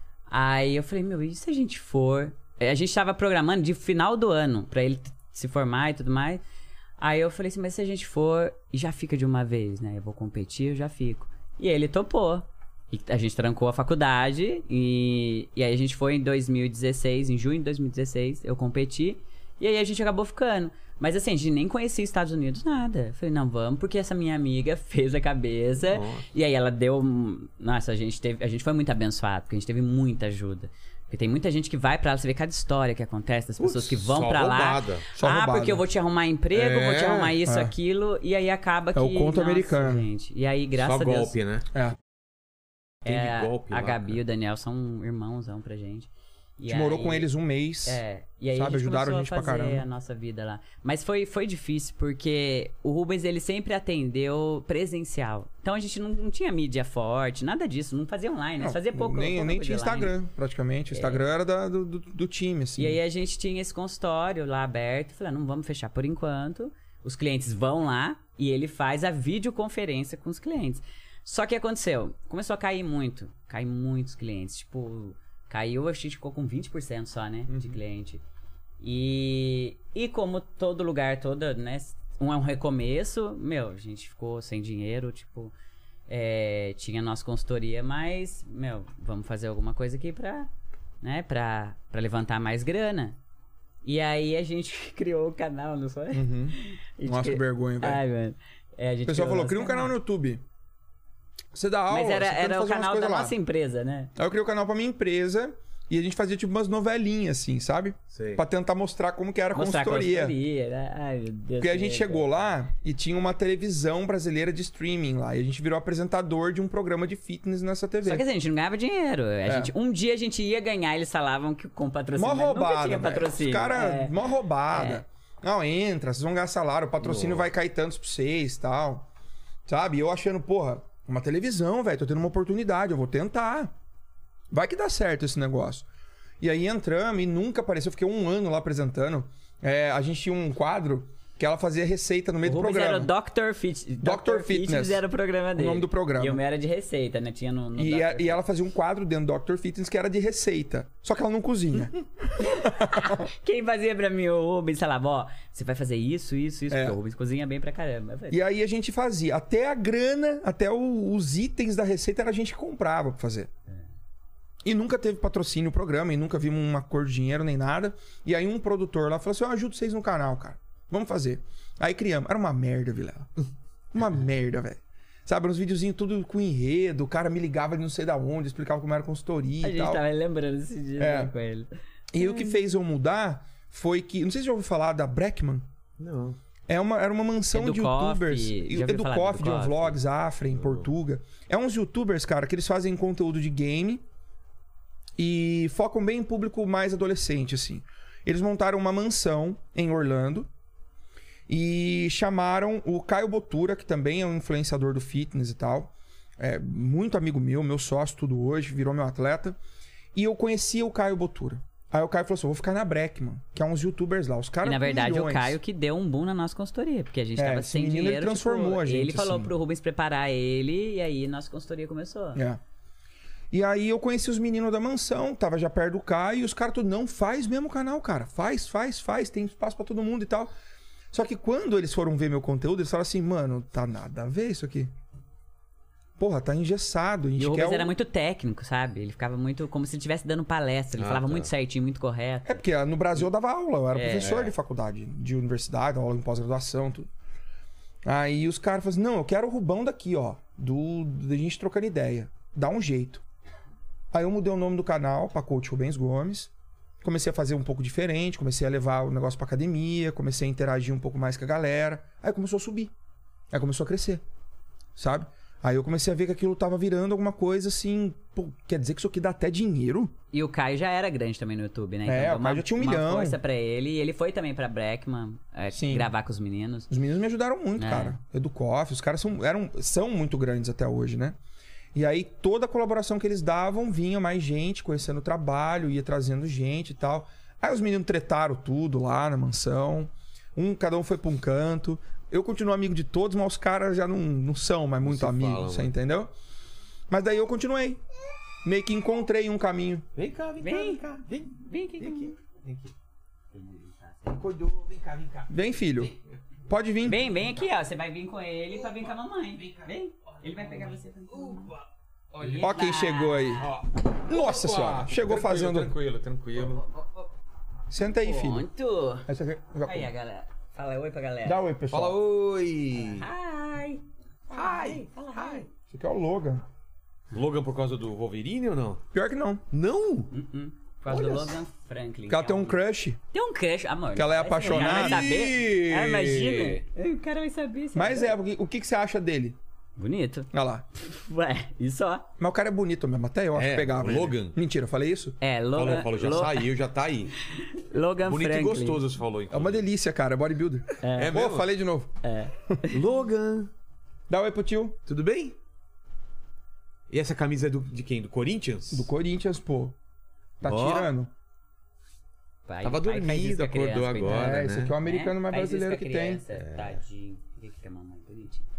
Aí eu falei, meu, e se a gente for... A gente tava programando de final do ano, pra ele se formar e tudo mais. Aí eu falei assim, mas se a gente for e já fica de uma vez, né? Eu vou competir, eu já fico. E ele topou. E a gente trancou a faculdade e, e aí a gente foi em dois mil e dezesseis, em junho de dois mil e dezesseis, eu competi. E aí a gente acabou ficando. Mas assim, a gente nem conhecia os Estados Unidos, nada. Eu falei, não, vamos, porque essa minha amiga fez a cabeça. Nossa. E aí ela deu... Nossa, a gente, teve, a gente foi muito abençoado, porque a gente teve muita ajuda. Porque tem muita gente que vai pra lá, você vê cada história que acontece das pessoas que vão só pra lá. roubada. Só ah, roubada. porque eu vou te arrumar emprego, vou te É, arrumar isso, é. aquilo. E aí acaba que... É o conto nossa, americano. gente. E aí, graças Só a Deus... golpe, né? É. Teve É, golpe a lá, Gabi cara. e o Daniel são irmãozão pra gente. A E gente morou aí- com eles um mês. É, e aí Sabe, a gente ajudaram começou a gente pra fazer caramba. a nossa vida lá. Mas foi, foi difícil, porque o Rubens, ele sempre atendeu presencial. Então a gente não, não tinha mídia forte, nada disso, não fazia online, né? Não, Fazia pouco. Nem, pouca nem coisa tinha online. Instagram, praticamente. O Instagram era da- do, do, do time, assim. E aí a gente tinha esse consultório lá aberto, falei, ah, não vamos fechar por enquanto. Os clientes vão lá e ele faz a videoconferência com os clientes. Só que aconteceu, começou a cair muito, cair muitos clientes, tipo, caiu, a gente ficou com vinte por cento só, né, de cliente. E, e como todo lugar, toda, né, um é um recomeço, meu, a gente ficou sem dinheiro, tipo, é, tinha nossa consultoria, mas, meu, vamos fazer alguma coisa aqui pra, né, pra, pra levantar mais grana. E aí a gente criou o canal, não foi? Uhum. A gente Nossa, que cri- vergonha, velho. Ai, mano. É, a gente O pessoal criou falou, nosso cria um canal no YouTube. Você dá aula, Mas era, você tenta era o fazer umas canal da coisas lá. nossa empresa, né? Aí eu criei o canal pra minha empresa e a gente fazia tipo umas novelinhas, assim, sabe? Sei. Pra tentar mostrar como que era a Mostrar a consultoria. consultoria, né? Ai, meu Deus. Porque a do gente céu. chegou lá e tinha uma televisão brasileira de streaming lá. E a gente virou apresentador de um programa de fitness nessa T V. Só que assim, a gente não ganhava dinheiro. A É. gente, um dia a gente ia ganhar, eles falavam que com patrocínio. Mó mas nunca roubada, tinha velho. patrocínio. Os caras, É. mó roubada. Não, entra, vocês vão ganhar salário, o patrocínio Nossa. vai cair tantos pra vocês e tal. Sabe? E eu achando, porra, uma televisão, velho, tô tendo uma oportunidade, eu vou tentar. Vai que dá certo esse negócio. E aí entramos e nunca apareceu. Eu fiquei um ano lá apresentando. É, a gente tinha um quadro que ela fazia receita no meio O do Rubens programa. era o doutor Fit... doutor Fitness. era o programa dele. nome do programa. E o meu era de receita, né? Tinha no, no E, doutor a- e ela fazia um quadro dentro do doutor Fitness que era de receita. Só que ela não cozinha. Quem fazia pra mim, o Rubens, falava, ó, você vai fazer isso, isso, isso. É. Porque o Rubens cozinha bem pra caramba. Eu falei, E aí a gente fazia. Até a grana, até o- os itens da receita era a gente que comprava pra fazer. E nunca teve patrocínio o programa, e nunca vimos uma cor de dinheiro nem nada. E aí um produtor lá falou assim: eu ajudo vocês no canal, cara. Vamos fazer. Aí criamos. Era uma merda, Vilela. Uma merda, velho. Sabe, uns videozinhos tudo com enredo. O cara me ligava de não sei da onde, explicava como era consultoria a e gente tal. tava lembrando esse dia É. né, com ele. E o que fez eu mudar foi que. Não sei se você já ouviu falar da Breckman. Não. É uma, era uma mansão de Educoff, youtubers. já ouvi falar do Educoff, John Educoff. Vlogs, Afra, em Portuga. É uns youtubers, cara, que eles fazem conteúdo de game e focam bem em público mais adolescente, assim. Eles montaram uma mansão em Orlando e chamaram o Caio Botura, que também é um influenciador do fitness e tal. É muito amigo meu, meu sócio tudo hoje, virou meu atleta. E eu conhecia o Caio Botura. Aí o Caio falou assim: vou ficar na Breckman, que é uns youtubers lá. Os E caras na com verdade milhões. o Caio que deu um boom na nossa consultoria, porque a gente É, tava esse sem menino, ele dinheiro. transformou tipo, a gente, Ele falou assim. pro Rubens preparar ele e aí nossa consultoria começou. É. E aí eu conheci os meninos da mansão, tava já perto do Caio, e os caras tudo, não, faz mesmo o canal, cara. Faz, faz, faz, tem espaço pra todo mundo e tal. Só que quando eles foram ver meu conteúdo, eles falaram assim, mano, tá nada a ver isso aqui. Porra, tá engessado. A gente E o quer Rubens o... era muito técnico, sabe? Ele ficava muito como se ele estivesse dando palestra. Ele Ah, falava tá. muito certinho, muito correto. É porque no Brasil eu dava aula, eu era É. professor de faculdade, de universidade, dava aula em pós-graduação, tudo. Aí os caras falaram assim, não, eu quero o Rubão daqui, ó, do, da gente trocando ideia. Dá um jeito. Aí eu mudei o nome do canal pra Coach Rubens Gomes. Comecei a fazer um pouco diferente, comecei a levar o negócio pra academia, comecei a interagir um pouco mais com a galera. Aí começou a subir. Aí começou a crescer, sabe? Aí eu comecei a ver que aquilo tava virando alguma coisa assim... Pô, quer dizer que isso aqui dá até dinheiro? E o Caio já era grande também no YouTube, né? É, deu o Caio já tinha um milhão. Uma força pra ele. E ele foi também pra Breckman é, Sim. gravar com os meninos. Os meninos me ajudaram muito, É. cara. Educoff, os caras são, eram, são muito grandes até hoje, né? E aí toda a colaboração que eles davam, vinha mais gente conhecendo o trabalho, ia trazendo gente e tal. Aí os meninos tretaram tudo lá na mansão. Um, cada um foi pra um canto. Eu continuo amigo de todos, mas os caras já não, não são mais muito se amigos, falam, você né? entendeu? Mas daí eu continuei. Meio que encontrei um caminho. Vem cá, vem, Vem. cá, vem cá. Vem, Vem aqui. vem aqui. Vem aqui. Acordou, vem cá, vem cá. Vem, filho. Pode vir. Vem, vem aqui, ó. Você vai vir com ele pra vir com a mamãe. Vem. Ele vai pegar você pra vir com a mamãe. Ó quem chegou aí. Nossa senhora. Chegou Tranquilo, fazendo... Tranquilo, tranquilo. Senta aí, filho. Pronto. Essa aqui- Aí, a galera. Fala oi pra galera. Dá oi, pessoal. Fala oi. Hi. Hi. Fala hi. Esse aqui é o Logan. Logan por causa do Wolverine ou não? Pior que não. Não? Uh-uh. Por causa do Logan Franklin. Porque ela que tem é um crush. Tem um crush, amor. Que ela é Vai saber, apaixonada. O cara vai saber. Ih! Ah, imagina. O cara vai saber. você Mas vai- é, o que, o que que você acha dele? Bonito. Olha lá. Ué, e só? Mas o cara é bonito mesmo, até eu acho É, que pegava. ele. Logan. Mentira, eu falei isso? É, Logan. Falou, falou, já Lo- saiu, já tá aí. Logan Bonito Franklin. e gostoso, você falou. É uma delícia, cara, é bodybuilder. É Pô, mesmo? falei de novo. É. Logan, Dá oi pro tio. tudo bem? E essa camisa é do, de quem? Do Corinthians? Do Corinthians, pô. Tá Ó. tirando. Pai, Tava pai faz isso dormindo, com a acordou criança, agora, é, né? esse aqui é o americano É, mais faz isso brasileiro com a que tem. criança, Tadinho. Por que que a mamãe é bonitinha?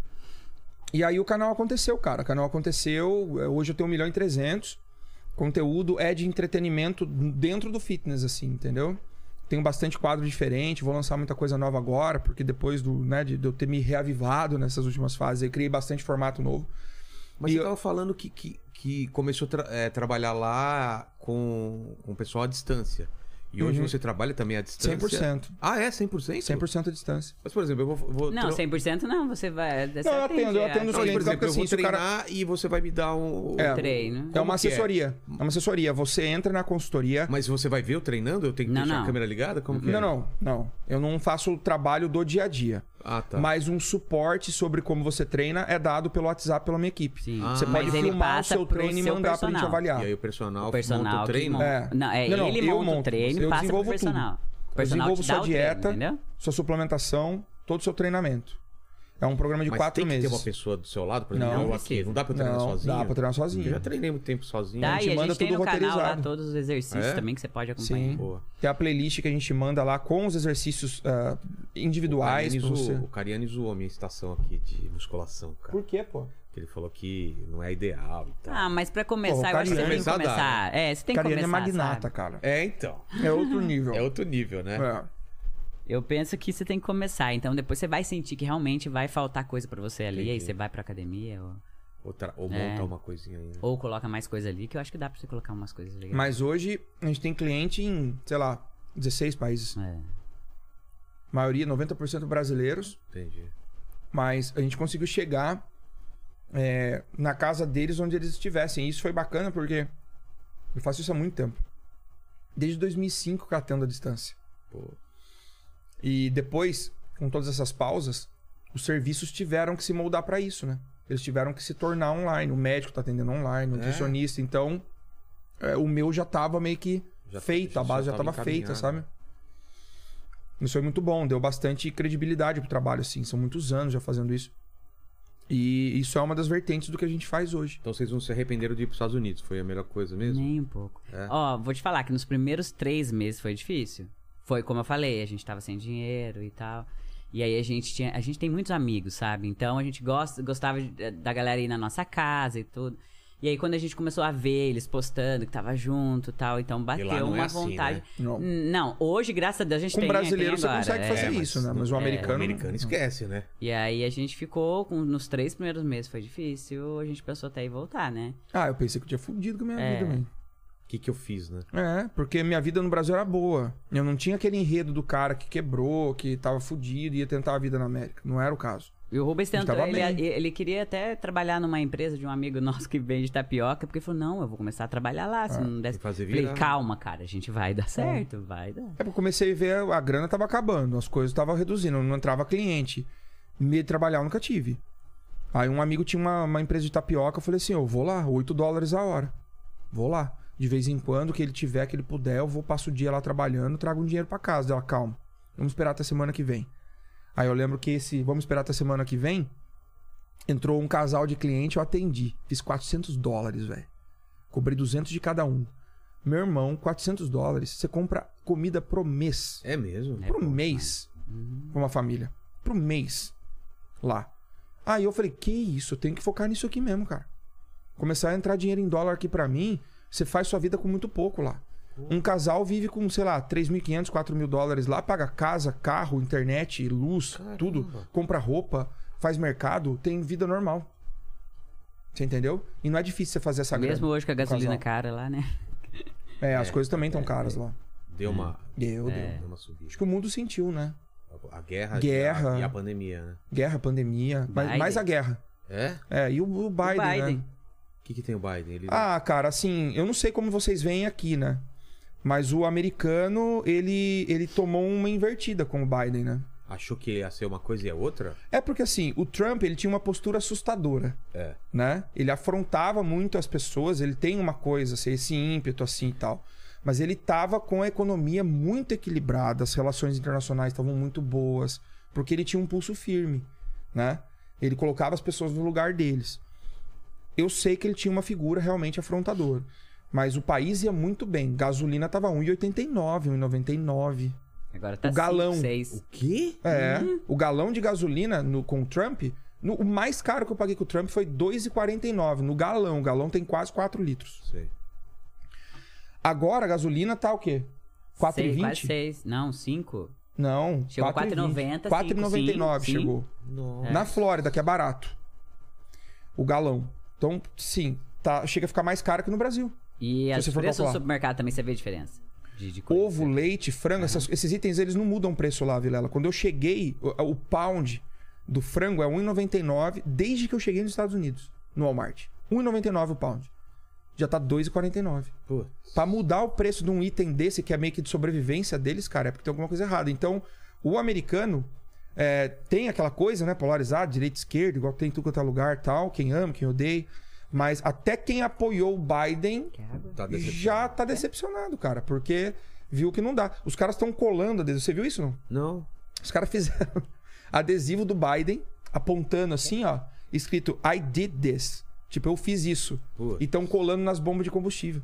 E aí o canal aconteceu, cara. O canal aconteceu. Hoje eu tenho um milhão e trezentos. Conteúdo é de entretenimento dentro do fitness, assim, entendeu? Tenho bastante quadro diferente. Vou lançar muita coisa nova agora, porque depois do, né, de, de eu ter me reavivado nessas últimas fases, eu criei bastante formato novo. Mas E você eu- tava falando que, que, que começou a tra- é, trabalhar lá com, com o pessoal à distância. E hoje Uhum. você trabalha também à distância? cem por cento. Ah, é? cem por cento? cem por cento à distância. Mas, por exemplo, eu vou... vou Não, tra- cem por cento não. Você vai... Você Não, eu atendo, eu atende, atendo os Não, mas, por clientes. exemplo, eu assim, vou se o cara- treinar e você vai me dar um... É. treino. É Como uma que é? assessoria. É? uma assessoria. Você entra na consultoria. Mas você vai ver eu treinando? Eu tenho que Não, deixar não. a câmera ligada? Como que é? Não, não, não. Eu não faço o trabalho do dia a dia. Ah, tá. Mas um suporte sobre como você treina é dado pelo WhatsApp pela minha equipe. Sim. Ah, Você mas pode ele filmar o passa seu pro treino e seu mandar pra gente personal. avaliar. E aí o personal, O personal monta o que treino? monta. É. Não, é Não, não, ele eu monta o monto. treino e Eu passa pro desenvolvo tudo. personal. O Eu personal desenvolvo te dá sua o treino, dieta, entendeu? sua suplementação, todo o seu treinamento. É um programa de Mas quatro tem que meses. ter uma pessoa do seu lado, por exemplo, Não eu aqui. precisa. Não dá pra eu treinar Não, sozinho? dá pra treinar sozinho. Eu já treinei muito tempo sozinho. Tá, gente e a manda gente tem tudo no canal lá roteirizado. todos os exercícios É? também que você pode acompanhar. Sim. Boa. Tem a playlist que a gente manda lá com os exercícios ah, individuais o pra Cariani você. zoou- o Cariani zoou a minha estação aqui de musculação, cara. Por quê, pô? Porque ele falou que não é ideal e tal. Ah, mas pra começar, Pô, o eu acho que você tem que Começar a dar, começar. É, você tem que Cariani começar, é magnata, sabe? cara. É, então. É outro nível. É outro nível, né? É. Eu penso que você tem que começar. Então depois você vai sentir que realmente vai faltar coisa pra você ali. Entendi. Aí você vai pra academia ou, Ou, tra- ou É. montar uma coisinha aí. Né? ou coloca mais coisa ali, que eu acho que dá pra você colocar umas coisas legais. Mas hoje a gente tem cliente em, sei lá, dezesseis países. É. Maioria, noventa por cento brasileiros. Entendi. Mas a gente conseguiu chegar é, na casa deles onde eles estivessem. E isso foi bacana porque eu faço isso há muito tempo. Desde dois mil e cinco que eu atendo à distância. Pô. E depois, com todas essas pausas, os serviços tiveram que se moldar para isso, né? Eles tiveram que se tornar online. O médico tá atendendo online, o nutricionista. Então, é, o meu já tava meio que Já- feito. já A base já tava tava feita, encaminhado. sabe? Isso foi muito bom. Deu bastante credibilidade pro trabalho, assim. São muitos anos já fazendo isso. E isso é uma das vertentes do que a gente faz hoje. Então vocês não se arrependeram de ir pros Estados Unidos? Foi a melhor coisa mesmo? Nem um pouco. É. Ó, vou te falar que nos primeiros três meses foi difícil. Foi como eu falei, a gente tava sem dinheiro e tal. E aí a gente tinha. A gente tem muitos amigos, sabe? Então a gente gosta, gostava de- da galera ir na nossa casa e tudo. E aí, quando a gente começou a ver eles postando, que tava junto e tal, então bateu lá não uma é assim, vontade. né? Não. N- Não, hoje, graças a Deus, a gente Com tem brasileiro tem você agora, consegue é. fazer É, mas- isso, né? Mas o O americano... americano esquece, né? E aí, a gente ficou, com, nos três primeiros meses foi difícil, a gente pensou até ir voltar, né? Ah, eu pensei que eu tinha fudido com a minha É. vida, mano. O que que eu fiz, né? É, porque minha vida no Brasil era boa. Eu não tinha aquele enredo do cara que quebrou, que tava fudido e ia tentar a vida na América. Não era o caso. E o Rubens gente tentou, tava ele, bem. ele queria até trabalhar numa empresa de um amigo nosso que vende tapioca, porque ele falou, não, eu vou começar a trabalhar lá, se não der... e fazer Falei, virar. calma, cara, a gente vai dar certo, vai dar. É porque eu comecei a ver a grana tava acabando, as coisas estavam reduzindo, não entrava cliente. Medo de trabalhar eu nunca tive. Aí um amigo tinha uma, uma empresa de tapioca, eu falei assim, eu vou lá, oito dólares a hora. Vou lá. De vez em quando, que ele tiver, que ele puder, eu vou, passo o dia lá trabalhando, trago um dinheiro pra casa. Ela, calma, vamos esperar até semana que vem. Aí eu lembro que esse, vamos esperar até semana que vem, entrou um casal de cliente, eu atendi. Fiz quatrocentos dólares, velho. Cobrei duzentos de cada um. Meu irmão, quatrocentos dólares, você compra comida pro mês. É mesmo? Pro mês. Pra uma família. Pro mês. Lá. Aí eu falei, que isso? Eu tenho que focar nisso aqui mesmo, cara. Começar a entrar dinheiro em dólar aqui pra mim, você faz sua vida com muito pouco lá. Um casal vive com, sei lá, três mil e quinhentos, quatro mil dólares lá, paga casa, carro, internet, luz, Caramba. tudo. Compra roupa, faz mercado, tem vida normal. Você entendeu? E não é difícil você fazer essa grana. Mesmo hoje com a gasolina casal. cara lá, né? É, as coisas também estão caras lá. Deu uma, Deu, deu. deu uma subida. Acho que o mundo sentiu, né? A guerra, Guerra. E, a, e a pandemia, né? Guerra, pandemia, mas Biden. mais a guerra. É? É, e o, o Biden, o Biden. né? O que que tem o Biden? Ele... Ah, cara, assim, eu não sei como vocês veem aqui, né? Mas o americano, ele, ele tomou uma invertida com o Biden, né? Achou que ia ser uma coisa e a outra? É porque, assim, o Trump, ele tinha uma postura assustadora, É. né? Ele afrontava muito as pessoas, ele tem uma coisa, assim, esse ímpeto, assim, e tal. Mas ele tava com a economia muito equilibrada, as relações internacionais estavam muito boas, porque ele tinha um pulso firme, né? Ele colocava as pessoas no lugar deles. Eu sei que ele tinha uma figura realmente afrontadora. Mas o país ia muito bem. Gasolina tava um e oitenta e nove, um e noventa e nove. Agora tá O galão. cinco, seis. quê? É. O galão de gasolina no, com o Trump, no, o mais caro que eu paguei com o Trump foi dois e quarenta e nove no galão. O galão tem quase quatro litros. Sei. Agora a gasolina tá o quê? quatro e Seis, quase vinte? seis. Não, cinco. Não. Chegou quatro e noventa, quatro e noventa e nove sim, sim. chegou. Nossa. Na Flórida, que é barato. O galão. Então, sim, tá, chega a ficar mais caro que no Brasil. E Se os você for preços do calcular. supermercado também você vê a diferença. De, de coisa. Ovo, leite, frango, essas- esses itens eles não mudam o preço lá, Vilela. Quando eu cheguei, o, o pound do frango é um e noventa e nove desde que eu cheguei nos Estados Unidos, no Walmart. um e noventa e nove o pound. Já tá dois e quarenta e nove. Pô. Pra mudar o preço de um item desse, que é meio que de sobrevivência deles, cara, é porque tem alguma coisa errada. Então, o americano é, tem aquela coisa, né, polarizada, direita e esquerda, igual tem em tudo quanto é lugar tal, quem ama, quem odeia. Mas até quem apoiou o Biden Quer água? Tá decepcionado. já tá decepcionado, cara, porque viu que não dá. Os caras estão colando adesivo. Você viu isso, não? Não. Os caras fizeram adesivo do Biden, apontando assim, ó, escrito I did this. Tipo, eu fiz isso. Putz. E estão colando nas bombas de combustível.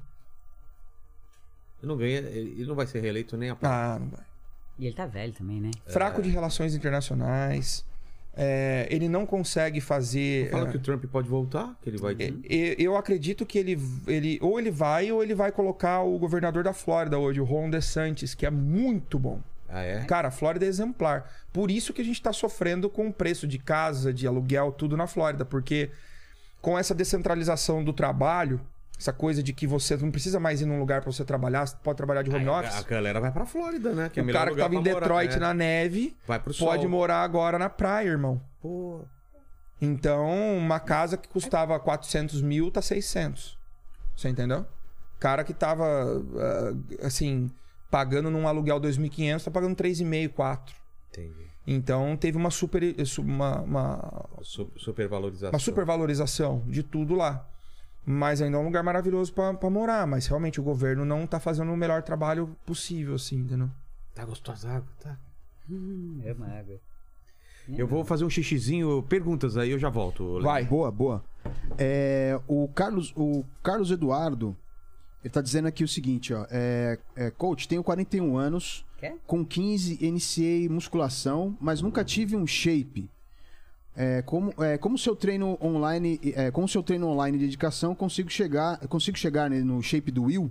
Ele não ganha, ele ele não vai ser reeleito nem a pau. Ah, não vai. E ele tá velho também, né? Fraco de relações internacionais. É, ele não consegue fazer. Fala é, que o Trump pode voltar, que ele vai... e- Eu acredito que ele, ele ou ele vai ou ele vai colocar o governador da Flórida hoje, o Ron DeSantis, que é muito bom. Ah, é? Cara, a Flórida é exemplar. Por isso que a gente tá sofrendo com o preço de casa, de aluguel, tudo na Flórida. Porque com essa descentralização do trabalho, essa coisa de que você não precisa mais ir num lugar pra você trabalhar, você pode trabalhar de home Aí a- office. A galera vai pra Flórida, né? Que é O melhor cara que lugar tava em pra morar, Detroit né? na neve Vai pro pode sol. morar agora na praia, irmão. Pô. Então, uma casa que custava quatrocentos mil tá seiscentos. Você entendeu? Cara que tava, ah, assim, pagando num aluguel dois mil e quinhentos, tá pagando três e meio, quatro. Entendi. Então, teve uma super uma, uma, Su- Supervalorização. uma supervalorização de tudo lá. Mas ainda é um lugar maravilhoso pra, pra morar. Mas realmente o governo não tá fazendo o melhor trabalho possível, assim, entendeu? Tá gostosa a água, tá? É uma água. Eu vou fazer um xixizinho, perguntas aí, eu já volto. Leandro. Vai. Boa, boa. É, o, Carlos, o Carlos Eduardo, ele tá dizendo aqui o seguinte, ó. É, é, coach, tenho quarenta e um anos, Quer? com quinze iniciei musculação, mas nunca tive um shape. É, como, é, como seu treino online, é, com o seu treino online de dedicação, consigo chegar, consigo chegar né, no shape do Will?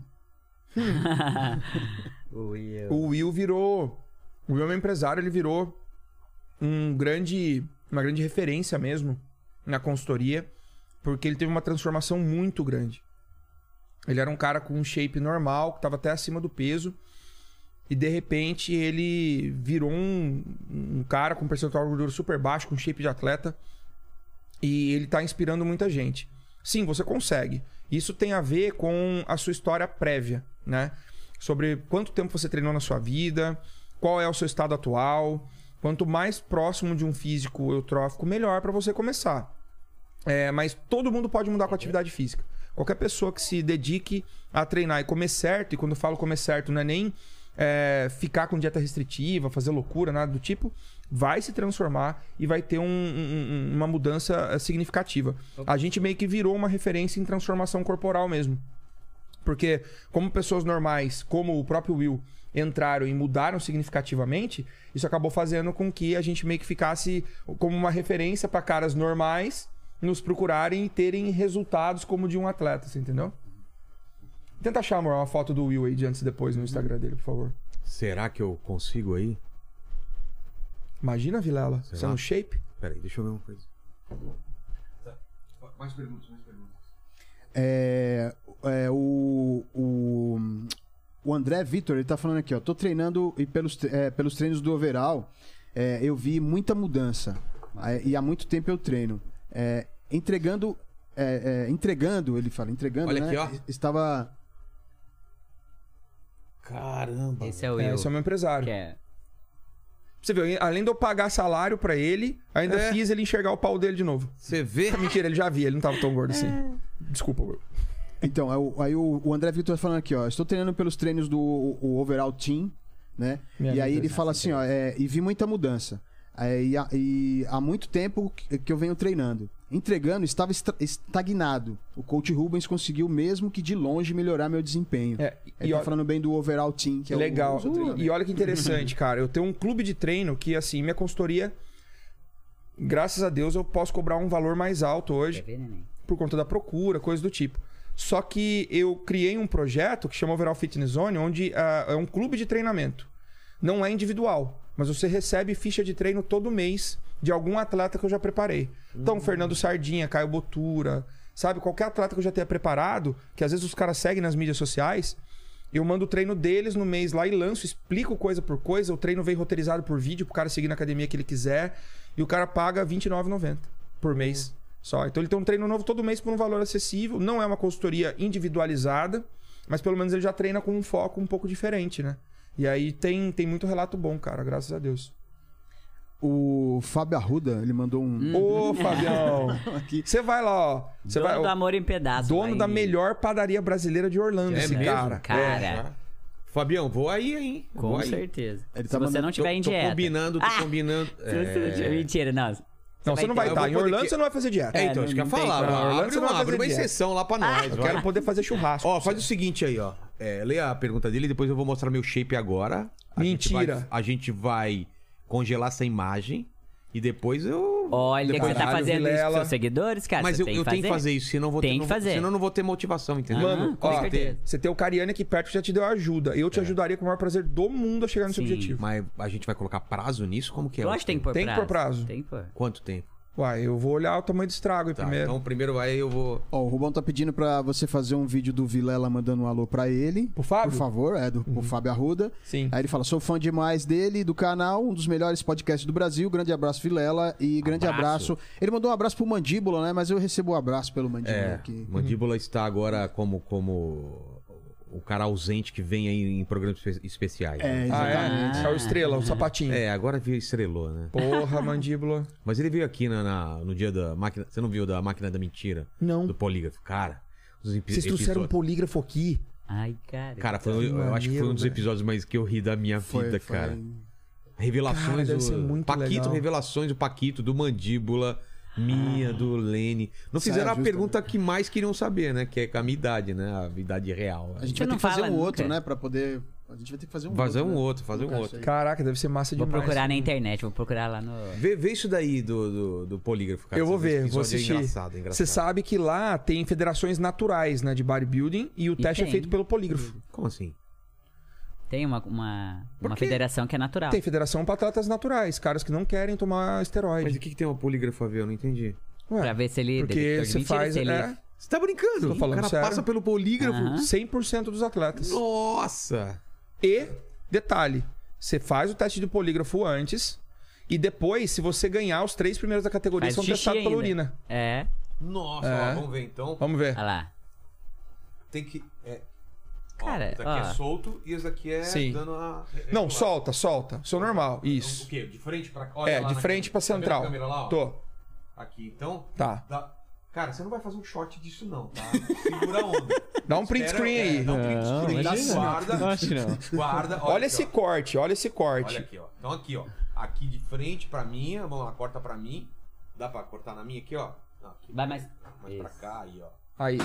O Will. O Will virou... O Will é um empresário, ele virou um grande, uma grande referência mesmo na consultoria, porque ele teve uma transformação muito grande. Ele era um cara com um shape normal, que estava até acima do peso, e de repente ele virou um, um cara com um percentual de gordura super baixo, com shape de atleta, e ele tá inspirando muita gente. Sim, você consegue. Isso tem a ver com a sua história prévia, né? Sobre quanto tempo você treinou na sua vida, qual é o seu estado atual. Quanto mais próximo de um físico eutrófico, melhor para você começar. É, mas todo mundo pode mudar com a atividade física. Qualquer pessoa que se dedique a treinar e comer certo, e quando eu falo comer certo, não é nem é, ficar com dieta restritiva, fazer loucura, nada do tipo, vai se transformar e vai ter um, um, uma mudança significativa. A gente meio que virou uma referência em transformação corporal mesmo. Porque como pessoas normais, como o próprio Will, entraram e mudaram significativamente, isso acabou fazendo com que a gente meio que ficasse como uma referência para caras normais nos procurarem e terem resultados como de um atleta, você entendeu? Tenta achar, amor, uma foto do Will aí de antes e depois no Instagram dele, por favor. Será que eu consigo aí? Imagina, Vilela, Sei você lá. no shape. Peraí, deixa eu ver uma coisa. Tá. Mais perguntas, mais perguntas. É, é, o, o, o André Vitor, ele tá falando aqui, ó. Tô treinando e pelos, é, pelos treinos do overall, é, eu vi muita mudança. É, e há muito tempo eu treino. É, entregando, é, é, entregando, ele fala, entregando, Olha né? aqui, ó. Estava... Caramba. Esse é o É, Will. esse é o meu empresário. Que é... Você viu, além de eu pagar salário pra ele, ainda É. fiz ele enxergar o pau dele de novo. Você vê? Mentira, ele já via, ele não tava tão gordo assim. É. Desculpa, Will. Então, aí o, aí o o André Vitor tá falando aqui, ó. Estou treinando pelos treinos do o, o Overall Team, né? Minha e aí vida, ele fala assim, ó, é, e vi muita mudança. É, e, há, e há muito tempo que que eu venho treinando. Entregando, estava estra- estagnado. O coach Rubens conseguiu mesmo que de longe melhorar meu desempenho. É, Ele e tá ó- falando bem do Overall Team, que é Legal. o, o seu treinamento. E olha que interessante, cara. Eu tenho um clube de treino que, assim, minha consultoria, graças a Deus, eu posso cobrar um valor mais alto hoje, Quer ver, neném? por conta da procura, coisa do tipo. Só que eu criei um projeto que chama Overall Fitness Zone, onde ah, é um clube de treinamento. Não é individual, mas você recebe ficha de treino todo mês de algum atleta que eu já preparei. Então, Fernando Sardinha, Caio Botura, sabe? Qualquer atleta que eu já tenha preparado, que às vezes os caras seguem nas mídias sociais, eu mando o treino deles no mês lá e lanço, explico coisa por coisa, o treino vem roteirizado por vídeo pro cara seguir na academia que ele quiser, e o cara paga vinte e nove reais e noventa centavos por mês só. Então ele tem um treino novo todo mês por um valor acessível, não é uma consultoria individualizada, mas pelo menos ele já treina com um foco um pouco diferente, né? E aí tem, tem muito relato bom, cara, graças a Deus. O Fábio Arruda, ele mandou um... Ô, Fabião! aqui. Você vai lá, ó. Você Dono vai, do Amor em Pedaços. dono vai- da melhor padaria brasileira de Orlando, É esse mesmo? cara. Cara, Fabião, vou aí, hein? com Vou aí. certeza. Ele Se tá você mandando- não tiver em tô, tô dieta. combinando, tô Ah! combinando. Se você não tiver... É... Mentira, não. Não, você não vai Eu estar. vou Em poder Orlando que- você não vai fazer dieta. É, então, É, isso que eu ia não tem falar. como. Abre, Orlando você uma, não vai abre fazer uma dieta. exceção lá pra nós. Eu vai. quero poder fazer churrasco. Ó, faz o seguinte aí, ó. É, lê a pergunta dele e depois eu vou mostrar meu shape agora. A gente Mentira. vai- a gente vai congelar essa imagem e depois eu. Olha, que depois... você tá Caralho, fazendo isso Vilela. com seus seguidores, cara. Mas você eu, tem eu que tenho que fazer isso, senão, eu vou Tem ter, que não vou- fazer. senão eu não vou ter motivação, entendeu? Mano, com ó, certeza. você tem o Cariani aqui perto que já te deu ajuda. Eu te ajudaria com o maior prazer do mundo a chegar nesse Sim. objetivo. Mas a gente vai colocar prazo nisso? Como que é? Eu o acho que tem que esquema? pôr Tem que prazo. pôr prazo. Tem que pôr. Quanto tempo? Uai, eu vou olhar o tamanho do estrago aí Tá, primeiro. então primeiro vai eu vou. Ó, o Rubão tá pedindo pra você fazer um vídeo do Vilela mandando um alô pra ele. Pro Fábio? Por favor, é, do pro Fábio Arruda. Sim. Aí ele fala, sou fã demais dele, do canal, um dos melhores podcasts do Brasil. Grande abraço, Vilela. E grande Abraço. abraço. Ele mandou um abraço pro Mandíbula, né? Mas eu recebo um abraço pelo Mandíbula É, aqui. Mandíbula está agora como, como o cara ausente que vem aí em programas espe- especiais. É, né? Ah, exatamente. é? É o estrela, o sapatinho. É, agora veio estrelou, né? Porra, mandíbula. Mas ele veio aqui na, na- no dia da máquina. Você não viu da máquina da mentira? Não. Do polígrafo. Cara, os epi- Vocês trouxeram um episódios- polígrafo aqui? Ai, cara. Cara, foi, Que eu acho que foi um dos maneiro, episódios mais que eu ri da minha Foi- vida, foi- cara. Revelações Cara, deve ser do muito Paquito, legal. revelações do Paquito, do Mandíbula, minha, do Lene. Não Saia fizeram a justa, pergunta que mais queriam saber, né? Que é com a minha idade, né? A idade real. A gente Você vai ter não que fazer fala um outro, nunca. né? Pra poder A gente vai ter que fazer um Fazer outro. um né? outro, fazer um Colocar outro. isso aí. Caraca, deve ser massa Vou demais. procurar na internet, vou procurar lá no... Vê, vê isso daí do, do, do polígrafo, cara. Eu vou Esse ver, vou episódio é assistir. engraçado, é engraçado. Você sabe que lá tem federações naturais, né, de bodybuilding, e o E teste é tem. feito pelo polígrafo. Como assim? Tem uma, uma, Por uma quê? federação que é natural. Tem federação para atletas naturais, caras que não querem tomar esteroide. Mas o que, que tem um polígrafo a ver? Eu não entendi. Ué, Pra ver se ele... porque detector de você mentira, faz... se ele... É, Você tá brincando? Tô falando o cara sério. passa pelo polígrafo. Aham. cem por cento dos atletas. Nossa! E, detalhe, você faz o teste de polígrafo antes e depois, se você ganhar, os três primeiros da categoria Faz são xixi testados pela ainda. urina. É, Nossa, É. ó, vamos ver então. Vamos ver. olha lá. Tem que. É... Cara, ó, esse aqui ó. é solto e esse aqui é Sim. dando a. Não, solta, solta. Isso é normal. O Isso. quê? De frente pra cá? É, de frente pra central. Câmera lá, ó. Tô. Aqui, então. Tá. dá- Cara, você não vai fazer um short disso, não, tá? Segura a onda. Dá um print Espera, screen é, aí. Dá um print Não, screen. imagina. Guarda. Não, acho que não. Guarda. Olha aqui, esse ó. corte, olha esse corte. Olha aqui, ó. Então aqui, ó. Aqui de frente pra minha. Vamos lá, corta pra mim. Dá pra cortar na minha aqui, ó. Não, aqui. Vai mais... Mais pra Isso. cá, aí, ó. Aí.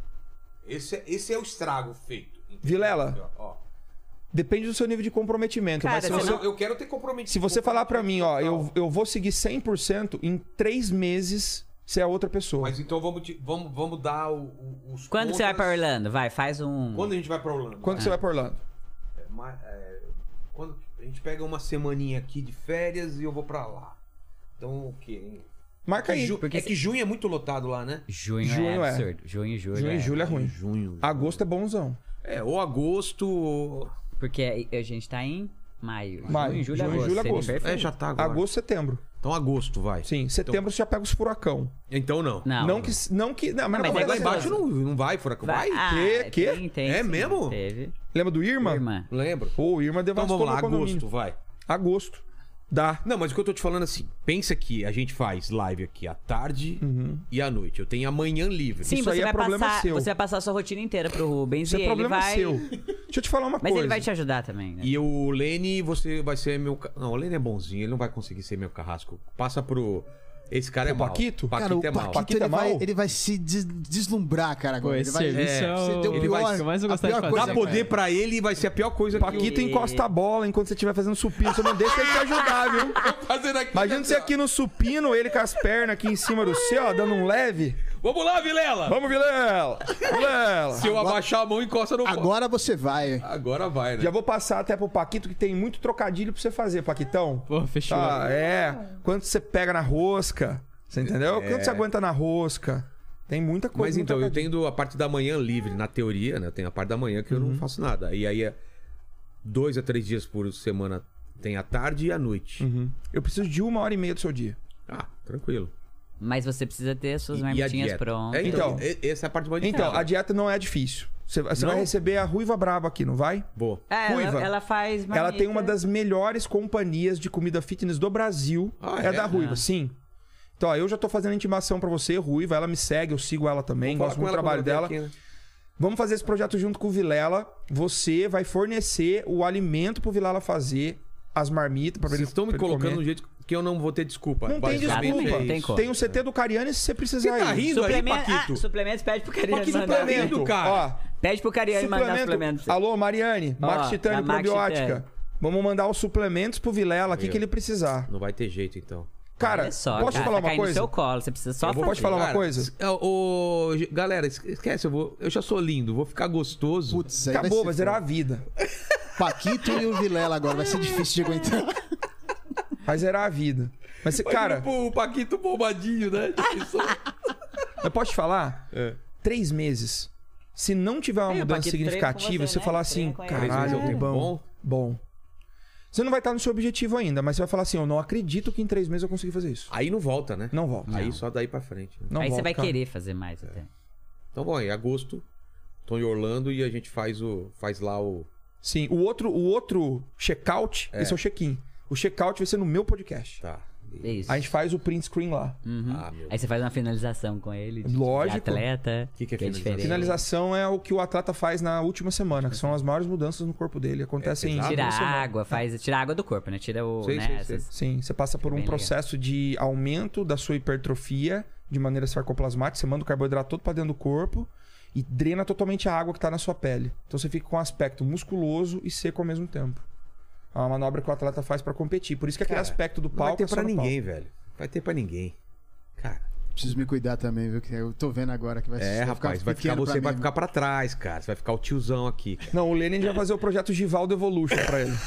Esse é, esse é o estrago feito. entendeu? Vilela. Aqui, ó, ó. Depende do seu nível de comprometimento. Cara, mas se Não, você, eu, eu quero ter comprometimento. se você falar pra mim, ó, eu, eu vou seguir cem por cento, em três meses você é outra pessoa. Mas então vamos, te- vamos, vamos dar o- o- os Quando você vai pra contras. Orlando? Vai, faz um... Quando a gente vai pra Orlando? Quando que você vai pra Orlando? É, ma- é, quando a gente pega uma semaninha aqui de férias e eu vou pra lá. Então o quê? hein? Marca aí. Ju- porque é se- que junho é muito lotado lá, né? Junho, Junho é é. absurdo. Junho e julho Junho é... e julho é ruim. Junho. Agosto é bonzão. É, ou agosto. ou- Porque a gente tá em maio. Maio, Junho, julho, junho, agosto. julho, seria agosto. perfeito. É, já tá agora. Agosto, setembro. Então agosto, vai. Sim, setembro você já pega os furacão. Então não. Não. Não que. Não que não, mas mas não é vai Lá ser. embaixo não, não vai, furacão. Vai? Ah, Quê? Quê? Tem, tem, É sim, mesmo? Teve. Lembra do Irma? Irmã. Lembro. Pô, o Irma Então devastou vamos lá, meu condomínio. agosto, vai. Agosto. Dá. Não, mas o que eu tô te falando assim, pensa que a gente faz live aqui à tarde e à noite. Eu tenho amanhã livre. Sim, Isso você aí é vai problema passar, seu. você vai passar a sua rotina inteira pro Rubens Isso e é problema ele vai... seu. Deixa eu te falar uma Mas coisa. ele vai te ajudar também, né? E o Lene, você vai ser meu. ca- Não, o Lene é bonzinho, ele não vai conseguir ser meu carrasco. Passa pro. Esse cara é O mal. Paquito? Cara, o é mal. Paquito, Paquito ele, é vai, mal? ele vai se des- deslumbrar, cara. Pô, Agora. esse ele vai, serviço é, você o deu ele vai- pior, que eu mais vou a gostar de pior fazer. coisa, Dá cara. poder pra ele vai ser a pior coisa que Paquito E- encosta a bola enquanto você estiver fazendo supino. Você não deixa ele te ajudar, viu? fazendo aqui. Imagina você aqui no supino, ele com as pernas aqui em cima do seu, ó, dando um leve. Vamos lá, Vilela! Vamos, Vilela! Vilela! Se eu abaixar a mão, encosta no pau. Agora você vai. Agora vai, né? Já vou passar até pro Paquito, que tem muito trocadilho pra você fazer, Paquitão. Pô, fechou. Tá, é. Quanto você pega na rosca, você entendeu? Quanto você aguenta na rosca. Tem muita coisa. Mas muito então, eu trocadilho. tenho a parte da manhã livre, na teoria, né? Eu tenho a parte da manhã que eu não faço nada. E aí é dois a três dias por semana tem a tarde e a noite. Uhum. Eu preciso de uma hora e meia do seu dia. Ah, tranquilo. Mas você precisa ter suas E- e a marmitinhas dieta? prontas. É, então, Então. e- essa é a parte mais Então, difícil. a dieta não é difícil. Você, você Não? vai receber a Ruiva Braba aqui, não vai? Boa. É, ela, Ruiva. ela faz Ela tem marmita. uma das melhores companhias de comida fitness do Brasil. Ah, é, é? da Ruiva, Ah. sim. Então, ó, eu já tô fazendo intimação pra você, Ruiva. Ela me segue, eu sigo ela também. Vou Gosto falar muito do com ela trabalho quando eu dela. vier aqui, né? Vamos fazer esse projeto junto com o Vilela. Você vai fornecer o alimento pro Vilela fazer, as marmitas pra Vocês ele estão me pra ele colocando comer. de um jeito que eu não vou ter desculpa. Não tem Basicamente desculpa. é Tem isso. como. Tem o C T do Cariani se você precisar Você tá ir. rindo aí, Suplemento, Paquito? ah, suplementos, pede pro Cariani Paquito, mandar. tá rindo, cara. Ó, Pede pro Cariani mandar suplemento. suplementos. pra você. Alô, Mariane, Ó, Max Titânio a Max Probiótica. Titânio. Vamos mandar os suplementos pro Vilela aqui Meu. que ele precisar. Não vai ter jeito, então. Cara, Olha só, posso cara, falar tá uma caindo no coisa? seu colo, você precisa só Eu vou- fazer. pode falar uma Cara, coisa? s- ô, ô, galera, es- esquece, eu, vou, eu já sou lindo, vou ficar gostoso. Putz, aí Acabou, vai, vai ser zerar a foda. vida. Paquito e o Vilela agora. Vai ser difícil de aguentar. Vai zerar a vida. Mas, você- Imagina cara, o Paquito bombadinho, né? eu posso te falar? É. Três meses. Se não tiver uma Ei, o mudança Paquito treina significativa, com você, você né? falar assim, Treina com ele. Três caralho, meses é um tempo bom, bom? bom. Você não vai estar no seu objetivo ainda, mas você vai falar assim, eu não acredito que em três meses eu consegui fazer isso. Aí não volta, né? Não volta. Aí só daí pra frente. né? Não Aí você volta, vai cara. querer fazer mais até. Então, bom, em agosto, tô em Orlando e a gente faz, o, faz lá o... Sim, o outro, o outro check-out, esse é o check-in. O check-out vai ser no meu podcast. Tá. Isso. A gente faz o print screen lá. Uhum. Ah, meu Aí você faz uma finalização com ele. De, Lógico. De atleta. Que que é é finalização? diferente. Finalização é o que o atleta faz na última semana, que são as maiores mudanças no corpo dele. Acontecem É em pesado? Tira uma a semana. água, faz. Tira a água do corpo, né? Tira o. Sei, né, sei, essas- Sim, você passa por um Bem processo de aumento da sua hipertrofia de maneira sarcoplasmática. Você manda o carboidrato todo pra dentro do corpo e drena totalmente a água que tá na sua pele. Então você fica com um aspecto musculoso e seco ao mesmo tempo. É uma manobra que o atleta faz pra competir. Por isso que aquele Cara, aspecto do Não palco vai ter é só pra no ninguém, palco. velho. Vai ter pra ninguém. Cara. Preciso me cuidar também, viu? Que eu tô vendo agora que vai É, vai rapaz, vai ficar, pequeno você pra vai mim, ficar pra trás, cara. Você vai ficar o tiozão aqui. Cara. Não, o Lenin já vai fazer o projeto Givaldo Evolution pra ele.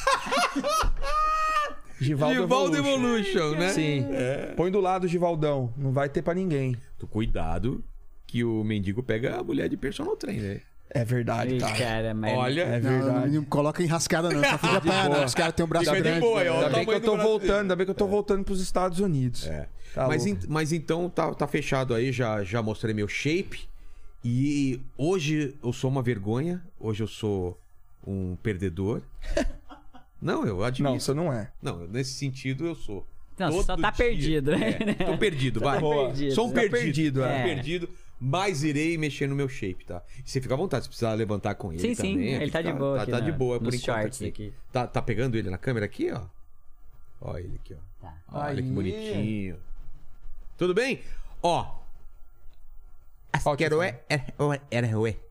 Givaldo, Givaldo Evolution. Evolution, né? Sim. Põe do lado o Givaldão. Não vai ter pra ninguém. Tu cuidado que o mendigo pega a mulher de personal trainer. É verdade, Ih, cara. cara, mas... Olha, É Não, verdade. não, não coloca enrascada não, só fica apanhar não. Os caras têm um braço Fica de grande. boa, né? ó. Ainda o bem que eu tamanho do tô Brasil. voltando, ainda bem que eu tô voltando pros Estados Unidos. É. Tá mas, louco. en- mas então tá, tá fechado aí, já, já mostrei meu shape. E hoje eu sou uma vergonha. Hoje eu sou um perdedor. Não, eu admito. Não, você não é. Não, nesse sentido eu sou. Não, você Todo só tá dia. perdido, né? É, tô perdido, vai. Boa. perdido. Sou um Tá perdido. perdido, é. é. perdido, mas irei mexer no meu shape, tá? E você fica à vontade, se precisar levantar com ele Sim, sim, também. ele aqui tá de fica- boa Tá, aqui tá na- de boa por nos enquanto shorts aqui. aqui. Tá, tá pegando ele na câmera aqui, ó? Ó ele aqui, ó. Tá. Olha que Aí. bonitinho. Tudo bem? Ó. Ó, Quero é, é, é, é, é.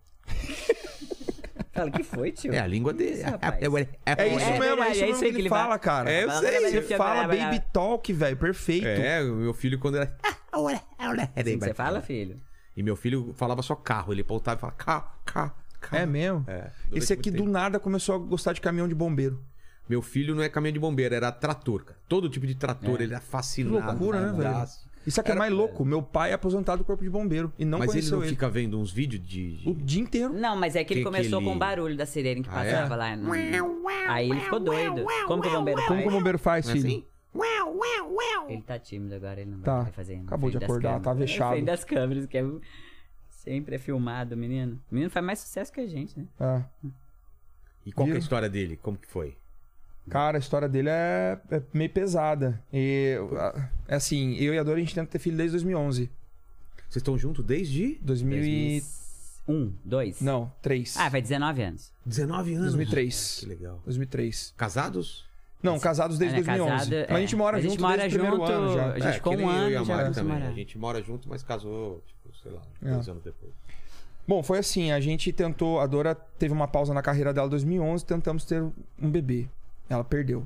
Fala, o que foi, tio? É a língua dele. Isso, rapaz. É isso É mesmo, é isso verdade, mesmo é isso que aí ele, que ele fala, vai- cara. É, eu sei. Você fala baby talk, velho. Perfeito. É, o meu filho quando era. Assim que você fala, filho? E meu filho falava só carro. Ele apontava e falava carro, carro, carro. É mesmo? É. Esse Durante aqui muito do tempo. nada começou a gostar de caminhão de bombeiro. Meu filho não é caminhão de bombeiro, era trator, cara. Todo tipo de trator, ele era fascinado. Que loucura, né, velho? Fantástico. Isso aqui é Era- mais louco. Meu pai é aposentado do corpo de bombeiro e não Mas ele conheceu não ele. fica vendo uns vídeos de. O dia inteiro. Não, mas é que ele Que que começou ele- com o barulho da sirene que Ah, é? passava lá. No... Aí ele ficou doido. Como que o bombeiro Como que o faz? bombeiro faz, Não é filho? assim? Ele tá tímido agora, ele não vai Tá. querer fazer. na Acabou de frente das acordar, câmeras. tá vexado. Na frente das câmeras, que é... sempre é filmado, menino. O menino faz mais sucesso que a gente, né? É. E qual que é a Viu? história dele? Como que foi? Cara, a história dele é, é meio pesada. E, a- é assim, eu e a Dora, a gente tenta ter filho desde dois mil e onze. Vocês estão juntos desde dois mil e... Um, dois? Não, três. Ah, vai dezenove anos. dezenove anos. dois mil e três. Que legal. dois mil e três. Casados? Não, casados desde É, dois mil e onze. casado, Mas a gente é. mora A gente junto mora desde o primeiro junto, ano já. a gente ficou que um nem eu e ano a já Mari começou a também. morar. A gente mora junto, mas casou, tipo, sei lá, É. dois anos depois. Bom, foi assim, a gente tentou... A Dora teve uma pausa na carreira dela em dois mil e onze, tentamos ter um bebê. Ela perdeu.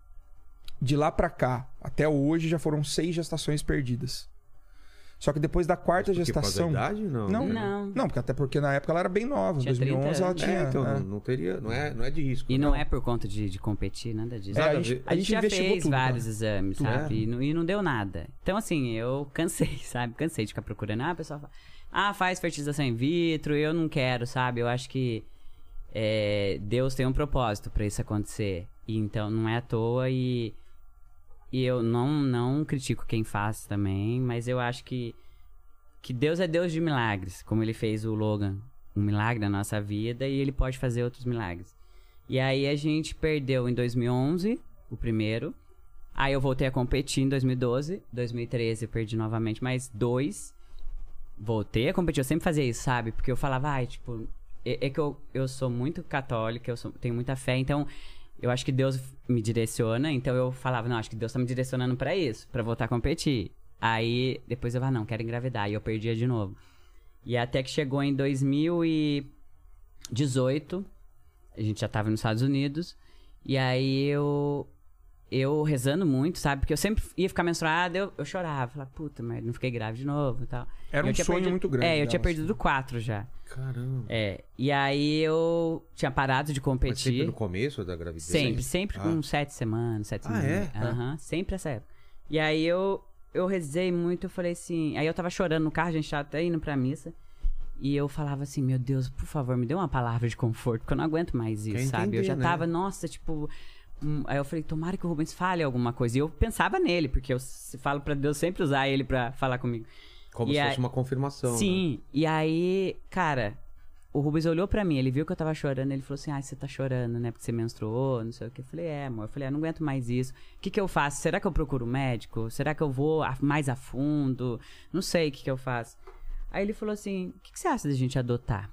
De lá pra cá, até hoje, já foram seis gestações perdidas. Só que depois da quarta Porque por causa gestação... da idade? Não. Não, né? Não. Não, porque até porque na época ela era bem nova. Em Tinha dois mil e onze ela trinta tinha... É, então, é. não, não teria, não é, não é de risco. E não é por conta de, de competir, nada disso. É, Nada a a gente, ver. a gente já investigou fez tudo, vários cara. exames, Tudo. sabe? É. E, não, e não deu nada. Então, assim, eu cansei, sabe? Cansei de ficar procurando. Ah, a pessoa fala, ah, faz fertilização in vitro, eu não quero, sabe? Eu acho que é, Deus tem um propósito pra isso acontecer. E então, não é à toa e... E eu não, não critico quem faz também, mas eu acho que, que Deus é Deus de milagres, como ele fez o Logan, um milagre na nossa vida, e ele pode fazer outros milagres. E aí a gente perdeu em dois mil e onze, o primeiro, aí eu voltei a competir em dois mil e doze, dois mil e treze eu perdi novamente mais dois, voltei a competir, eu sempre fazia isso, sabe? Porque eu falava, ai, tipo, é, é que eu, eu sou muito católica, eu sou, tenho muita fé, então... Eu acho que Deus me direciona, então eu falava, não, acho que Deus tá me direcionando pra isso, pra voltar a competir. Aí, depois eu falava, não, quero engravidar, e eu perdia de novo. E até que chegou em dois mil e dezoito, a gente já tava nos Estados Unidos, e aí eu, eu rezando muito, sabe? Porque eu sempre ia ficar menstruada, eu, eu chorava, falava, puta, mas não fiquei grávida de novo e tal. Era E eu um tinha sonho perdido- muito grande É, eu dela, tinha perdido assim. quatro já. Caramba. É, e aí eu tinha parado de Mas competir. sempre no começo da gravidez? Sempre, sempre Ah. com sete semanas, sete Ah, semanas. é? Aham, sempre essa época. E aí eu, eu rezei muito, eu falei assim... Aí eu tava chorando no carro, a gente tava até indo pra missa. E eu falava assim, meu Deus, por favor, me dê uma palavra de conforto, porque eu não aguento mais isso, Quer sabe? Eu entender, já né? tava, nossa, tipo... hum, aí eu falei, tomara que o Rubens fale alguma coisa. E eu pensava nele, porque eu se falo pra Deus sempre usar ele pra falar comigo. Como E se aí- fosse uma confirmação. Sim, e aí, cara, o Rubens olhou pra mim, ele viu que eu tava chorando, ele falou assim, ai, você tá chorando, né, porque você menstruou, não sei o que. Eu falei, é, amor, eu falei, ah, não aguento mais isso. O que que eu faço? Será que eu procuro um médico? Será que eu vou a- mais a fundo? Não sei o que que eu faço. Aí ele falou assim, o que que você acha da gente adotar?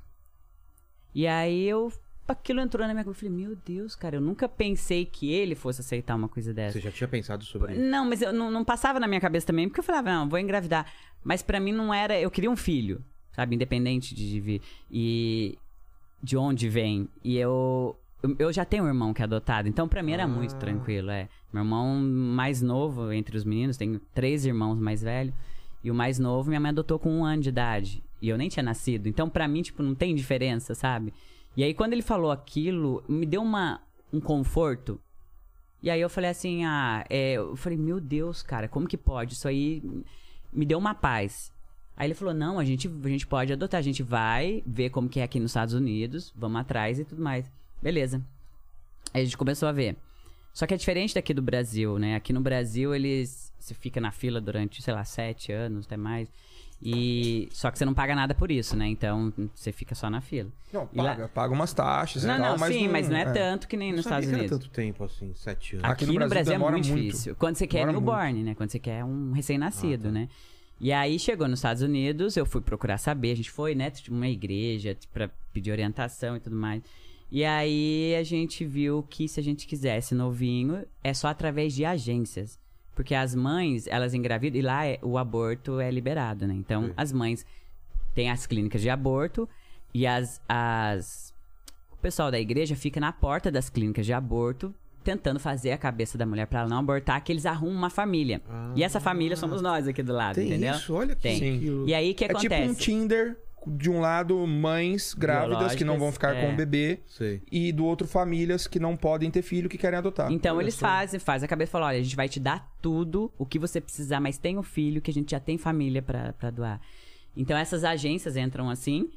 E aí eu, aquilo entrou na minha cabeça, eu falei, meu Deus, cara, eu nunca pensei que ele fosse aceitar uma coisa dessa. Você já tinha pensado sobre isso? Não, mas eu não, não passava na minha cabeça também, porque eu falava, não, vou engravidar. Mas pra mim não era, eu queria um filho. sabe? Independente de, de vir. E de onde vem. E eu... Eu já tenho um irmão que é adotado, então pra mim era ah. muito tranquilo, é. Meu irmão mais novo entre os meninos, tenho três irmãos mais velhos, e o mais novo minha mãe adotou com um ano de idade, e eu nem tinha nascido, então pra mim, tipo, não tem diferença, sabe? E aí quando ele falou aquilo, me deu uma, um conforto, e aí eu falei assim, ah, é, eu falei, meu Deus, cara, como que pode? Isso aí me deu uma paz. Aí ele falou, não, a gente, a gente pode adotar, a gente vai ver como que é aqui nos Estados Unidos, vamos atrás e tudo mais. Beleza. Aí a gente começou a ver. Só que é diferente daqui do Brasil, né? Aqui no Brasil, eles... Você fica na fila durante, sei lá, sete anos, até mais. E... Só que você não paga nada por isso, né? Então, você fica só na fila. Não, paga. Lá... Paga umas taxas não, e tal, não, mas sim, não... mas não é, é tanto que nem nos Estados Unidos. Não tanto tempo, assim, sete anos. Aqui, aqui no, no Brasil, Brasil é muito difícil. Quando você quer newborn, muito. né? Quando você quer um recém-nascido, ah, tá. né? E aí, chegou nos Estados Unidos, eu fui procurar saber. A gente foi, né? Tipo, uma igreja pra pedir orientação e tudo mais. E aí a gente viu que se a gente quisesse novinho, é só através de agências. Porque as mães, elas engravidam, e lá é, o aborto é liberado, né? Então, Sim. as mães têm as clínicas de aborto e as, as... o pessoal da igreja fica na porta das clínicas de aborto tentando fazer a cabeça da mulher pra ela não abortar, que eles arrumam uma família. Ah, e essa família somos nós aqui do lado, tem entendeu? Isso, olha que tem. Sim. E aí, o que é acontece? É tipo um Tinder... De um lado, mães grávidas que não vão ficar é. com o bebê. Sei. E do outro, famílias que não podem ter filho, que querem adotar. Então, Olha eles só. fazem, fazem a cabeça e falam, olha, a gente vai te dar tudo, o que você precisar, mas tem o filho, que a gente já tem família pra, pra doar. Então, essas agências entram assim,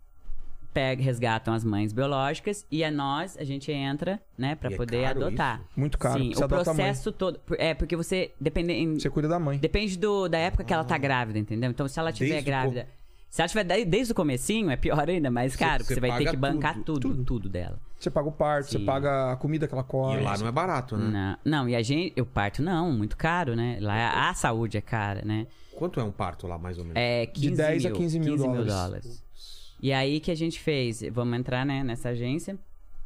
pegam, resgatam as mães biológicas, e a nós, a gente entra, né, pra e poder é caro adotar. Isso? Muito caro. Sim, o processo todo... É, porque você... Depende, você cuida da mãe. Depende do, da época que ela tá grávida, entendeu? Então, se ela estiver grávida... O... Se ela tiver desde o comecinho, é pior ainda, mais caro. Você, você vai ter que bancar tudo, tudo, tudo, tudo dela. Você paga o parto, Sim. você paga a comida que ela come. E lá não é barato, né? Não, não e a gente... O parto não, muito caro, né? Lá a saúde é cara, né? Quanto é um parto lá, mais ou menos? É quinze De dez mil, a quinze mil dólares. dólares. E aí, que a gente fez? Vamos entrar, né, nessa agência.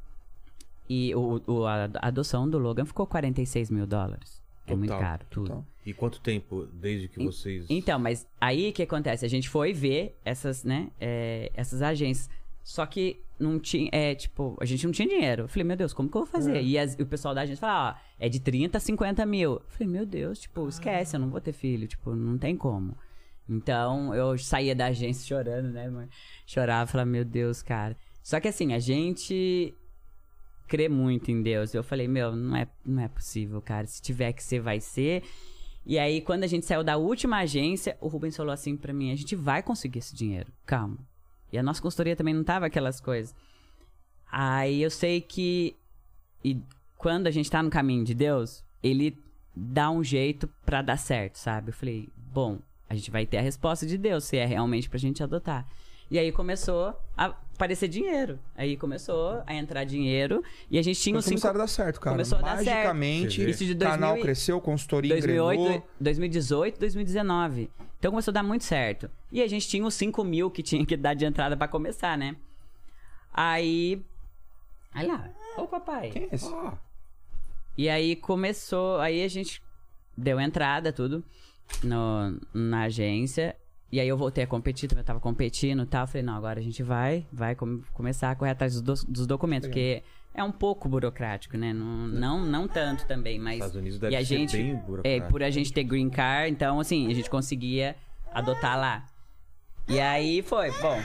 E o, o, a adoção do Logan ficou quarenta e seis mil dólares. É muito caro, tudo. Total. E quanto tempo desde que vocês... Então, mas aí o que acontece? A gente foi ver essas, né, é, essas agências. Só que não tinha, é, tipo, a gente não tinha dinheiro. Eu falei, meu Deus, como que eu vou fazer? É. E as, o pessoal da agência falava, ó, é de trinta a cinquenta mil. Eu falei, meu Deus, tipo, esquece, eu não vou ter filho. Tipo, não tem como. Então, eu saía da agência chorando, né, mãe? Chorava, falava, meu Deus, cara. Só que assim, a gente... crê muito em Deus. Eu falei, meu, não é, não é possível, cara. Se tiver que ser, vai ser. E aí, quando a gente saiu da última agência, o Rubens falou assim pra mim, a gente vai conseguir esse dinheiro, calma. E a nossa consultoria também não tava aquelas coisas. Aí eu sei que e quando a gente tá no caminho de Deus, ele dá um jeito pra dar certo, sabe? Eu falei, bom, a gente vai ter a resposta de Deus, se é realmente pra gente adotar. E aí começou a aparecer dinheiro. Aí começou a entrar dinheiro. E a gente tinha os cinco... Começaram a dar certo, cara. Começou a dar certo. Magicamente, Isso de o canal cresceu, consultoria engrenou. dois mil e dezoito, dois mil e dezenove. Então começou a dar muito certo. E a gente tinha os cinco mil que tinha que dar de entrada pra começar, né? Aí... Olha lá. Ô, papai. Quem é esse? Oh. E aí começou... Aí a gente deu entrada, tudo, no, na agência... E aí eu voltei a competir, também eu tava competindo e tal. Falei, não, agora a gente vai, vai com- começar a correr atrás dos, do- dos documentos, porque é um pouco burocrático, né? Não, não, não tanto também, mas... Estados Unidos deve e a ser gente, bem é, burocrático. por a gente ter green card, então assim, a gente conseguia adotar lá. E aí foi, bom...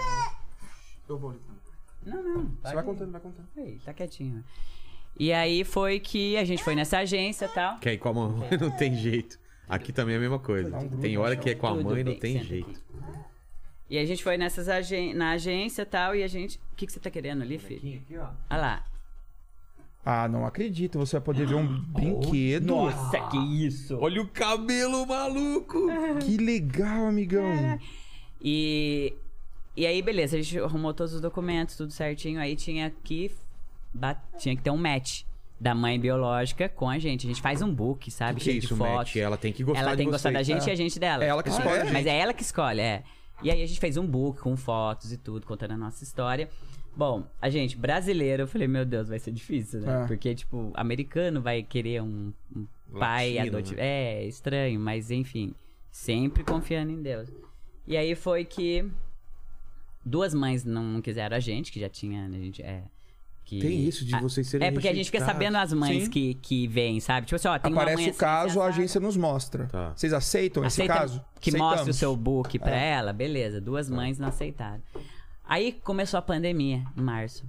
Eu vou. Não, não. Você vai contando, vai contando. Ei, tá quietinho. E aí foi que a gente foi nessa agência e tal. Que aí com a mãe não tem jeito. Aqui também é a mesma coisa. Tem hora que é com a Tudo mãe e não bem, tem senta jeito. aqui. E a gente foi nessas agen- na agência e tal, e a gente... O que, que você tá querendo ali, filho? Aqui, ó. Olha lá. Ah, não acredito. Você vai poder ver um brinquedo. Nossa, que isso! Olha o cabelo maluco! Que legal, amigão. E... E aí, beleza, a gente arrumou todos os documentos, tudo certinho. Aí tinha que... bat- Tinha que ter um match da mãe biológica com a gente. A gente faz um book, sabe? Que que é Cheio de isso, fotos. match? Ela tem que gostar Ela de tem que gostar da vocês. gente É. e a gente dela. É ela que escolhe a gente. Mas é ela que escolhe, é. E aí a gente fez um book com fotos e tudo, contando a nossa história. Bom, a gente, brasileiro, eu falei, meu Deus, vai ser difícil, né? É. Porque, tipo, americano vai querer um, um pai Latino, adotivo. né? É, estranho, mas enfim. Sempre confiando em Deus. E aí foi que duas mães não, não quiseram a gente, que já tinha, a gente, é... Que... Tem isso de a- vocês serem É porque a gente fica rejeitados. sabendo as mães Sim. que, que vêm, sabe? Tipo assim, ó, tem uma Aparece mãe o assim, caso, a assim, agência nos mostra. Tá. Vocês aceitam esse Aceita caso? que Aceitamos. mostre o seu book pra ela, beleza. Duas mães não aceitaram. Aí começou a pandemia, em março.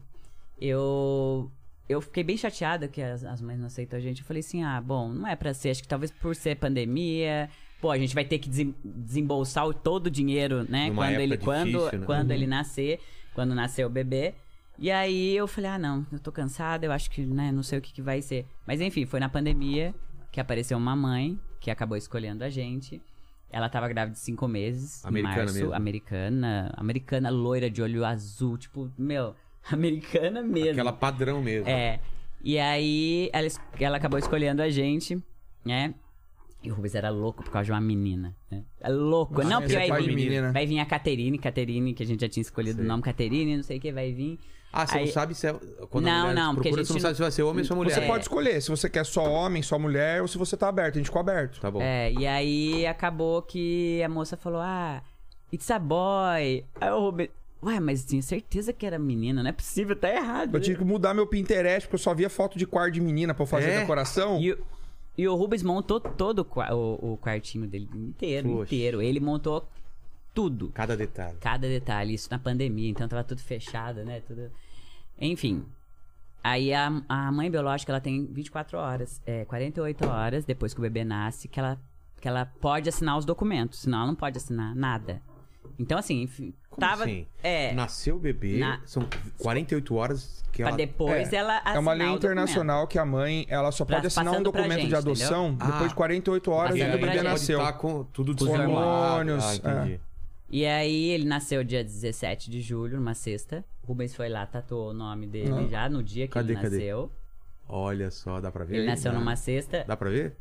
Eu... Eu fiquei bem chateada que as, as mães não aceitam a gente. Eu falei assim, ah, bom, não é pra ser. Acho que talvez por ser pandemia... Pô, a gente vai ter que desem- desembolsar o- todo o dinheiro, né? Numa Quando época ele, difícil, quando, né? quando Uhum. ele nascer, quando nascer o bebê. E aí eu falei, ah, não, eu tô cansada, eu acho que, né, não sei o que, que vai ser. Mas enfim, foi na pandemia que apareceu uma mãe que acabou escolhendo a gente. Ela tava grávida de cinco meses. Americana em março, mesmo? Americana. Americana, loira, de olho azul. Tipo, meu, americana mesmo. Aquela padrão mesmo. É. E aí ela, es- ela acabou escolhendo a gente, né? E o Rubens era louco por causa de uma menina, né? É louco. Ah, não, esse porque é vai pai de vir, menina. vai vir a Caterine, Caterine, que a gente já tinha escolhido Sei. o nome Caterine, não sei o que, vai vir. Ah, você Aí- não sabe se é... Quando a Não, mulher não, porque a procura, gente você não sabe não- se vai ser homem ou se é mulher. Você É. pode escolher se você quer só homem, só mulher, ou se você tá aberto. A gente ficou aberto. Tá bom. É, e aí acabou que a moça falou, ah, it's a boy. Aí o Rubens, ué, mas tinha certeza que era menina, não é possível, tá errado. Eu tive que mudar meu Pinterest, porque eu só via foto de quarto de menina pra eu fazer É? decoração. E, o- e o Rubens montou todo o, qua- o- o quartinho dele inteiro, Poxa. inteiro. Ele montou tudo. Cada detalhe. Cada detalhe, isso na pandemia, então tava tudo fechado, né? Tudo... Enfim. Aí a, a mãe biológica, ela tem vinte e quatro horas, é, quarenta e oito horas depois que o bebê nasce, que ela, que ela pode assinar os documentos, senão ela não pode assinar nada. Então, assim, enfim, Como tava. assim? É, Nasceu o bebê, Na- são quarenta e oito horas que pra ela... depois É, ela assinar É uma lei o internacional que a mãe, ela só Pra- pode assinar um passando pra documento gente, de adoção entendeu? depois Ah. de quarenta e oito horas Passando desde que o pra bebê gente. nasceu. Pode tá com tudo Com os desformado. hormônios, Ah, entendi. E aí ele nasceu dia dezessete de julho, numa sexta. O Rubens foi lá, tatuou o nome dele Não. já no dia que Cadê, ele cadê? nasceu. Olha só, dá pra ver? Ele aí? nasceu Dá. numa sexta. Dá pra ver?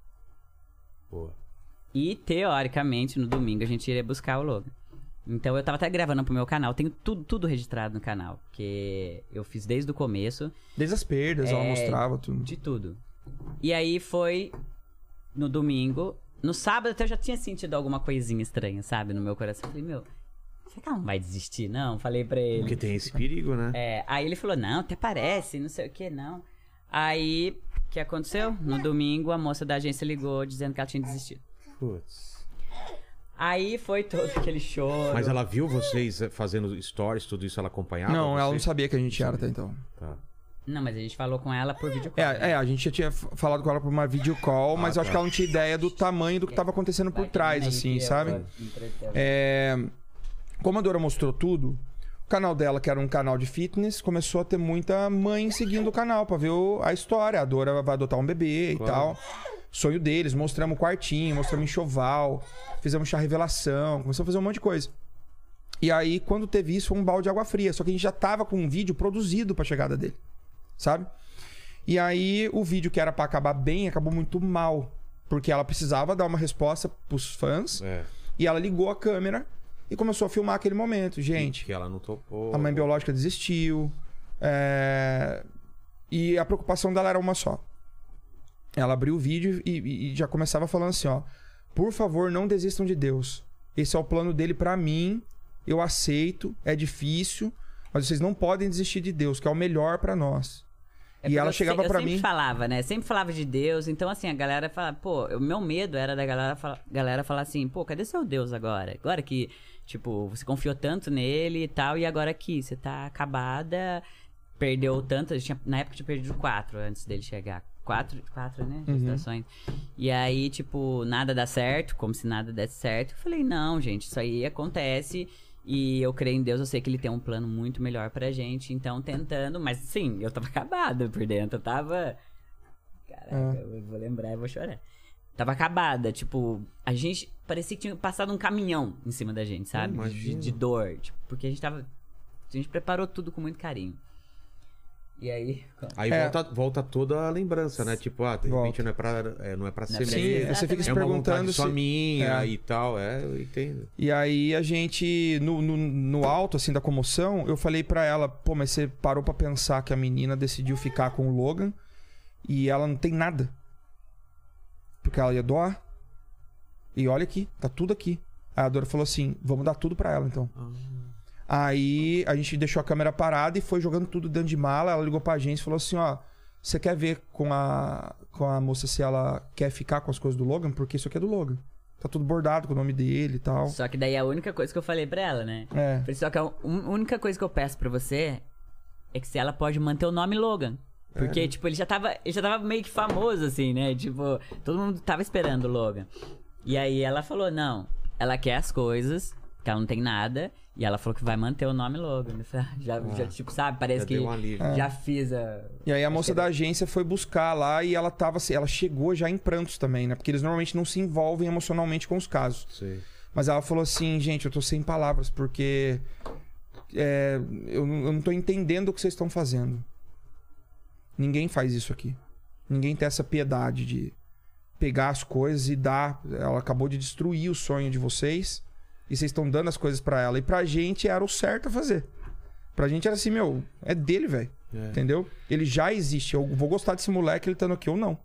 Boa. E, teoricamente, no domingo a gente iria buscar o Logan. Então eu tava até gravando pro meu canal. Tenho tudo, tudo registrado no canal. Porque eu fiz desde o começo, Desde as perdas, ela É, mostrava tudo. de tudo. E aí foi no domingo. No sábado até eu já tinha sentido alguma coisinha estranha, sabe? No meu coração. Eu falei, meu, será que ela não vai desistir, não? Falei pra ele. Porque tem esse perigo, né? É, aí ele falou, não, até parece, não sei o que, não. Aí, o que aconteceu? No domingo, a moça da agência ligou dizendo que ela tinha desistido. Putz. Aí foi todo aquele choro. Mas ela viu vocês fazendo stories, tudo isso, ela acompanhava? Não, ela não vocês? sabia que a gente era até então. Tá. Não, mas a gente falou com ela por vídeo. É, é, a gente já tinha f- falado com ela por uma video call, mas Ah, eu acho tá. que ela não tinha ideia do tamanho do que tava acontecendo por trás, assim, sabe? É, como a Dora mostrou tudo, o canal dela, que era um canal de fitness, começou a ter muita mãe seguindo o canal pra ver o- a história. A Dora vai adotar um bebê Claro. e tal. Sonho deles, mostramos o quartinho, mostramos enxoval, fizemos chá revelação, começamos a fazer um monte de coisa. E aí, quando teve isso, foi um balde de água fria. Só que a gente já tava com um vídeo produzido pra chegada dele, sabe? E aí, o vídeo que era pra acabar bem, acabou muito mal. Porque ela precisava dar uma resposta pros fãs. É. E ela ligou a câmera e começou a filmar aquele momento. Gente, Que ela não topou. a mãe biológica desistiu. é, E a preocupação dela era uma só. Ela abriu o vídeo e, e já começava falando assim, ó. Por favor, não desistam de Deus. Esse é o plano dele pra mim. Eu aceito. É difícil. Mas vocês não podem desistir de Deus, que é o melhor pra nós. É e porque ela eu chegava se- pra Eu mim... sempre falava, né? Sempre falava de Deus. Então, assim, a galera fala... Pô, o meu medo era da galera, fala, galera falar assim... Pô, cadê seu Deus agora? Agora que, tipo, você confiou tanto nele e tal... E agora aqui, você tá acabada... Perdeu tanto... Tinha, na época, tinha perdido quatro antes dele chegar. Quatro, quatro, né? Gestações. E aí, tipo, nada dá certo. Como se nada desse certo. Eu falei, não, gente. Isso aí acontece... E eu creio em Deus, eu sei que ele tem um plano muito melhor pra gente. Então, tentando... Mas, sim, eu tava acabada por dentro. Eu tava... Caraca, eu vou lembrar e vou chorar. Tava acabada. Tipo, a gente... Parecia que tinha passado um caminhão em cima da gente, sabe? De, Imagino. de dor. Tipo, porque a gente tava... A gente preparou tudo com muito carinho. E aí... Aí É. volta, volta toda a lembrança, né? Tipo, ah, de Volta. repente não é pra, é, não é pra Não ser é pra minha. Sim, ser. você fica se É uma perguntando vontade só se... minha É. e tal. É, eu entendo. E aí a gente, no, no, no alto, assim, da comoção, eu falei pra ela, pô, mas você parou pra pensar que a menina decidiu ficar com o Logan e ela não tem nada. Porque ela ia doar. E olha aqui, tá tudo aqui. Aí a Dora falou assim, vamos dar tudo pra ela, então. Aí a gente deixou a câmera parada e foi jogando tudo dentro de mala. Ela ligou pra agência e falou assim, ó... Você quer ver com a, com a moça se ela quer ficar com as coisas do Logan? Porque isso aqui é do Logan. Tá tudo bordado com o nome dele e tal. Só que daí a única coisa que eu falei pra ela, né? É. Falei, só que a un- única coisa que eu peço pra você é que se ela pode manter o nome Logan. Porque, É. tipo, ele já, tava, ele já tava meio que famoso, assim, né? Tipo, todo mundo tava esperando o Logan. E aí ela falou, não, ela quer as coisas, que ela não tem nada, e ela falou que vai manter o nome Logan. Eu falei, ah, já, Ah, já, tipo, sabe, parece já que deu um alívio. já fiz a... E aí a moça Acho que da é- agência foi buscar lá e ela tava assim, ela chegou já em prantos também, né? Porque eles normalmente não se envolvem emocionalmente com os casos. Sei. Mas ela falou assim, gente, eu tô sem palavras, porque é, eu, não- eu não tô entendendo o que vocês estão fazendo. Ninguém faz isso aqui. Ninguém tem essa piedade de pegar as coisas e dar. Ela acabou de destruir o sonho de vocês e vocês estão dando as coisas pra ela. E pra gente era o certo a fazer. Pra gente era assim, meu, é dele, velho. É. Entendeu? Ele já existe. Eu vou gostar desse moleque, ele estando aqui ou não.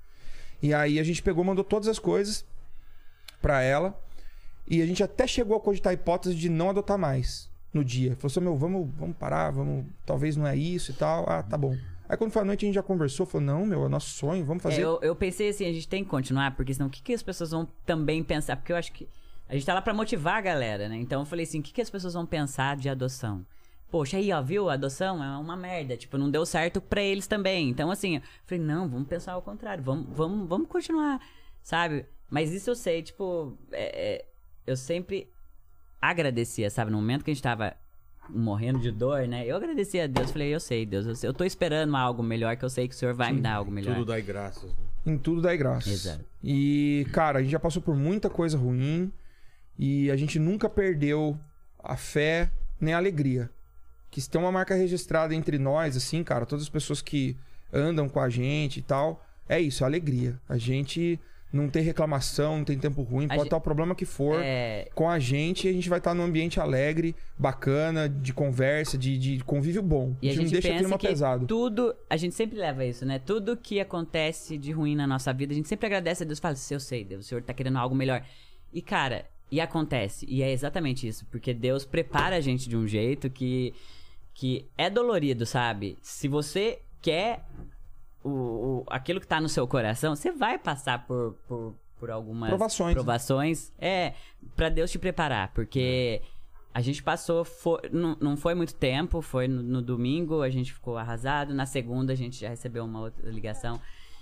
E aí a gente pegou, mandou todas as coisas pra ela. E a gente até chegou a cogitar a hipótese de não adotar mais no dia. Falou assim, meu, vamos, vamos parar, vamos. Talvez não é isso e tal. Ah, tá bom. Aí quando foi a noite a gente já conversou, falou, não, meu, é nosso sonho, vamos fazer. É, eu, eu pensei assim, a gente tem que continuar, porque senão o que, que as pessoas vão também pensar? Porque eu acho que a gente tá lá pra motivar a galera, né? Então eu falei assim, o que, que as pessoas vão pensar de adoção? Poxa, aí, ó, viu? A adoção é uma merda. Tipo, não deu certo pra eles também. Então, assim, eu falei, não, vamos pensar ao contrário. Vamos, vamos, vamos continuar, sabe? Mas isso eu sei, tipo... É, é, eu sempre agradecia, sabe? No momento que a gente tava morrendo de dor, né? Eu agradecia a Deus. Falei, eu sei, Deus. Eu, sei, eu tô esperando algo melhor, que eu sei que o Senhor vai me dar algo melhor. Tudo dai graças. Né? Em tudo dai graças. Exato. E, cara, a gente já passou por muita coisa ruim. E a gente nunca perdeu a fé nem a alegria. Que se tem uma marca registrada entre nós, assim, cara, todas as pessoas que andam com a gente e tal, é isso, é alegria. A gente não tem reclamação, não tem tempo ruim, pode gente- estar o problema que for. É, Com a gente, a gente vai estar num ambiente alegre, bacana, de conversa, de, de convívio bom. E a gente não deixa o pensa clima que pesado. tudo... A gente sempre leva isso, né? Tudo que acontece de ruim na nossa vida, a gente sempre agradece a Deus e fala, eu sei, Deus, o Senhor tá querendo algo melhor. E, cara, e acontece. E é exatamente isso. Porque Deus prepara a gente de um jeito que, que é dolorido, sabe? Se você quer o, o, aquilo que tá no seu coração, você vai passar por... por por algumas Provações, né? provações é, pra Deus te preparar, porque a gente passou, foi, não, não foi muito tempo, foi no, no domingo, a gente ficou arrasado, na segunda a gente já recebeu uma outra ligação,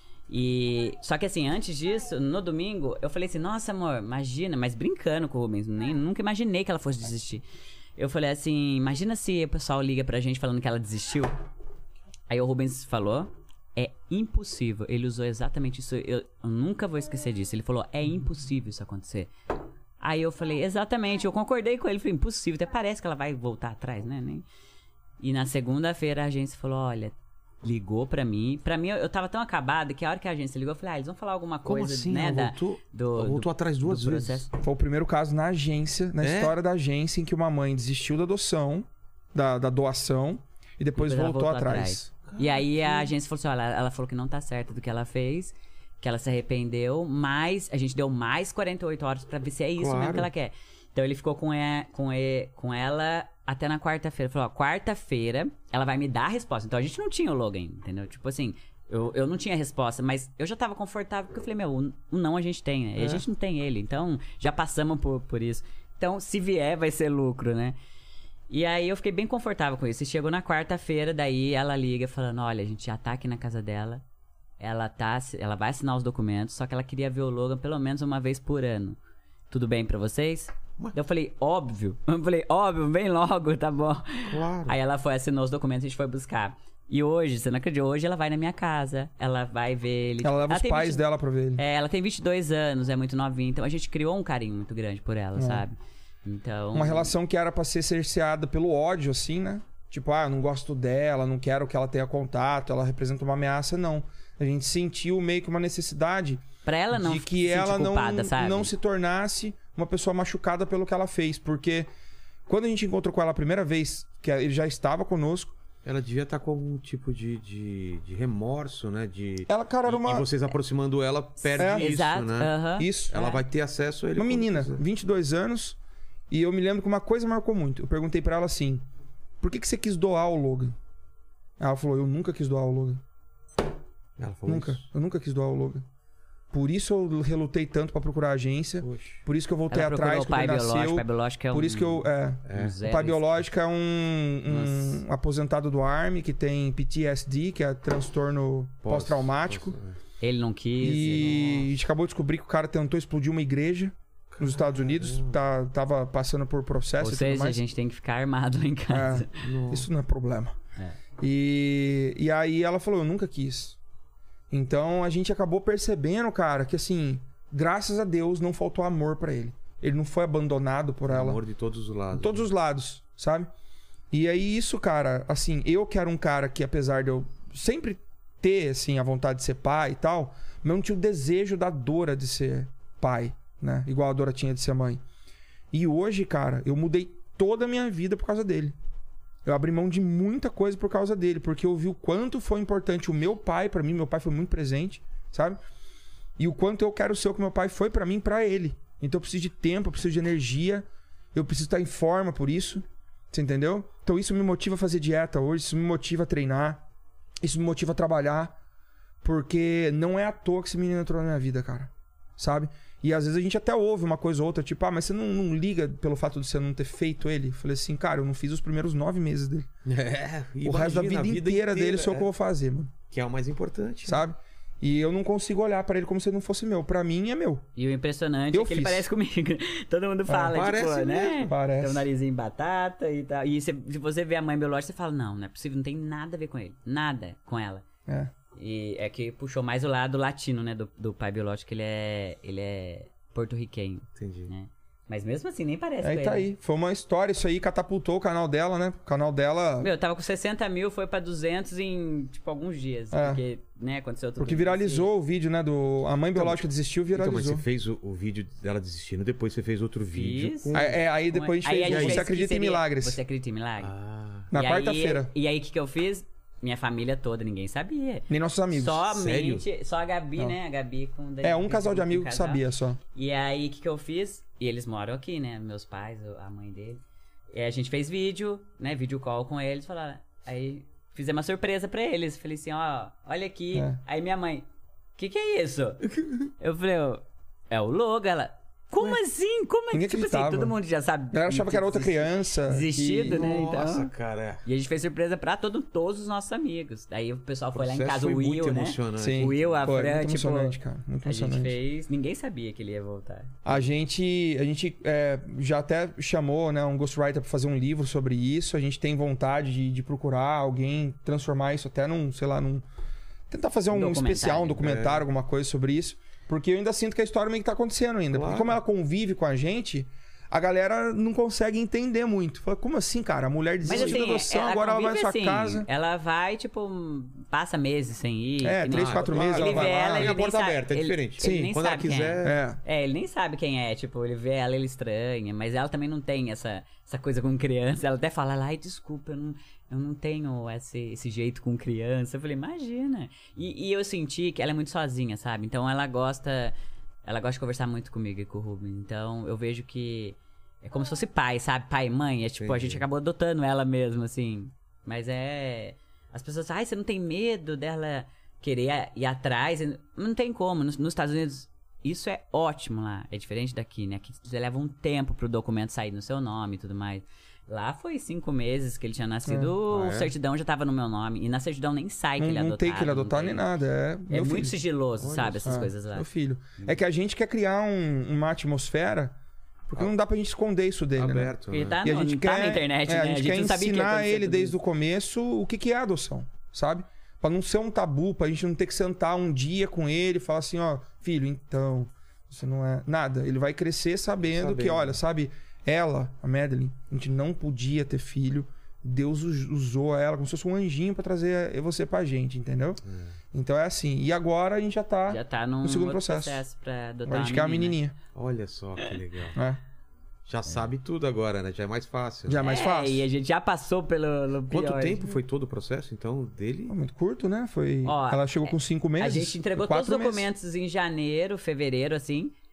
e só que assim, antes disso, no domingo, eu falei assim, nossa amor, imagina, mas brincando com o Rubens, nem, nunca imaginei que ela fosse desistir. Eu falei assim, imagina se o pessoal liga pra gente falando que ela desistiu. Aí o Rubens falou, é impossível. Ele usou exatamente isso. Eu, eu nunca vou esquecer disso. Ele falou, é impossível isso acontecer. Aí eu falei, exatamente. Eu concordei com ele. Falei, impossível. Até parece que ela vai voltar atrás, né? Nem... E na segunda-feira a agência falou, olha, ligou pra mim. Pra mim, eu, eu tava tão acabada que a hora que a agência ligou, eu falei, ah, eles vão falar alguma Como coisa, assim? né? Ela da, voltou, do, ela voltou do- atrás duas do vezes. processo. Foi o primeiro caso na agência, na É? história da agência, em que uma mãe desistiu da adoção, da, da doação, e depois, Depois ela voltou, voltou atrás. E aí a agência falou assim, olha, ela, ela falou que não tá certa do que ela fez, que ela se arrependeu, mas a gente deu mais quarenta e oito horas pra ver se é isso Claro. mesmo que ela quer. Então ele ficou com, e, com, e, com ela até na quarta-feira. Falou, ó, quarta-feira ela vai me dar a resposta. Então a gente não tinha o Logan, entendeu? Tipo assim, eu, eu não tinha resposta, mas eu já tava confortável, porque eu falei, meu, o, o não a gente tem, né? E É. a gente não tem ele, então já passamos por, por isso. Então se vier vai ser lucro, né? E aí eu fiquei bem confortável com isso. E chegou na quarta-feira, daí ela liga falando, olha, a gente já tá aqui na casa dela. Ela tá, ela vai assinar os documentos, só que ela queria ver o Logan pelo menos uma vez por ano. Tudo bem pra vocês? Daí eu falei, óbvio. Eu falei, óbvio, vem logo, tá bom. Claro. Aí ela foi, assinou os documentos, a gente foi buscar. E hoje, você não acredita, hoje ela vai na minha casa, ela vai ver ele. Ela leva os tem pais vinte dela pra ver ele. É, ela tem vinte e dois anos, é muito novinha, então a gente criou um carinho muito grande por ela, sabe? Então... Uma relação que era pra ser cerceada pelo ódio, assim, né? Tipo, ah, eu não gosto dela, não quero que ela tenha contato, ela representa uma ameaça, não. A gente sentiu meio que uma necessidade Pra ela não de se que sentir ela culpada, não, sabe? não se tornasse uma pessoa machucada pelo que ela fez. Porque quando a gente encontrou com ela a primeira vez, que ele já estava conosco, Ela devia estar com algum tipo de, de, de remorso, né? De, ela, cara, era e- uma... E vocês aproximando ela, perde É. isso, Exato, né? aham. Isso. Ela É. vai ter acesso a ele. Uma quando menina, quiser. vinte e dois anos, E eu me lembro que uma coisa marcou muito. Eu perguntei pra ela assim, por que, que você quis doar o Logan? Ela falou, eu nunca quis doar o Logan. Ela falou Nunca. isso. Eu nunca quis doar o Logan. Por isso eu relutei tanto pra procurar agência. Poxa. Por isso que eu voltei Ela procurou atrás o pai quando ele biológico. nasceu. O pai biológico é um... Por isso que eu... É, É. um o zero pai esse- biológico é um, um aposentado do Army que tem P T S D, que é transtorno Pós- pós-traumático. pós- Ele não quis. E a gente acabou de descobrir que o cara tentou explodir uma igreja nos Estados Unidos. Tá, tava passando por processo Ou e tudo seja, a mais. gente tem que ficar armado lá em casa. É, isso não é problema. É. E, e aí ela falou, eu nunca quis. Então a gente acabou percebendo, cara, que assim, graças a Deus não faltou amor pra ele. Ele não foi abandonado por ela. Amor de todos os lados. De todos os lados, sabe? E aí isso, cara, assim, eu que era um cara que apesar de eu sempre ter, assim, a vontade de ser pai e tal, mas eu não tinha o desejo da Dora de ser pai, né? Igual a Dora tinha de ser mãe. E hoje, cara, eu mudei toda a minha vida por causa dele. Eu abri mão de muita coisa por causa dele, porque eu vi o quanto foi importante o meu pai pra mim, meu pai foi muito presente, sabe? E o quanto eu quero ser o que meu pai foi pra mim, pra ele. Então eu preciso de tempo, eu preciso de energia, eu preciso estar em forma por isso, você entendeu? Então isso me motiva a fazer dieta hoje, isso me motiva a treinar, isso me motiva a trabalhar, porque não é à toa que esse menino entrou na minha vida, cara, sabe? E às vezes a gente até ouve uma coisa ou outra, tipo, ah, mas você não, não liga pelo fato de você não ter feito ele? Eu falei assim, cara, eu não fiz os primeiros nove meses dele. É, O resto da imagina, vida, a inteira, dele sou eu é. que eu vou fazer, mano. Que é o mais importante. Sabe? E eu não consigo olhar pra ele como se ele não fosse meu. Pra mim, é meu. E o impressionante Eu é que ele fiz. parece comigo. Todo mundo fala, parece tipo, né? mesmo, parece. Tem um narizinho batata e tal. E se, se você vê a mãe biológica, você fala, não, não é possível, não tem nada a ver com ele. Nada com ela. É. E é que puxou mais o lado latino, né, do, do pai biológico, ele é, ele é porto-riquenho, Entendi. né? Mas mesmo assim, nem parece Aí com tá ele. aí. Foi uma história, isso aí catapultou o canal dela, né? O canal dela. Meu, tava com sessenta mil, foi pra duzentos em, tipo, alguns dias. É. Porque, né, aconteceu tudo. Porque viralizou o vídeo, né? Do. A mãe biológica desistiu, Então, mas viralizou. você fez o, o vídeo dela desistindo, depois você fez outro vídeo. Fiz. com- Aí, é, aí depois a gente Aí fez. gente Você fez acredita que em seria- milagres? Você acredita em milagres? Ah, Na E quarta-feira. Aí, e aí, o que, que eu fiz? Minha família toda, ninguém sabia. Nem nossos amigos. Somente, só a Gabi, Não. né? A Gabi com o É, um casal de um amigos que casal. sabia só. E aí, o que, que eu fiz? E eles moram aqui, né? Meus pais, a mãe dele. E a gente fez vídeo, né? Vídeo call com eles. Falaram. Aí fizemos uma surpresa pra eles. Falei assim, ó, olha aqui. É. Aí minha mãe, o que, que é isso? Eu falei, ó, é o logo. Ela, como assim? Como é Ninguém que, tipo assim, acreditava. todo mundo já sabe. A galera achava que era outra desisti- criança. Desistido, e- né? nossa, Então. cara. E a gente fez surpresa pra todo, todos os nossos amigos. Daí o pessoal foi lá em processo casa, foi o Will, muito né? emocionante. Sim. O Will, a Pô, é Fran, muito tipo, emocionante, cara. Muito A gente emocionante. fez. Ninguém sabia que ele ia voltar. A gente, a gente é, já até chamou, né, um ghostwriter para fazer um livro sobre isso. A gente tem vontade de, de procurar alguém, transformar isso até num, sei lá, num... Tentar fazer um, Um especial, um documentário. documentário, alguma coisa sobre isso. Porque eu ainda sinto que a história meio que tá acontecendo ainda. Claro. Porque como ela convive com a gente, a galera não consegue entender muito. Fala, como assim, cara? A mulher desistiu da adoção, agora ela vai na sua convive casa. assim, ela vai, tipo, passa meses sem ir. É, que três, nem- quatro claro. meses Ele ela vê vai lá. ela, Tem ele a nem porta sabe- aberta, é ele- diferente. Ele Sim, nem quando ela sabe quem quiser- é. É. É, ele nem sabe quem é, tipo, ele vê ela, ele estranha, mas ela também não tem essa, essa coisa com criança. Ela até fala, ai, desculpa, eu não, eu não tenho esse, esse jeito com criança. Eu falei, imagina. E, e eu senti que ela é muito sozinha, sabe? Então ela gosta, ela gosta de conversar muito comigo e com o Ruben. Então eu vejo que é como se fosse pai, sabe? Pai e mãe. É tipo, a Entendi. gente acabou adotando ela mesmo, assim. Mas é... As pessoas, ai, você não tem medo dela querer ir atrás? Não tem como. Nos, nos Estados Unidos, isso é ótimo lá. É diferente daqui, né? Aqui você leva um tempo pro documento sair no seu nome e tudo mais. Lá foi cinco meses que ele tinha nascido, Ah, o é? certidão já tava no meu nome. E na certidão nem sai que Não, ele é não adotado. tem que ele adotar não nem tem. nada. É, É meu muito filho. sigiloso, Olha sabe? Essas Ah, coisas lá. Meu filho. É que a gente quer criar um- uma atmosfera, porque não dá pra gente esconder isso dele, né? Aberto, Ele né? tá, E a no, gente tá quer, na internet, é, né? a gente quer não sabia que ia ensinar acontecer ele tudo desde isso. o começo o que, que é adoção, sabe? Pra não ser um tabu, pra gente não ter que sentar um dia com ele e falar assim, ó, filho, então, você não é nada. Ele vai crescer sabendo, Sabendo. que, olha, sabe, ela, a Madeline, a gente não podia ter filho. Deus us- usou ela como se fosse um anjinho pra trazer você pra gente, entendeu? Então é assim. E agora a gente já tá. Já tá num no segundo outro processo. processo pra adotar Agora a gente uma quer a menina. menininha. Olha só que legal. Né? Já sabe tudo agora, né? Já é mais fácil. Já é mais É, fácil. e a gente já passou pelo, pelo Quanto pior. tempo foi todo o processo, então, dele? É muito curto, né? Foi. Ó, ela chegou com cinco meses. A gente entregou quatro todos os meses. documentos em janeiro, fevereiro, assim.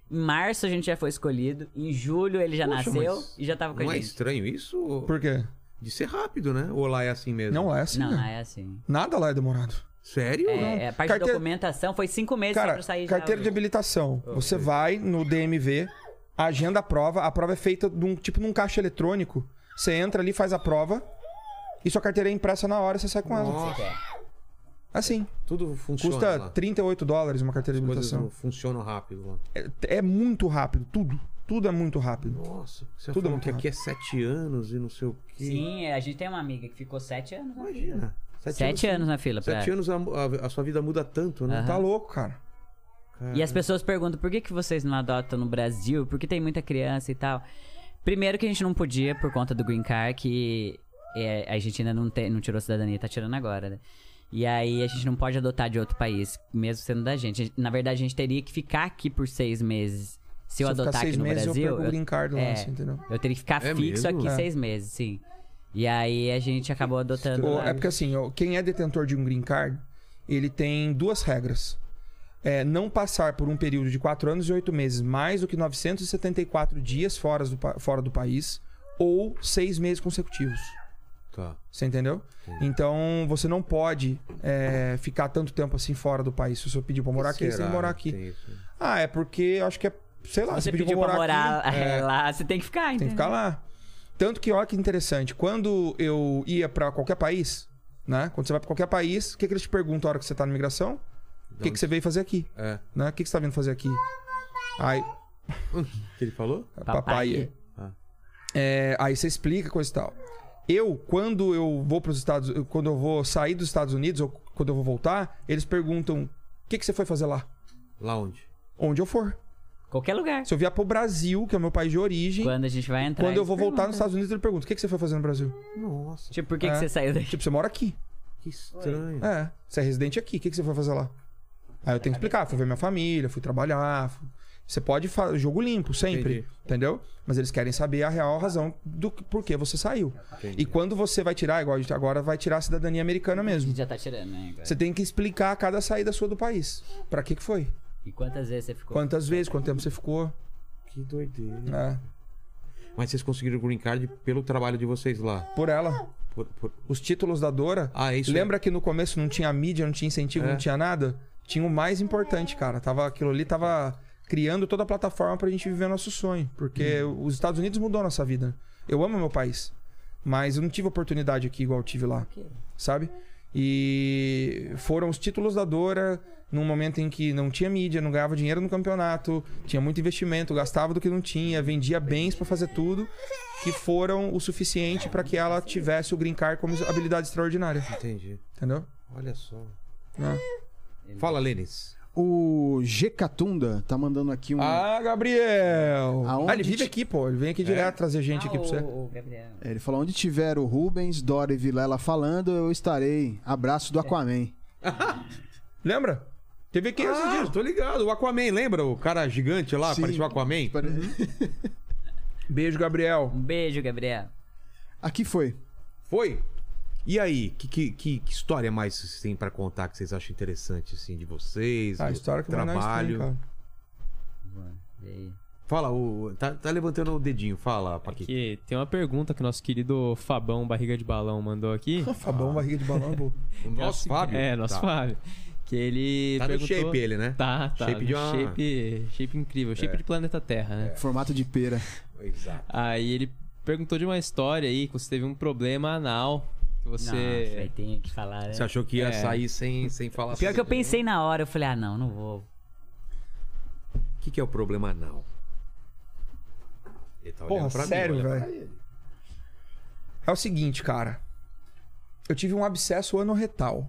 Em março a gente já foi escolhido. Em julho ele já Poxa, nasceu mas e já tava com a Não é gente. estranho isso? Por quê? De ser rápido, né? Ou lá é assim mesmo? Não é assim, Não, né? não é assim. Nada lá é demorado. Sério? É, Não. é, a parte Carteira- de documentação foi cinco meses só Cara, pra sair carteira já. de habilitação. Você vai no D M V, agenda a prova. A prova é feita num, tipo num caixa eletrônico. Você entra ali, faz a prova. E sua carteira é impressa na hora e você sai com ela. Nossa, Assim. tudo funciona Custa lá. trinta e oito dólares uma carteira de Coisas habilitação. funcionam rápido lá. É, é muito rápido, tudo. Tudo é muito rápido. Nossa, você Tudo falou muito que aqui é sete anos e não sei o quê. Sim, é, a gente tem uma amiga que ficou sete anos na fila. Imagina. Sete anos na fila. Pra... Sete anos a, a- a sua vida muda tanto, né? Aham. Tá louco, cara. E as pessoas perguntam, por que, que vocês não adotam no Brasil? Porque tem muita criança e tal. Primeiro que a gente não podia por conta do Green Card, que é, a gente ainda não, te, não tirou a cidadania, tá tirando agora, né? E aí a gente não pode adotar de outro país, mesmo sendo da gente. A gente- Na verdade, a gente teria que ficar aqui por seis meses. Se eu Se eu ficar adotar seis aqui no meses, eu Brasil... perco o green card lá, é, assim, entendeu? eu teria que ficar É fixo mesmo? aqui É. seis meses, sim. E aí a gente acabou adotando... Ô, lá. É porque assim, ó, quem é detentor de um green card, ele tem duas regras. É não passar por um período de quatro anos e oito meses mais do que novecentos e setenta e quatro dias fora do, pa- fora do país ou seis meses consecutivos. Tá. Você entendeu? Então, você não pode é, ficar tanto tempo assim fora do país. Se você pedir pra morar aqui, você tem que morar aqui. Tem isso? Ah, é porque eu acho que é... Sei lá, Se você pediu pediu pra morar aqui, é, é, lá, você tem que ficar, tem que entendeu? ficar lá. Tanto que, olha que interessante. Quando eu ia pra qualquer país, né? Quando você vai pra qualquer país, o que, que eles te perguntam na hora que você tá na imigração? O que, que você veio fazer aqui? É. Né? O que, que você tá vindo fazer aqui? Aí, O que ele falou? papai. Papai. Ah. É, aí você explica coisa e tal. Eu, quando eu vou para os Estados, quando eu vou sair dos Estados Unidos ou quando eu vou voltar, eles perguntam: o que, que você foi fazer lá? Lá onde? Onde eu for. Qualquer lugar. Se eu vier pro Brasil, que é o meu país de origem, quando, Quando a gente vai entrar... eu eles vou voltar nos perguntam. Estados Unidos, ele pergunta: o que, que você foi fazer no Brasil? Nossa, Tipo, por que, É. que você saiu daqui? Tipo, você mora aqui. que estranho. É, você é residente aqui, o que, que você foi fazer lá? Aí eu tenho que explicar: fui ver minha família, fui trabalhar. Fui... Você pode fazer jogo limpo sempre, Entendi. entendeu? Mas eles querem saber a real razão do por que você saiu. Entendi. E quando você vai tirar, igual a gente agora vai tirar a cidadania americana A mesmo. gente já tá tirando, né? Agora. Você tem que explicar cada saída sua do país. Pra que que foi? E quantas vezes você ficou? Quantas vezes, quanto tempo você ficou. Que doideira. É, Mas vocês conseguiram o green card pelo trabalho de vocês lá? por ela. Por- por- Os títulos da Dora. Ah, é isso. Lembra que no começo não tinha mídia, não tinha incentivo, É. não tinha nada? Tinha o mais importante, cara. Tava, aquilo ali tava criando toda a plataforma pra gente viver nosso sonho. Porque Uhum. os Estados Unidos mudou a nossa vida. Eu amo meu país. Mas eu não tive oportunidade aqui igual eu tive lá. Sabe? E foram os títulos da Dora num momento em que não tinha mídia, não ganhava dinheiro no campeonato, tinha muito investimento, gastava do que não tinha, vendia bens pra fazer tudo, que foram o suficiente pra que ela tivesse o green card como habilidade extraordinária. Entendi. Entendeu? Olha só. Né? Fala, Lênis. O G Catunda tá mandando aqui um. Ah, Gabriel! Aonde Ah, ele vive te- aqui, pô. Ele vem aqui direto trazer gente aqui pra você. Ah, o, o Gabriel. É, ele falou: onde tiver o Rubens, Dora e Vilela falando, eu estarei. Abraço do Aquaman. Lembra? Teve aqui esses Ah, dias. tô ligado. O Aquaman, lembra? O cara gigante lá, Sim. parecia o Aquaman. Beijo, Gabriel. Um beijo, Gabriel. Aqui foi. Foi? E aí, que, que, que, que história mais vocês têm pra contar que vocês acham interessante, assim, de vocês? Ah, a do história que vai nós trabalho? tem, cara. E aí? Fala, o, tá, tá levantando o dedinho, fala, Paquito. Aqui, tem uma pergunta que o nosso querido Fabão Barriga de Balão mandou aqui. Fabão, barriga de balão, pô. O nosso Fábio? É, nosso Tá. Fábio. Que ele Tá no perguntou... shape ele, né? Tá, tá. Shape no de uma- shape, shape incrível. Shape É. de planeta Terra, né? Formato de pera. Exato. Aí ele perguntou de uma história aí, que você teve um problema anal. Que Nossa, aí você... tem que falar, né? Você achou que ia É. sair sem, sem falar Pior sobre que eu isso, né? pensei na hora, eu falei, ah, não, não vou. O que, que é o problema anal? Ele tá Porra, olhando pra mim, sério, olha pra velho? ele. É o seguinte, cara. Eu tive um abscesso anorretal.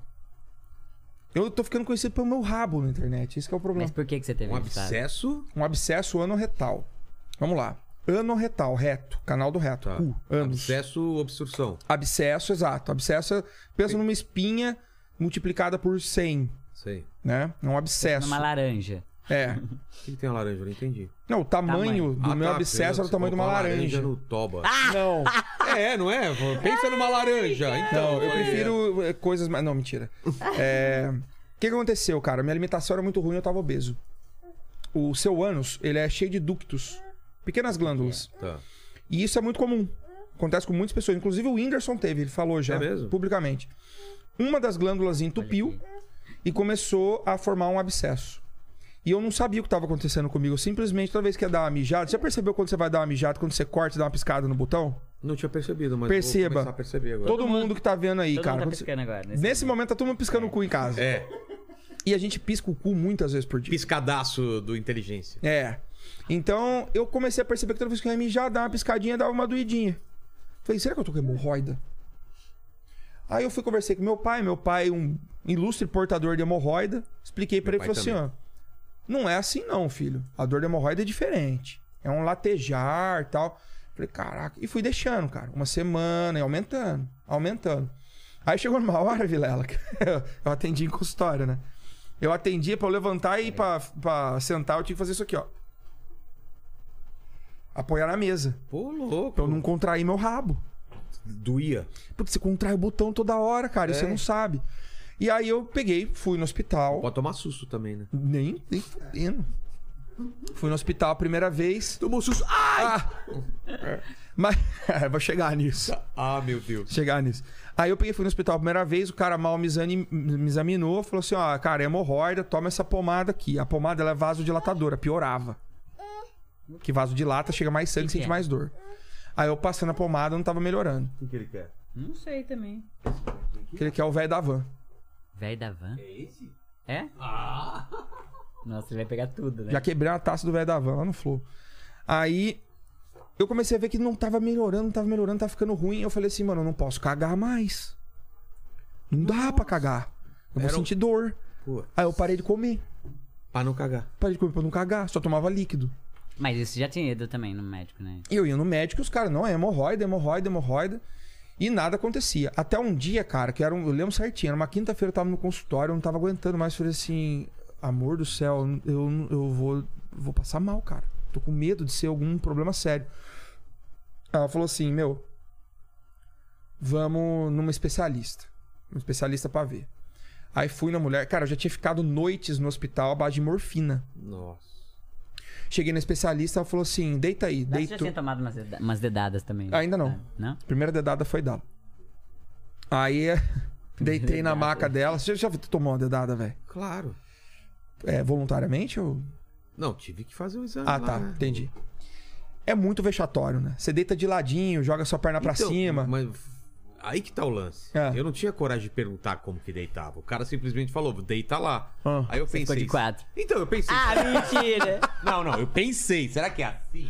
Eu tô ficando conhecido pelo meu rabo na internet. Esse que é o problema. Mas por que, que você teve Um esse estado? abscesso? Um abscesso anorretal. Vamos lá. Anorretal, reto. Canal do reto. Tá. Cu, anos. Abscesso, obstrução. Abscesso, exato. Abscesso, pensa numa espinha multiplicada por cem, Sei. né? É um abscesso. Numa laranja. É. O que, que tem a laranja? Eu não entendi. Não, o tamanho, Tamanho. do Ah, meu tá, abscesso era o você tamanho de uma colocou a laranja. no toba. Não, É, não é? Pensa numa laranja. Então, não, eu olha. prefiro eh, coisas mais... Não, mentira. É... O que que aconteceu, cara? Minha alimentação era muito ruim, eu tava obeso. o seu ânus, ele é cheio de ductos. Pequenas glândulas. Tá. E isso é muito comum. Acontece com muitas pessoas. Inclusive o Whindersson teve, ele falou já É mesmo? publicamente. Uma das glândulas entupiu e começou a formar um abscesso. E eu não sabia o que estava acontecendo comigo. Eu simplesmente, toda vez que ia dar uma mijada... Você já percebeu quando você vai dar uma mijada, quando você corta e dá uma piscada no botão? Não tinha percebido, mas Perceba. vou começar a perceber agora. Todo mundo que tá vendo aí, Todo cara. mundo tá quando você- piscando agora. Nesse momento tá todo mundo piscando o cu em casa. É, E a gente pisca o cu muitas vezes por dia. piscadaço do inteligência. É. Então, eu comecei a perceber que toda vez que eu ia mijar, dava uma piscadinha, dava uma doidinha. Falei, será que eu tô com hemorroida? Aí eu fui conversei com meu pai. Meu pai, um ilustre portador de hemorroida. Expliquei pra Meu ele, falei assim, pai ó... Não é assim não, filho. A dor de hemorroida é diferente. É um latejar e tal. Falei, caraca. E fui deixando, cara. Uma semana e aumentando. Aumentando. Aí chegou numa hora, Vilela, que eu atendi em consultório, né? Eu atendia pra eu levantar e ir pra, pra sentar, eu tinha que fazer isso aqui, ó. Apoiar na mesa. Pô, louco. Pra eu não contrair meu rabo. Doía. Porque você contrai o botão toda hora, cara. E É. você não sabe. E aí eu peguei, fui no hospital. Pode tomar susto também, né? Nem, nem fudendo. Fui no hospital a primeira vez. Tomou susto. Ai! Ah! Mas. Vou chegar nisso. Ah, meu Deus. Chegar nisso. Aí eu peguei, fui no hospital a primeira vez, o cara mal me, exami- me examinou, falou assim: ó, cara, é hemorroida, toma essa pomada aqui. A pomada ela é vasodilatadora, piorava. Que vasodilata, chega mais sangue, Que sente que é? mais dor. Aí eu passando a pomada, não tava melhorando. O que ele quer? Não sei também. Aquele que é o velho da van. Velho da van? É esse? É? Ah! Nossa, ele vai pegar tudo, né? Já quebrei uma taça do velho da van lá no Flow. Aí eu comecei a ver que não tava melhorando, não tava melhorando, tava ficando ruim. Eu falei assim, mano, eu não posso cagar mais. Não dá pra cagar. Eu vou Era um- sentir dor. Pô, Aí eu parei de comer. pra não cagar. Parei de comer pra não cagar, só tomava líquido. Mas isso já tinha ido também no médico, né? E eu ia no médico e os caras, não, é hemorroida, hemorroida, hemorroida. E nada acontecia. Até um dia, cara, que era um, eu lembro certinho, era uma quinta-feira, eu tava no consultório, eu não tava aguentando mais. Falei assim, amor do céu, eu, eu vou, vou passar mal, cara. Tô com medo de ser algum problema sério. Ela falou assim, meu, vamos numa especialista. Um especialista pra ver. Aí fui na mulher, cara, eu já tinha ficado noites no hospital à base de morfina. Nossa. Cheguei na especialista, ela falou assim, deita aí, Você já deita. tinha tomado umas, deda- umas dedadas também? né? Ainda não. Ah, Não? A primeira dedada foi dela. Aí, deitei na Dedada. maca dela. Você já tomou uma dedada, velho? Claro. É, voluntariamente ou... Não, tive que fazer o exame Ah, lá, tá. né? Entendi. É muito vexatório, né? Você deita de ladinho, joga sua perna pra Então, cima. Mas aí que tá o lance. É. Eu não tinha coragem de perguntar como que deitava. O cara simplesmente falou, deita lá. Ah. Aí eu Você ficou pensei... de quatro. Então, eu pensei... Ah, mentira! Não, não, eu pensei, será que é assim?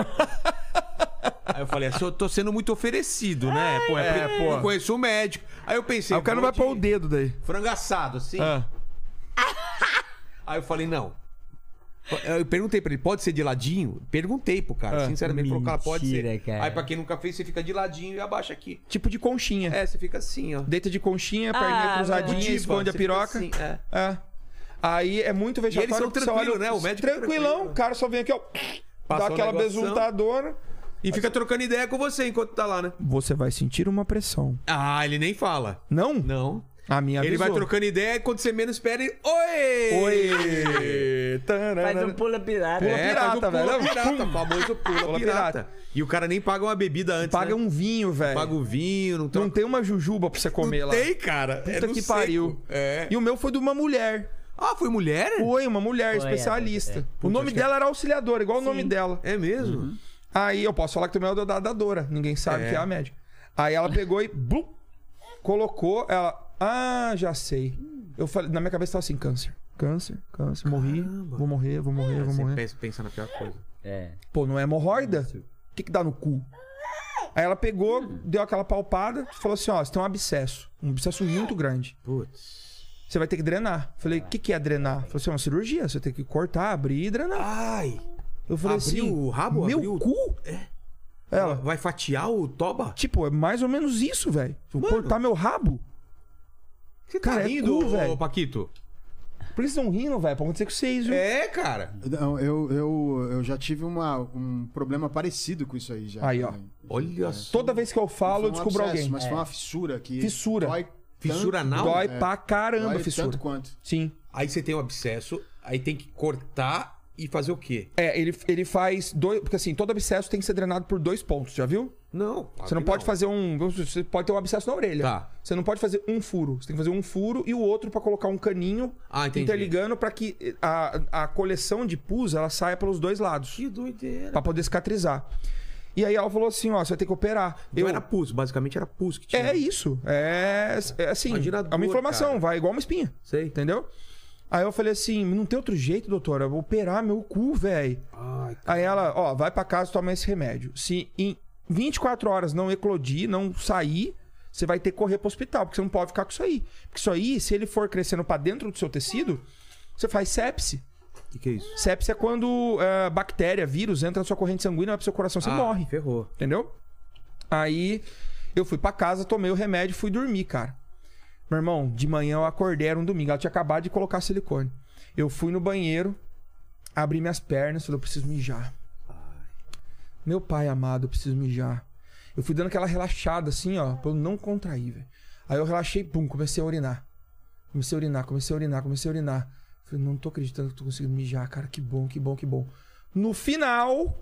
Aí eu falei, eu tô sendo muito oferecido, né? Pô, é, é, porque pô. eu conheço o médico. Aí eu pensei, Aí o cara não vou vai pôr o de dedo daí. frango assado, assim. Ah. Aí eu falei, não. Eu perguntei pra ele, pode ser de ladinho? Perguntei pro cara, Ah. sinceramente, falou, cara, pode ser. Mentira, cara. Aí pra quem nunca fez, você fica de ladinho e abaixa aqui. Tipo de conchinha. É, você fica assim, ó. Deita de conchinha, perninha Ah, cruzadinha, Diva, esconde a você piroca. fica assim, é. É. Aí é muito vexatório. E eles são porque você tranquilo, olha- né? O médico é Tranquilão, tranquilo. o cara só vem aqui, ó. Passa dá o aquela negoção. besuntadora. E fica trocando ideia com você enquanto tá lá, né? Você vai sentir uma pressão. Ah, ele nem fala. Não? Não. A minha Ele vai avisou. trocando ideia e quando você menos espera, ele... Oi! Oi! Faz um pula pirata. Pula É, pirata, faz o pula velho. pirata, o famoso pula, Pula pirata. pirata. E o cara nem paga uma bebida antes, Paga né? um vinho, velho. Paga o vinho, não, Não troca... tem uma jujuba pra você comer não lá. tem, cara. é Puta no que seco. pariu. É. E o meu foi de uma mulher. Ah, foi mulher? Foi, uma mulher Foi, especialista. é, é. O Putz, nome acho que dela era auxiliadora, igual o nome dela. É mesmo? Uhum. Aí eu posso falar que também é o da dadora. Ninguém sabe É. que é a médica. Aí ela pegou e blum, colocou. Ela. Ah, já sei. Eu falei, na minha cabeça tava assim: câncer. Câncer, câncer, morri. Caramba. Vou morrer, vou morrer, vou Você morrer. pensa, pensa na pior coisa. É. Pô, não é hemorroida? O que, que dá no cu? Aí ela pegou, deu aquela palpada, falou assim: ó, você tem um abscesso. Um abscesso muito grande. Putz. Você vai ter que drenar. Falei, o que, que é drenar? Falei assim, é uma cirurgia. Você tem que cortar, abrir e drenar. Ai! Eu falei Abriu assim, o rabo? meu Abriu o- cu? Ela, Vai fatiar o toba? tipo, é mais ou menos isso, velho. Vou Mano. cortar meu rabo. Você Cara, tá é rindo, cu, ô, velho. Paquito? Por que vocês estão rindo, velho? Pode acontecer com vocês, viu? É, cara. Não, eu, eu, eu já tive uma, um problema parecido com isso aí já. Aí, ó. Olha só. Toda vez que eu falo, Foi eu um descubro abscesso, alguém. Mas foi uma fissura que. Fissura. Dói Fissura tanto- anal? Dói É. pra caramba, Dói fissura. tanto quanto. Sim. Aí você tem um abscesso, aí tem que cortar E fazer o quê? É, ele, ele faz dois... Porque assim, todo abscesso tem que ser drenado por dois pontos, já viu? Não. Você não pode fazer um... Você pode ter um abscesso na orelha. Tá. Você não pode fazer um furo. Você tem que fazer um furo e o outro pra colocar um caninho Ah, entendi. interligando pra que a, a coleção de pus, ela saia pelos dois lados. Que doideira. Pra poder cicatrizar. E aí ela falou assim, ó, você vai ter que operar. Eu... Eu... era pus, basicamente era pus que tinha. É isso. É, é assim, Imagina a é uma dor, inflamação, cara. vai igual uma espinha. Sei. Entendeu? Aí eu falei assim, não tem outro jeito, doutora, eu vou operar meu cu, velho. Ai, cara. Aí ela, ó, vai pra casa tomar esse remédio. Se em vinte e quatro horas não eclodir, não sair, você vai ter que correr pro hospital, porque você não pode ficar com isso aí. Porque isso aí, se ele for crescendo pra dentro do seu tecido, você faz sepse. O que, que é isso? Sepse é quando é, bactéria, vírus entra na sua corrente sanguínea, vai pro seu coração, você Ah, morre. ferrou. Entendeu? Aí eu fui pra casa, tomei o remédio e fui dormir, cara. Meu irmão, de manhã eu acordei, era um domingo. Ela tinha acabado de colocar silicone. Eu fui no banheiro, abri minhas pernas, falei, eu preciso mijar. Meu pai amado, eu preciso mijar. Eu fui dando aquela relaxada assim, ó, pra eu não contrair, velho. Aí eu relaxei, pum, comecei a urinar. Comecei a urinar, comecei a urinar, comecei a urinar. Falei, não tô acreditando que eu tô conseguindo mijar, cara. Que bom, que bom, que bom. No final,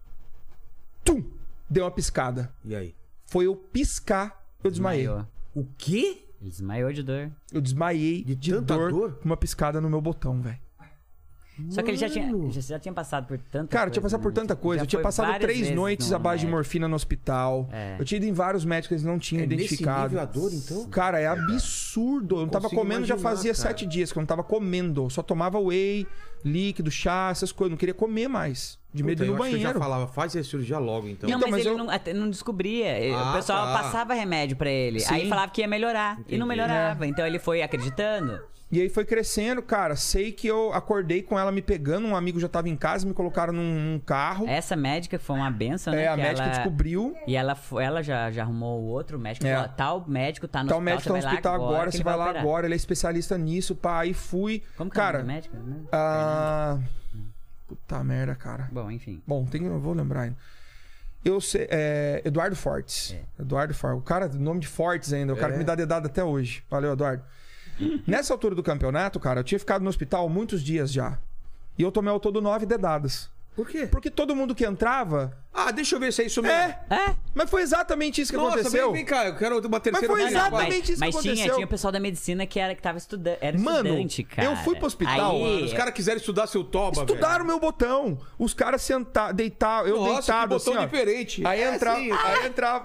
tum, deu uma piscada. E aí? Foi eu piscar, eu desmaiei. Desmaiou. O quê? Ele desmaiou de dor. Eu desmaiei De de, tanta dor, dor? com uma piscada no meu botão, velho. Só que ele já tinha, Mano. já, já tinha passado por tanta Cara, eu coisa. tinha passado por né? tanta coisa. Já Eu tinha foi passado várias três vezes noites no à base de médico. morfina no hospital. É. Eu tinha ido em vários médicos, eles não tinham É nesse identificado. nível a dor, então? Cara, é absurdo. Eu não tava consigo comendo já imaginar, fazia cara. sete dias que eu não tava comendo. Eu só tomava whey, líquido, chá, essas coisas. Não queria comer mais. De medo Puta, de ir eu no acho que eu já banheiro. falava, faz a cirurgia logo, então. Não, Então, mas, mas ele eu- não, até não descobria. Ah, o pessoal tá. passava remédio pra ele. Sim. Aí falava que ia melhorar. E não Entendi. melhorava. Então ele foi acreditando. E aí foi crescendo, cara. Sei que eu acordei com ela me pegando. Um amigo já tava em casa, me colocaram num, num carro. Essa médica foi uma benção, né? É, a que médica ela... descobriu. E ela, fo- ela já, já arrumou o outro médico. É. Falou, tal médico tá no Tá, o hospital, médico tá no você vai lá hospital agora, que você ele vai lá operar. agora. Ele é especialista nisso, pá. Aí fui. Como que é o cara, nome do médico? né? ah... Puta merda, cara. Bom, enfim. Bom, tem, eu vou lembrar ainda. Eu sei, é, Eduardo Fortes. É. Eduardo Fortes. O cara, nome de Fortes ainda. O cara É. que me dá dedada até hoje. Valeu, Eduardo. Nessa altura do campeonato, cara, eu tinha ficado no hospital muitos dias já. E eu tomei ao todo nove dedadas. Por quê? Porque todo mundo que entrava... Ah, deixa eu ver se é isso mesmo. É! É? Mas foi exatamente isso que Nossa, aconteceu. vem, vem cá, eu quero uma terceira foi opinião. exatamente mas isso que mas tinha, aconteceu. tinha o pessoal da medicina que era que tava estudando. Era Mano, estudante, cara. eu fui pro hospital, Aí, mano, Os caras quiserem estudar seu toba, Estudaram velho. meu botão. Os caras sentaram, deitaram, eu Nossa, deitado que botão assim, ó. diferente. Aí É, entrava, sim. aí entrava.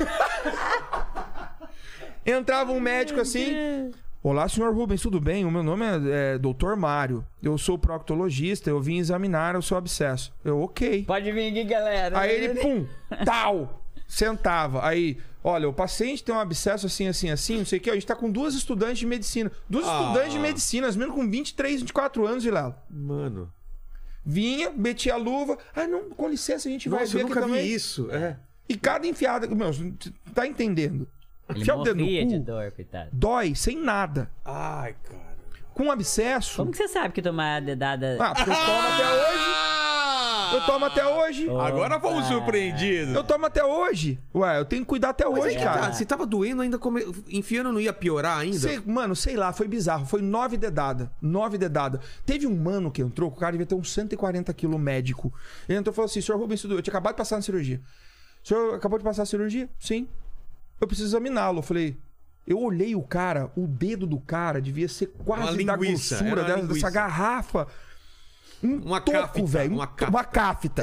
Entrava um médico assim. Olá, senhor Rubens, tudo bem? O meu nome é, é doutor Mário. Eu sou proctologista, eu vim examinar o seu abscesso. Eu, ok. Pode vir aqui, galera. Aí ele, pum, tal, sentava. Aí, olha, o paciente tem um abscesso assim, assim, assim, não sei o que. A gente tá com duas estudantes de medicina. Duas Ah. estudantes de medicina, as meninas com vinte e três, vinte e quatro anos, Vilela. Mano. Vinha, metia a luva. Ah, não, com licença, a gente vai Nossa, ver eu aqui nunca vi também. isso. É. E cada enfiada, meu, tá entendendo? Ele Enfiar o dedo no morria de cu, dor, coitado. dói, sem nada. Ai, cara. Com um abscesso. Como que você sabe que tomar a dedada... Ah, porque eu tomo até hoje. Eu tomo até hoje. Agora fomos surpreendidos. Eu tomo até hoje. Ué, eu tenho que cuidar até Mas hoje, é que cara. tá, se tava doendo ainda, come... enfiando não ia piorar ainda? Sei- mano, sei lá, foi bizarro. Foi nove dedada. Nove dedada. Teve um mano que entrou, que o cara devia ter uns cento e quarenta quilos médico. Ele entrou e falou assim: senhor Rubens, eu tinha acabado de passar na cirurgia. O senhor acabou de passar a cirurgia? Sim. Eu preciso examiná-lo. Eu falei. Eu olhei o cara, o dedo do cara devia ser quase Uma da linguiça, era grossura uma dessa, linguiça. dessa garrafa. Um Uma toco, cáfita, velho. um uma to- cáfita. Uma cáfita.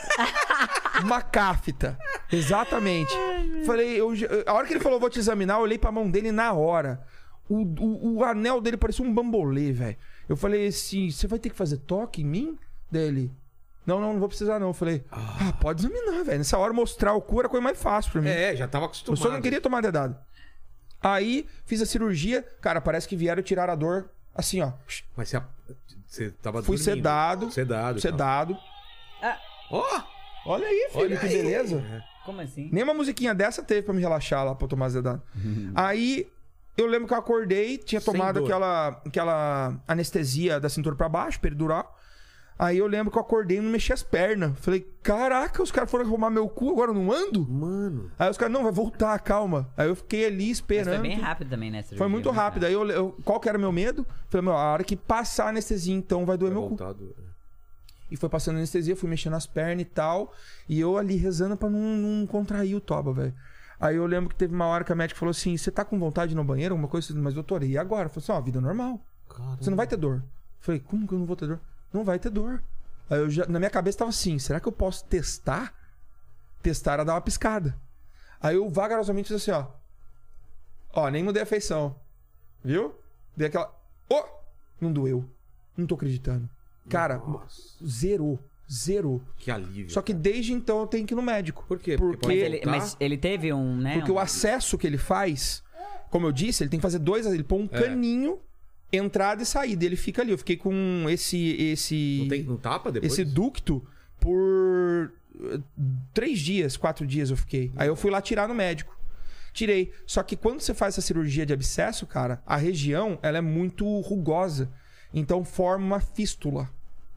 Uma cáfita. Exatamente. Falei, eu, já- a hora que ele falou, vou te examinar, eu olhei pra mão dele na hora. O, o, o anel dele parecia um bambolê, velho. Eu falei assim, você vai ter que fazer toque em mim? Dele. Não, não, não vou precisar não. Eu falei, ah, pode examinar, velho. Nessa hora mostrar o cu era a coisa mais fácil pra mim. É, já tava Eu acostumado. só não queria tomar dedada. Aí, fiz a cirurgia. Cara, parece que vieram tirar a dor assim, ó. Mas você, você tava Fui dormindo. sedado. Sedado. e tal. Sedado. Ó! Olha aí, filho, Olha que aí. beleza. Como assim? Nem uma musiquinha dessa teve pra me relaxar lá pra eu tomar as dedadas. Aí, eu lembro que eu acordei, tinha Sem tomado dor. aquela, aquela anestesia da cintura pra baixo, peridural. Aí eu lembro que eu acordei e não mexi as pernas. Falei, caraca, os caras foram arrumar meu cu, agora eu não ando? Mano. Aí os caras, não, vai voltar, calma. Aí eu fiquei ali Mas esperando. foi bem rápido também, né? Foi muito rápido. Aí eu, eu- qual que era meu medo? Falei, meu, a hora que passar a anestesia, então vai doer Vai meu cu. voltar do- E foi passando anestesia, fui mexendo as pernas e tal. E eu ali rezando pra não, não contrair o toba, velho. Aí eu lembro que teve uma hora que a médica falou assim: você tá com vontade de ir no banheiro? Alguma coisa assim? Mas doutora, e agora? Eu falei assim: ó, vida normal. Caramba. Você não vai ter dor. Eu falei: como que eu não vou ter dor? Não vai ter dor. Aí eu já, na minha cabeça tava assim: será que eu posso testar? Testar era dar uma piscada. Aí eu vagarosamente fiz assim, ó. Ó, nem mudei a feição. Viu? Dei aquela... Oh! Não doeu. Não tô acreditando. Cara, Nossa. zerou. Zerou. Que alívio. Só que cara. desde então eu tenho que ir no médico. Por quê? Porque... Mas ele, mas ele teve um, né? Porque um... o acesso que ele faz, como eu disse, ele tem que fazer dois... Ele põe um é. caninho, entrada e saída. Ele fica ali. Eu fiquei com esse... esse não, tem, não tapa depois? Esse ducto por três dias, quatro dias eu fiquei. Aí eu fui lá tirar no médico. Tirei. Só que quando você faz essa cirurgia de abscesso, cara, a região, ela é muito rugosa. Então forma uma fístula.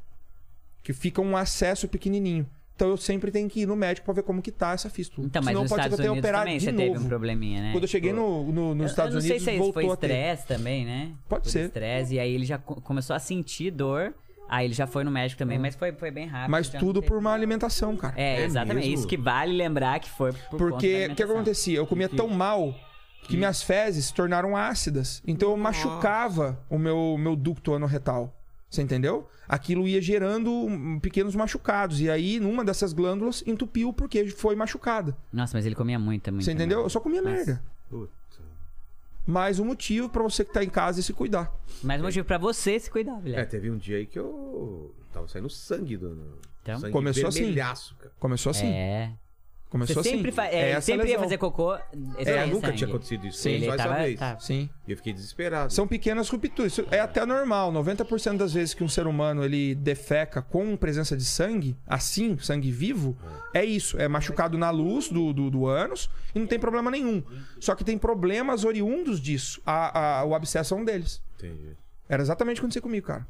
Que fica um acesso pequenininho. Então eu sempre tenho que ir no médico pra ver como que tá essa fístula. Então, mas Senão nos pode Estados ser que eu tenha Unidos operado também de você novo. teve um probleminha, né? Quando eu cheguei no, no, nos eu, Estados eu não Unidos, sei se voltou foi a ter. estresse também, né? Pode Por ser. estresse, e aí ele já co- começou a sentir dor. Aí ele já foi no médico também, mas foi, foi bem rápido. Mas já tudo não teve- por uma alimentação, cara. É, É exatamente. mesmo? Isso que vale lembrar que foi por conta da Porque o que alimentação. acontecia? Eu comia tão mal que minhas fezes se tornaram ácidas. Então eu machucava o meu, meu ducto anorretal. Você entendeu? Aquilo ia gerando um, pequenos machucados. E aí, numa dessas glândulas, entupiu porque foi machucada. Nossa, mas ele comia muito, muito. Você entendeu? Eu só comia Nossa. merda. Puta. Mais um motivo pra você que tá em casa e se cuidar. Mais um motivo pra você se cuidar, É, Guilherme. teve um dia aí que eu tava saindo sangue do... Então? sangue Começou assim. vermelhaço, cara. Começou assim. É. Começou Você assim. sempre, fa... É é, essa sempre ia lesão. fazer cocô. É, nunca tinha acontecido isso. Sim, Só ele essa tava, vez. tá. Sim. E eu fiquei desesperado. São pequenas rupturas. Isso é até normal. noventa por cento das vezes que um ser humano ele defeca com presença de sangue, assim, sangue vivo, é isso. É machucado na luz do, do, do ânus e não tem problema nenhum. Só que tem problemas oriundos disso. A, a, o abscesso é um deles. Entendi. Era exatamente o que aconteceu comigo, cara.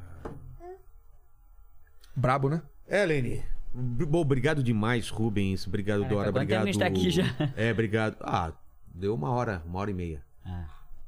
Brabo, né? É, Lene. Bom, obrigado demais, Rubens. Obrigado, Caraca, Dora. quanto tempo Obrigado. a gente tá aqui já? É, obrigado. Ah, deu uma hora, uma hora e meia. Ah.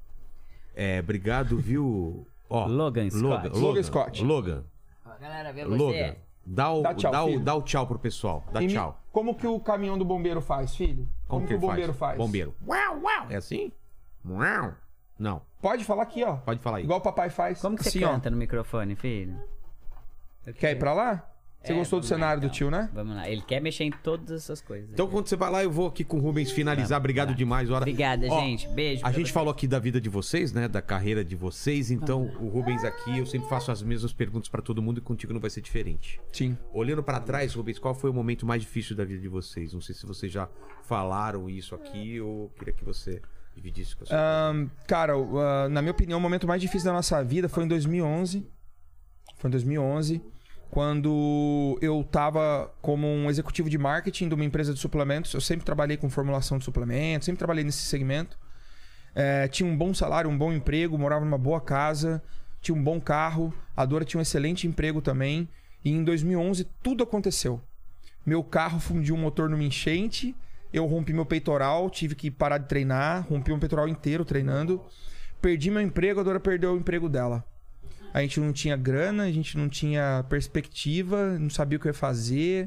É, obrigado, viu? Ó, Logan Scott. Logan, Logan Logan Scott. Logan. Ó, galera, vê você. Logan. Dá o, Dá tchau, dá, o, filho. dá o tchau pro pessoal. Dá E me- tchau. Como que o caminhão do bombeiro faz, filho? Como, que, o ele bombeiro faz? Bombeiro. Uau, uau. É assim? Uau. Não, Pode falar aqui, ó. pode falar aí. Igual o papai faz. Como que você assim, canta no microfone, filho? ó. Quer ir pra lá? Você É, gostou do vamos lá, cenário do então. tio, né? Vamos lá. Ele quer mexer em todas essas coisas. Então, quando você vai lá, eu vou aqui com o Rubens finalizar. Obrigado demais, Dora. Obrigada, Ó, gente. Beijo. A pra gente vocês. falou aqui da vida de vocês, né? Da carreira de vocês. Então, o Rubens aqui, eu sempre faço as mesmas perguntas pra todo mundo e contigo não vai ser diferente. Sim. Olhando pra trás, Rubens, qual foi o momento mais difícil da vida de vocês? Não sei se vocês já falaram isso aqui ou queria que você dividisse com a sua. Ahn, cara, ah, na minha opinião, o momento mais difícil da nossa vida foi em dois mil e onze. Foi em dois mil e onze, quando eu tava como um executivo de marketing de uma empresa de suplementos. Eu sempre trabalhei com formulação de suplementos, sempre trabalhei nesse segmento. É, tinha um bom salário, um bom emprego, morava numa boa casa, tinha um bom carro. A Dora tinha um excelente emprego também. E em dois mil e onze tudo aconteceu. Meu carro fundiu um motor numa enchente. Eu rompi meu peitoral, tive que parar de treinar. Rompi meu peitoral inteiro treinando. Perdi meu emprego, a Dora perdeu o emprego dela. A gente não tinha grana, a gente não tinha perspectiva, não sabia o que ia fazer.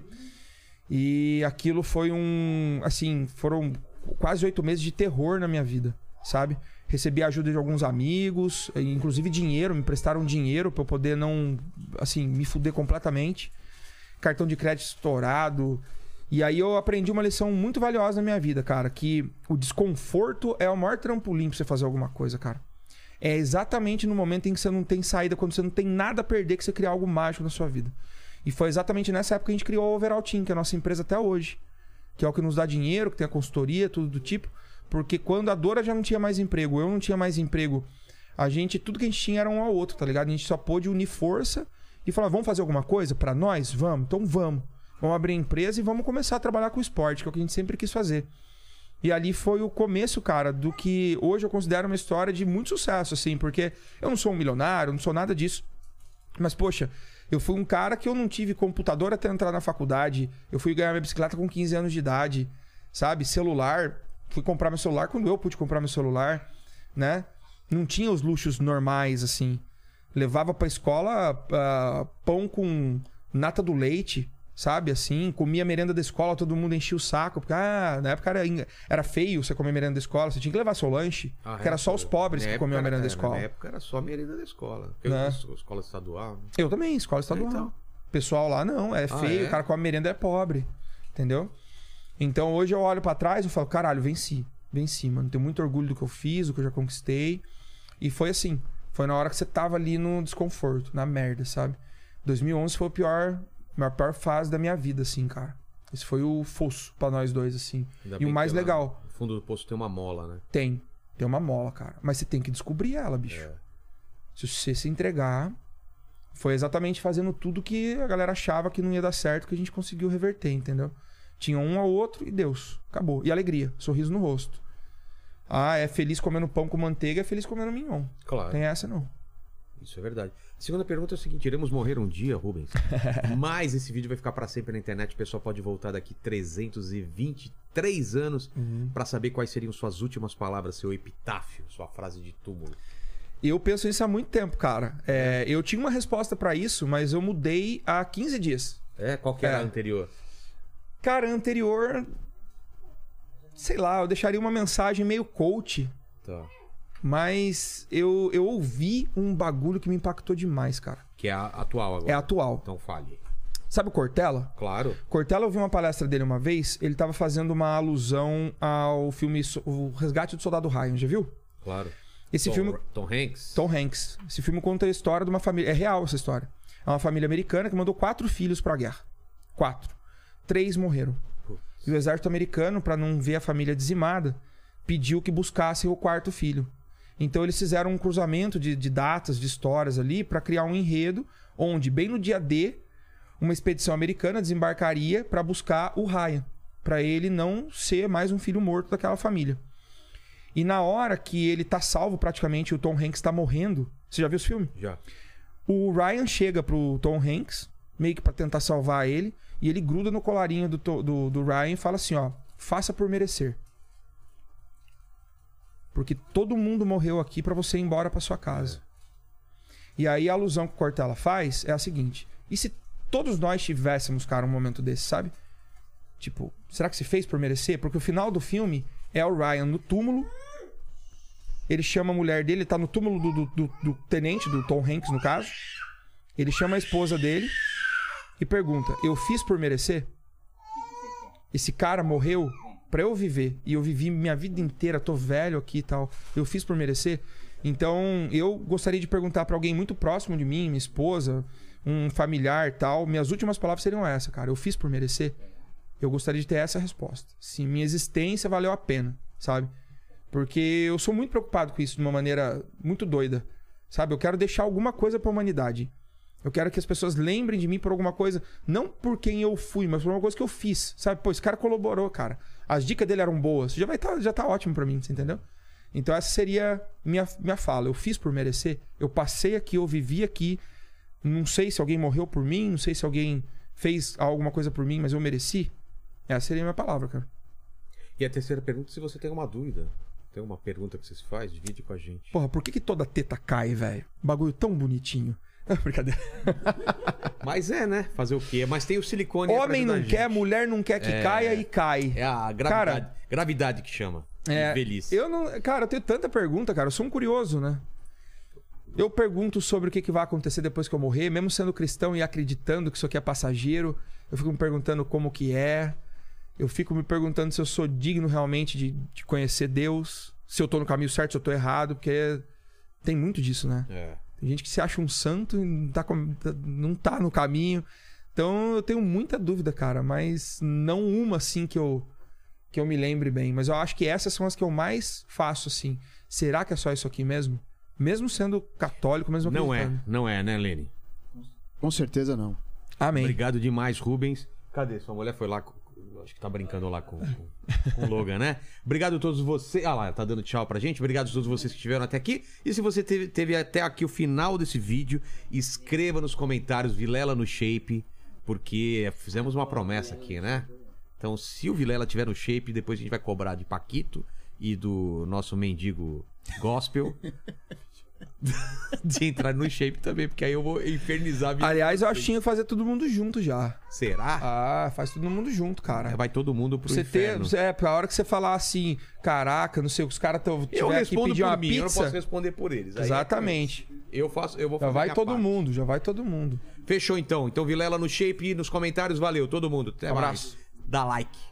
E aquilo foi um... Assim, foram quase oito meses de terror na minha vida, sabe? Recebi a ajuda de alguns amigos, inclusive dinheiro, me emprestaram dinheiro pra eu poder não... Assim, me fuder completamente. Cartão de crédito estourado. E aí eu aprendi uma lição muito valiosa na minha vida, cara. Que o desconforto é o maior trampolim pra você fazer alguma coisa, cara. É exatamente no momento em que você não tem saída, quando você não tem nada a perder, que você cria algo mágico na sua vida. E foi exatamente nessa época que a gente criou a Overall Team, que é a nossa empresa até hoje. Que é o que nos dá dinheiro, que tem a consultoria, tudo do tipo. Porque quando a Dora já não tinha mais emprego, eu não tinha mais emprego, a gente, tudo que a gente tinha era um ao outro, tá ligado? A gente só pôde unir força e falar, vamos fazer alguma coisa pra nós? Vamos, então vamos. Vamos abrir a empresa e vamos começar a trabalhar com o esporte, que é o que a gente sempre quis fazer. E ali foi o começo, cara, do que hoje eu considero uma história de muito sucesso, assim, porque eu não sou um milionário, eu não sou nada disso. Mas, poxa, eu fui um cara que eu não tive computador até entrar na faculdade. Eu fui ganhar minha bicicleta com quinze anos de idade, sabe? Celular. Fui comprar meu celular quando eu pude comprar meu celular, né? Não tinha os luxos normais, assim. Levava pra escola uh, pão com nata do leite, sabe? Assim, comia merenda da escola, todo mundo enchia o saco. Porque, ah, na época era, era feio você comer merenda da escola, você tinha que levar seu lanche. Ah, que era só os pobres que comiam a merenda da escola. Na época era só a merenda da escola. Eu, Né? escola estadual. Né? Eu também, escola estadual. Então. Pessoal lá, não, é Ah, feio, é? o cara com a merenda é pobre. Entendeu? Então hoje eu olho pra trás e falo, caralho, venci. Venci, mano. Tenho muito orgulho do que eu fiz, do que eu já conquistei. E foi assim. Foi na hora que você tava ali no desconforto, na merda, sabe? dois mil e onze foi o pior, a pior fase da minha vida, assim, cara. Esse foi o fosso pra nós dois, assim. Ainda E bem o que mais lá legal, No fundo do poço tem uma mola, né? tem. Tem uma mola, cara. Mas você tem que descobrir ela, bicho. É. Se você se entregar... Foi exatamente fazendo tudo que a galera achava que não ia dar certo que a gente conseguiu reverter, entendeu? Tinha um ao outro e Deus. Acabou. E alegria. Sorriso no rosto. Ah, é feliz comendo pão com manteiga, é feliz comendo mignon. Claro. Tem essa, não. Isso é verdade. A segunda pergunta é o seguinte: iremos morrer um dia, Rubens? Mas esse vídeo vai ficar pra sempre na internet. O pessoal pode voltar daqui trezentos e vinte e três anos Uhum. pra saber quais seriam suas últimas palavras, seu epitáfio, sua frase de túmulo. Eu penso nisso há muito tempo, cara. É, eu tinha uma resposta pra isso, mas eu mudei há quinze dias. É? Qual que era É. a anterior? Cara, anterior... Sei lá, eu deixaria uma mensagem meio coach, Tá. mas eu, eu ouvi um bagulho que me impactou demais, cara. Que é a atual agora. É atual. Então fale. Sabe o Cortella? Claro. Cortella, eu vi uma palestra dele uma vez, ele tava fazendo uma alusão ao filme So- O Resgate do Soldado Ryan, já viu? Claro. Esse Tom, filme... Tom Hanks? Tom Hanks. Esse filme conta a história de uma família... É real essa história. É uma família americana que mandou quatro filhos pra guerra. Quatro. Três morreram. Putz. E o exército americano, pra não ver a família dizimada, pediu que buscassem o quarto filho. Então eles fizeram um cruzamento de, de datas, de histórias ali, pra criar um enredo onde, bem no dia D, uma expedição americana desembarcaria pra buscar o Ryan. Pra ele não ser mais um filho morto daquela família. E na hora que ele tá salvo praticamente, o Tom Hanks tá morrendo. Você já viu esse filme? Já. O Ryan chega pro Tom Hanks, meio que pra tentar salvar ele, e ele gruda no colarinho do, To- do, do Ryan e fala assim, ó, faça por merecer. Porque todo mundo morreu aqui pra você ir embora pra sua casa. E aí a alusão que o Cortella faz é a seguinte, e se todos nós tivéssemos, cara, um momento desse, sabe? Tipo, será que se fez por merecer? Porque o final do filme é o Ryan no túmulo. Ele chama a mulher dele, ele tá no túmulo do, do, do, do tenente, do Tom Hanks, no caso. Ele chama a esposa dele e pergunta, eu fiz por merecer? Esse cara morreu pra eu viver. E eu vivi minha vida inteira, tô velho aqui e tal. Eu fiz por merecer? Então, eu gostaria de perguntar pra alguém muito próximo de mim, minha esposa, um familiar e tal. Minhas últimas palavras seriam essa, cara. Eu fiz por merecer? Eu gostaria de ter essa resposta. Se minha existência valeu a pena, sabe? Porque eu sou muito preocupado com isso de uma maneira muito doida, sabe? Eu quero deixar alguma coisa pra humanidade. Eu quero que as pessoas lembrem de mim por alguma coisa, não por quem eu fui, mas por alguma coisa que eu fiz, sabe? Pô, esse cara colaborou, cara. As dicas dele eram boas. Já vai tá, já tá ótimo pra mim, você entendeu? Então essa seria minha minha fala. Eu fiz por merecer. Eu passei aqui, eu vivi aqui. Não sei se alguém morreu por mim, não sei se alguém fez alguma coisa por mim, mas eu mereci. Essa seria a minha palavra, cara. E a terceira pergunta, se você tem uma dúvida. Tem uma pergunta que você se faz, divide com a gente. Porra, por que, que toda teta cai, velho? Bagulho tão bonitinho. Brincadeira. Mas é, né? Fazer o quê? Mas tem o silicone aí pra Homem ajudar não a quer, gente. mulher não quer que É. caia e cai. É a gravidade. Gravidade que chama. É, De velhice. eu não, cara, eu tenho tanta pergunta, cara. Eu sou um curioso, né? Eu pergunto sobre o que, que vai acontecer depois que eu morrer, mesmo sendo cristão e acreditando que isso aqui é passageiro. Eu fico me perguntando como que é. Eu fico me perguntando se eu sou digno realmente de, de conhecer Deus. Se eu tô no caminho certo, se eu tô errado. Porque tem muito disso, né? É. Tem gente que se acha um santo e não tá, com- não tá no caminho. Então eu tenho muita dúvida, cara. Mas não uma, assim, que eu, que eu me lembre bem. Mas eu acho que essas são as que eu mais faço, assim. Será que é só isso aqui mesmo? Mesmo sendo católico, mesmo Não é, acreditando. não é, né, Lene? Com certeza não. Amém. Obrigado demais, Rubens. Cadê? Sua mulher foi lá, com- acho que tá brincando lá com, com, com o Logan, né? Obrigado a todos vocês. Ah lá, tá dando tchau pra gente. Obrigado a todos vocês que estiveram até aqui. E se você teve, teve até aqui o final desse vídeo, escreva nos comentários Vilela no Shape, porque fizemos uma promessa aqui, né? Então, se o Vilela tiver no Shape, depois a gente vai cobrar de Paquito e do nosso mendigo gospel. de entrar no shape também, porque aí eu vou infernizar a vida. Aliás, eu acho que tinha que fazer todo mundo junto já. Será? Ah, faz todo mundo junto, cara. Vai todo mundo pro Você ter, inferno. você- é, pra hora que você falar assim, caraca, não sei, os caras tão Eu tiver aqui respondo pedir por uma mim, eu não pizza. posso responder por eles. Aí é Exatamente. com eles. Eu faço, eu vou Já fazer vai minha todo parte. mundo, já vai todo mundo. Fechou então. Então Vilela no shape e nos comentários. Valeu todo mundo. Até Um mais. abraço. Dá like.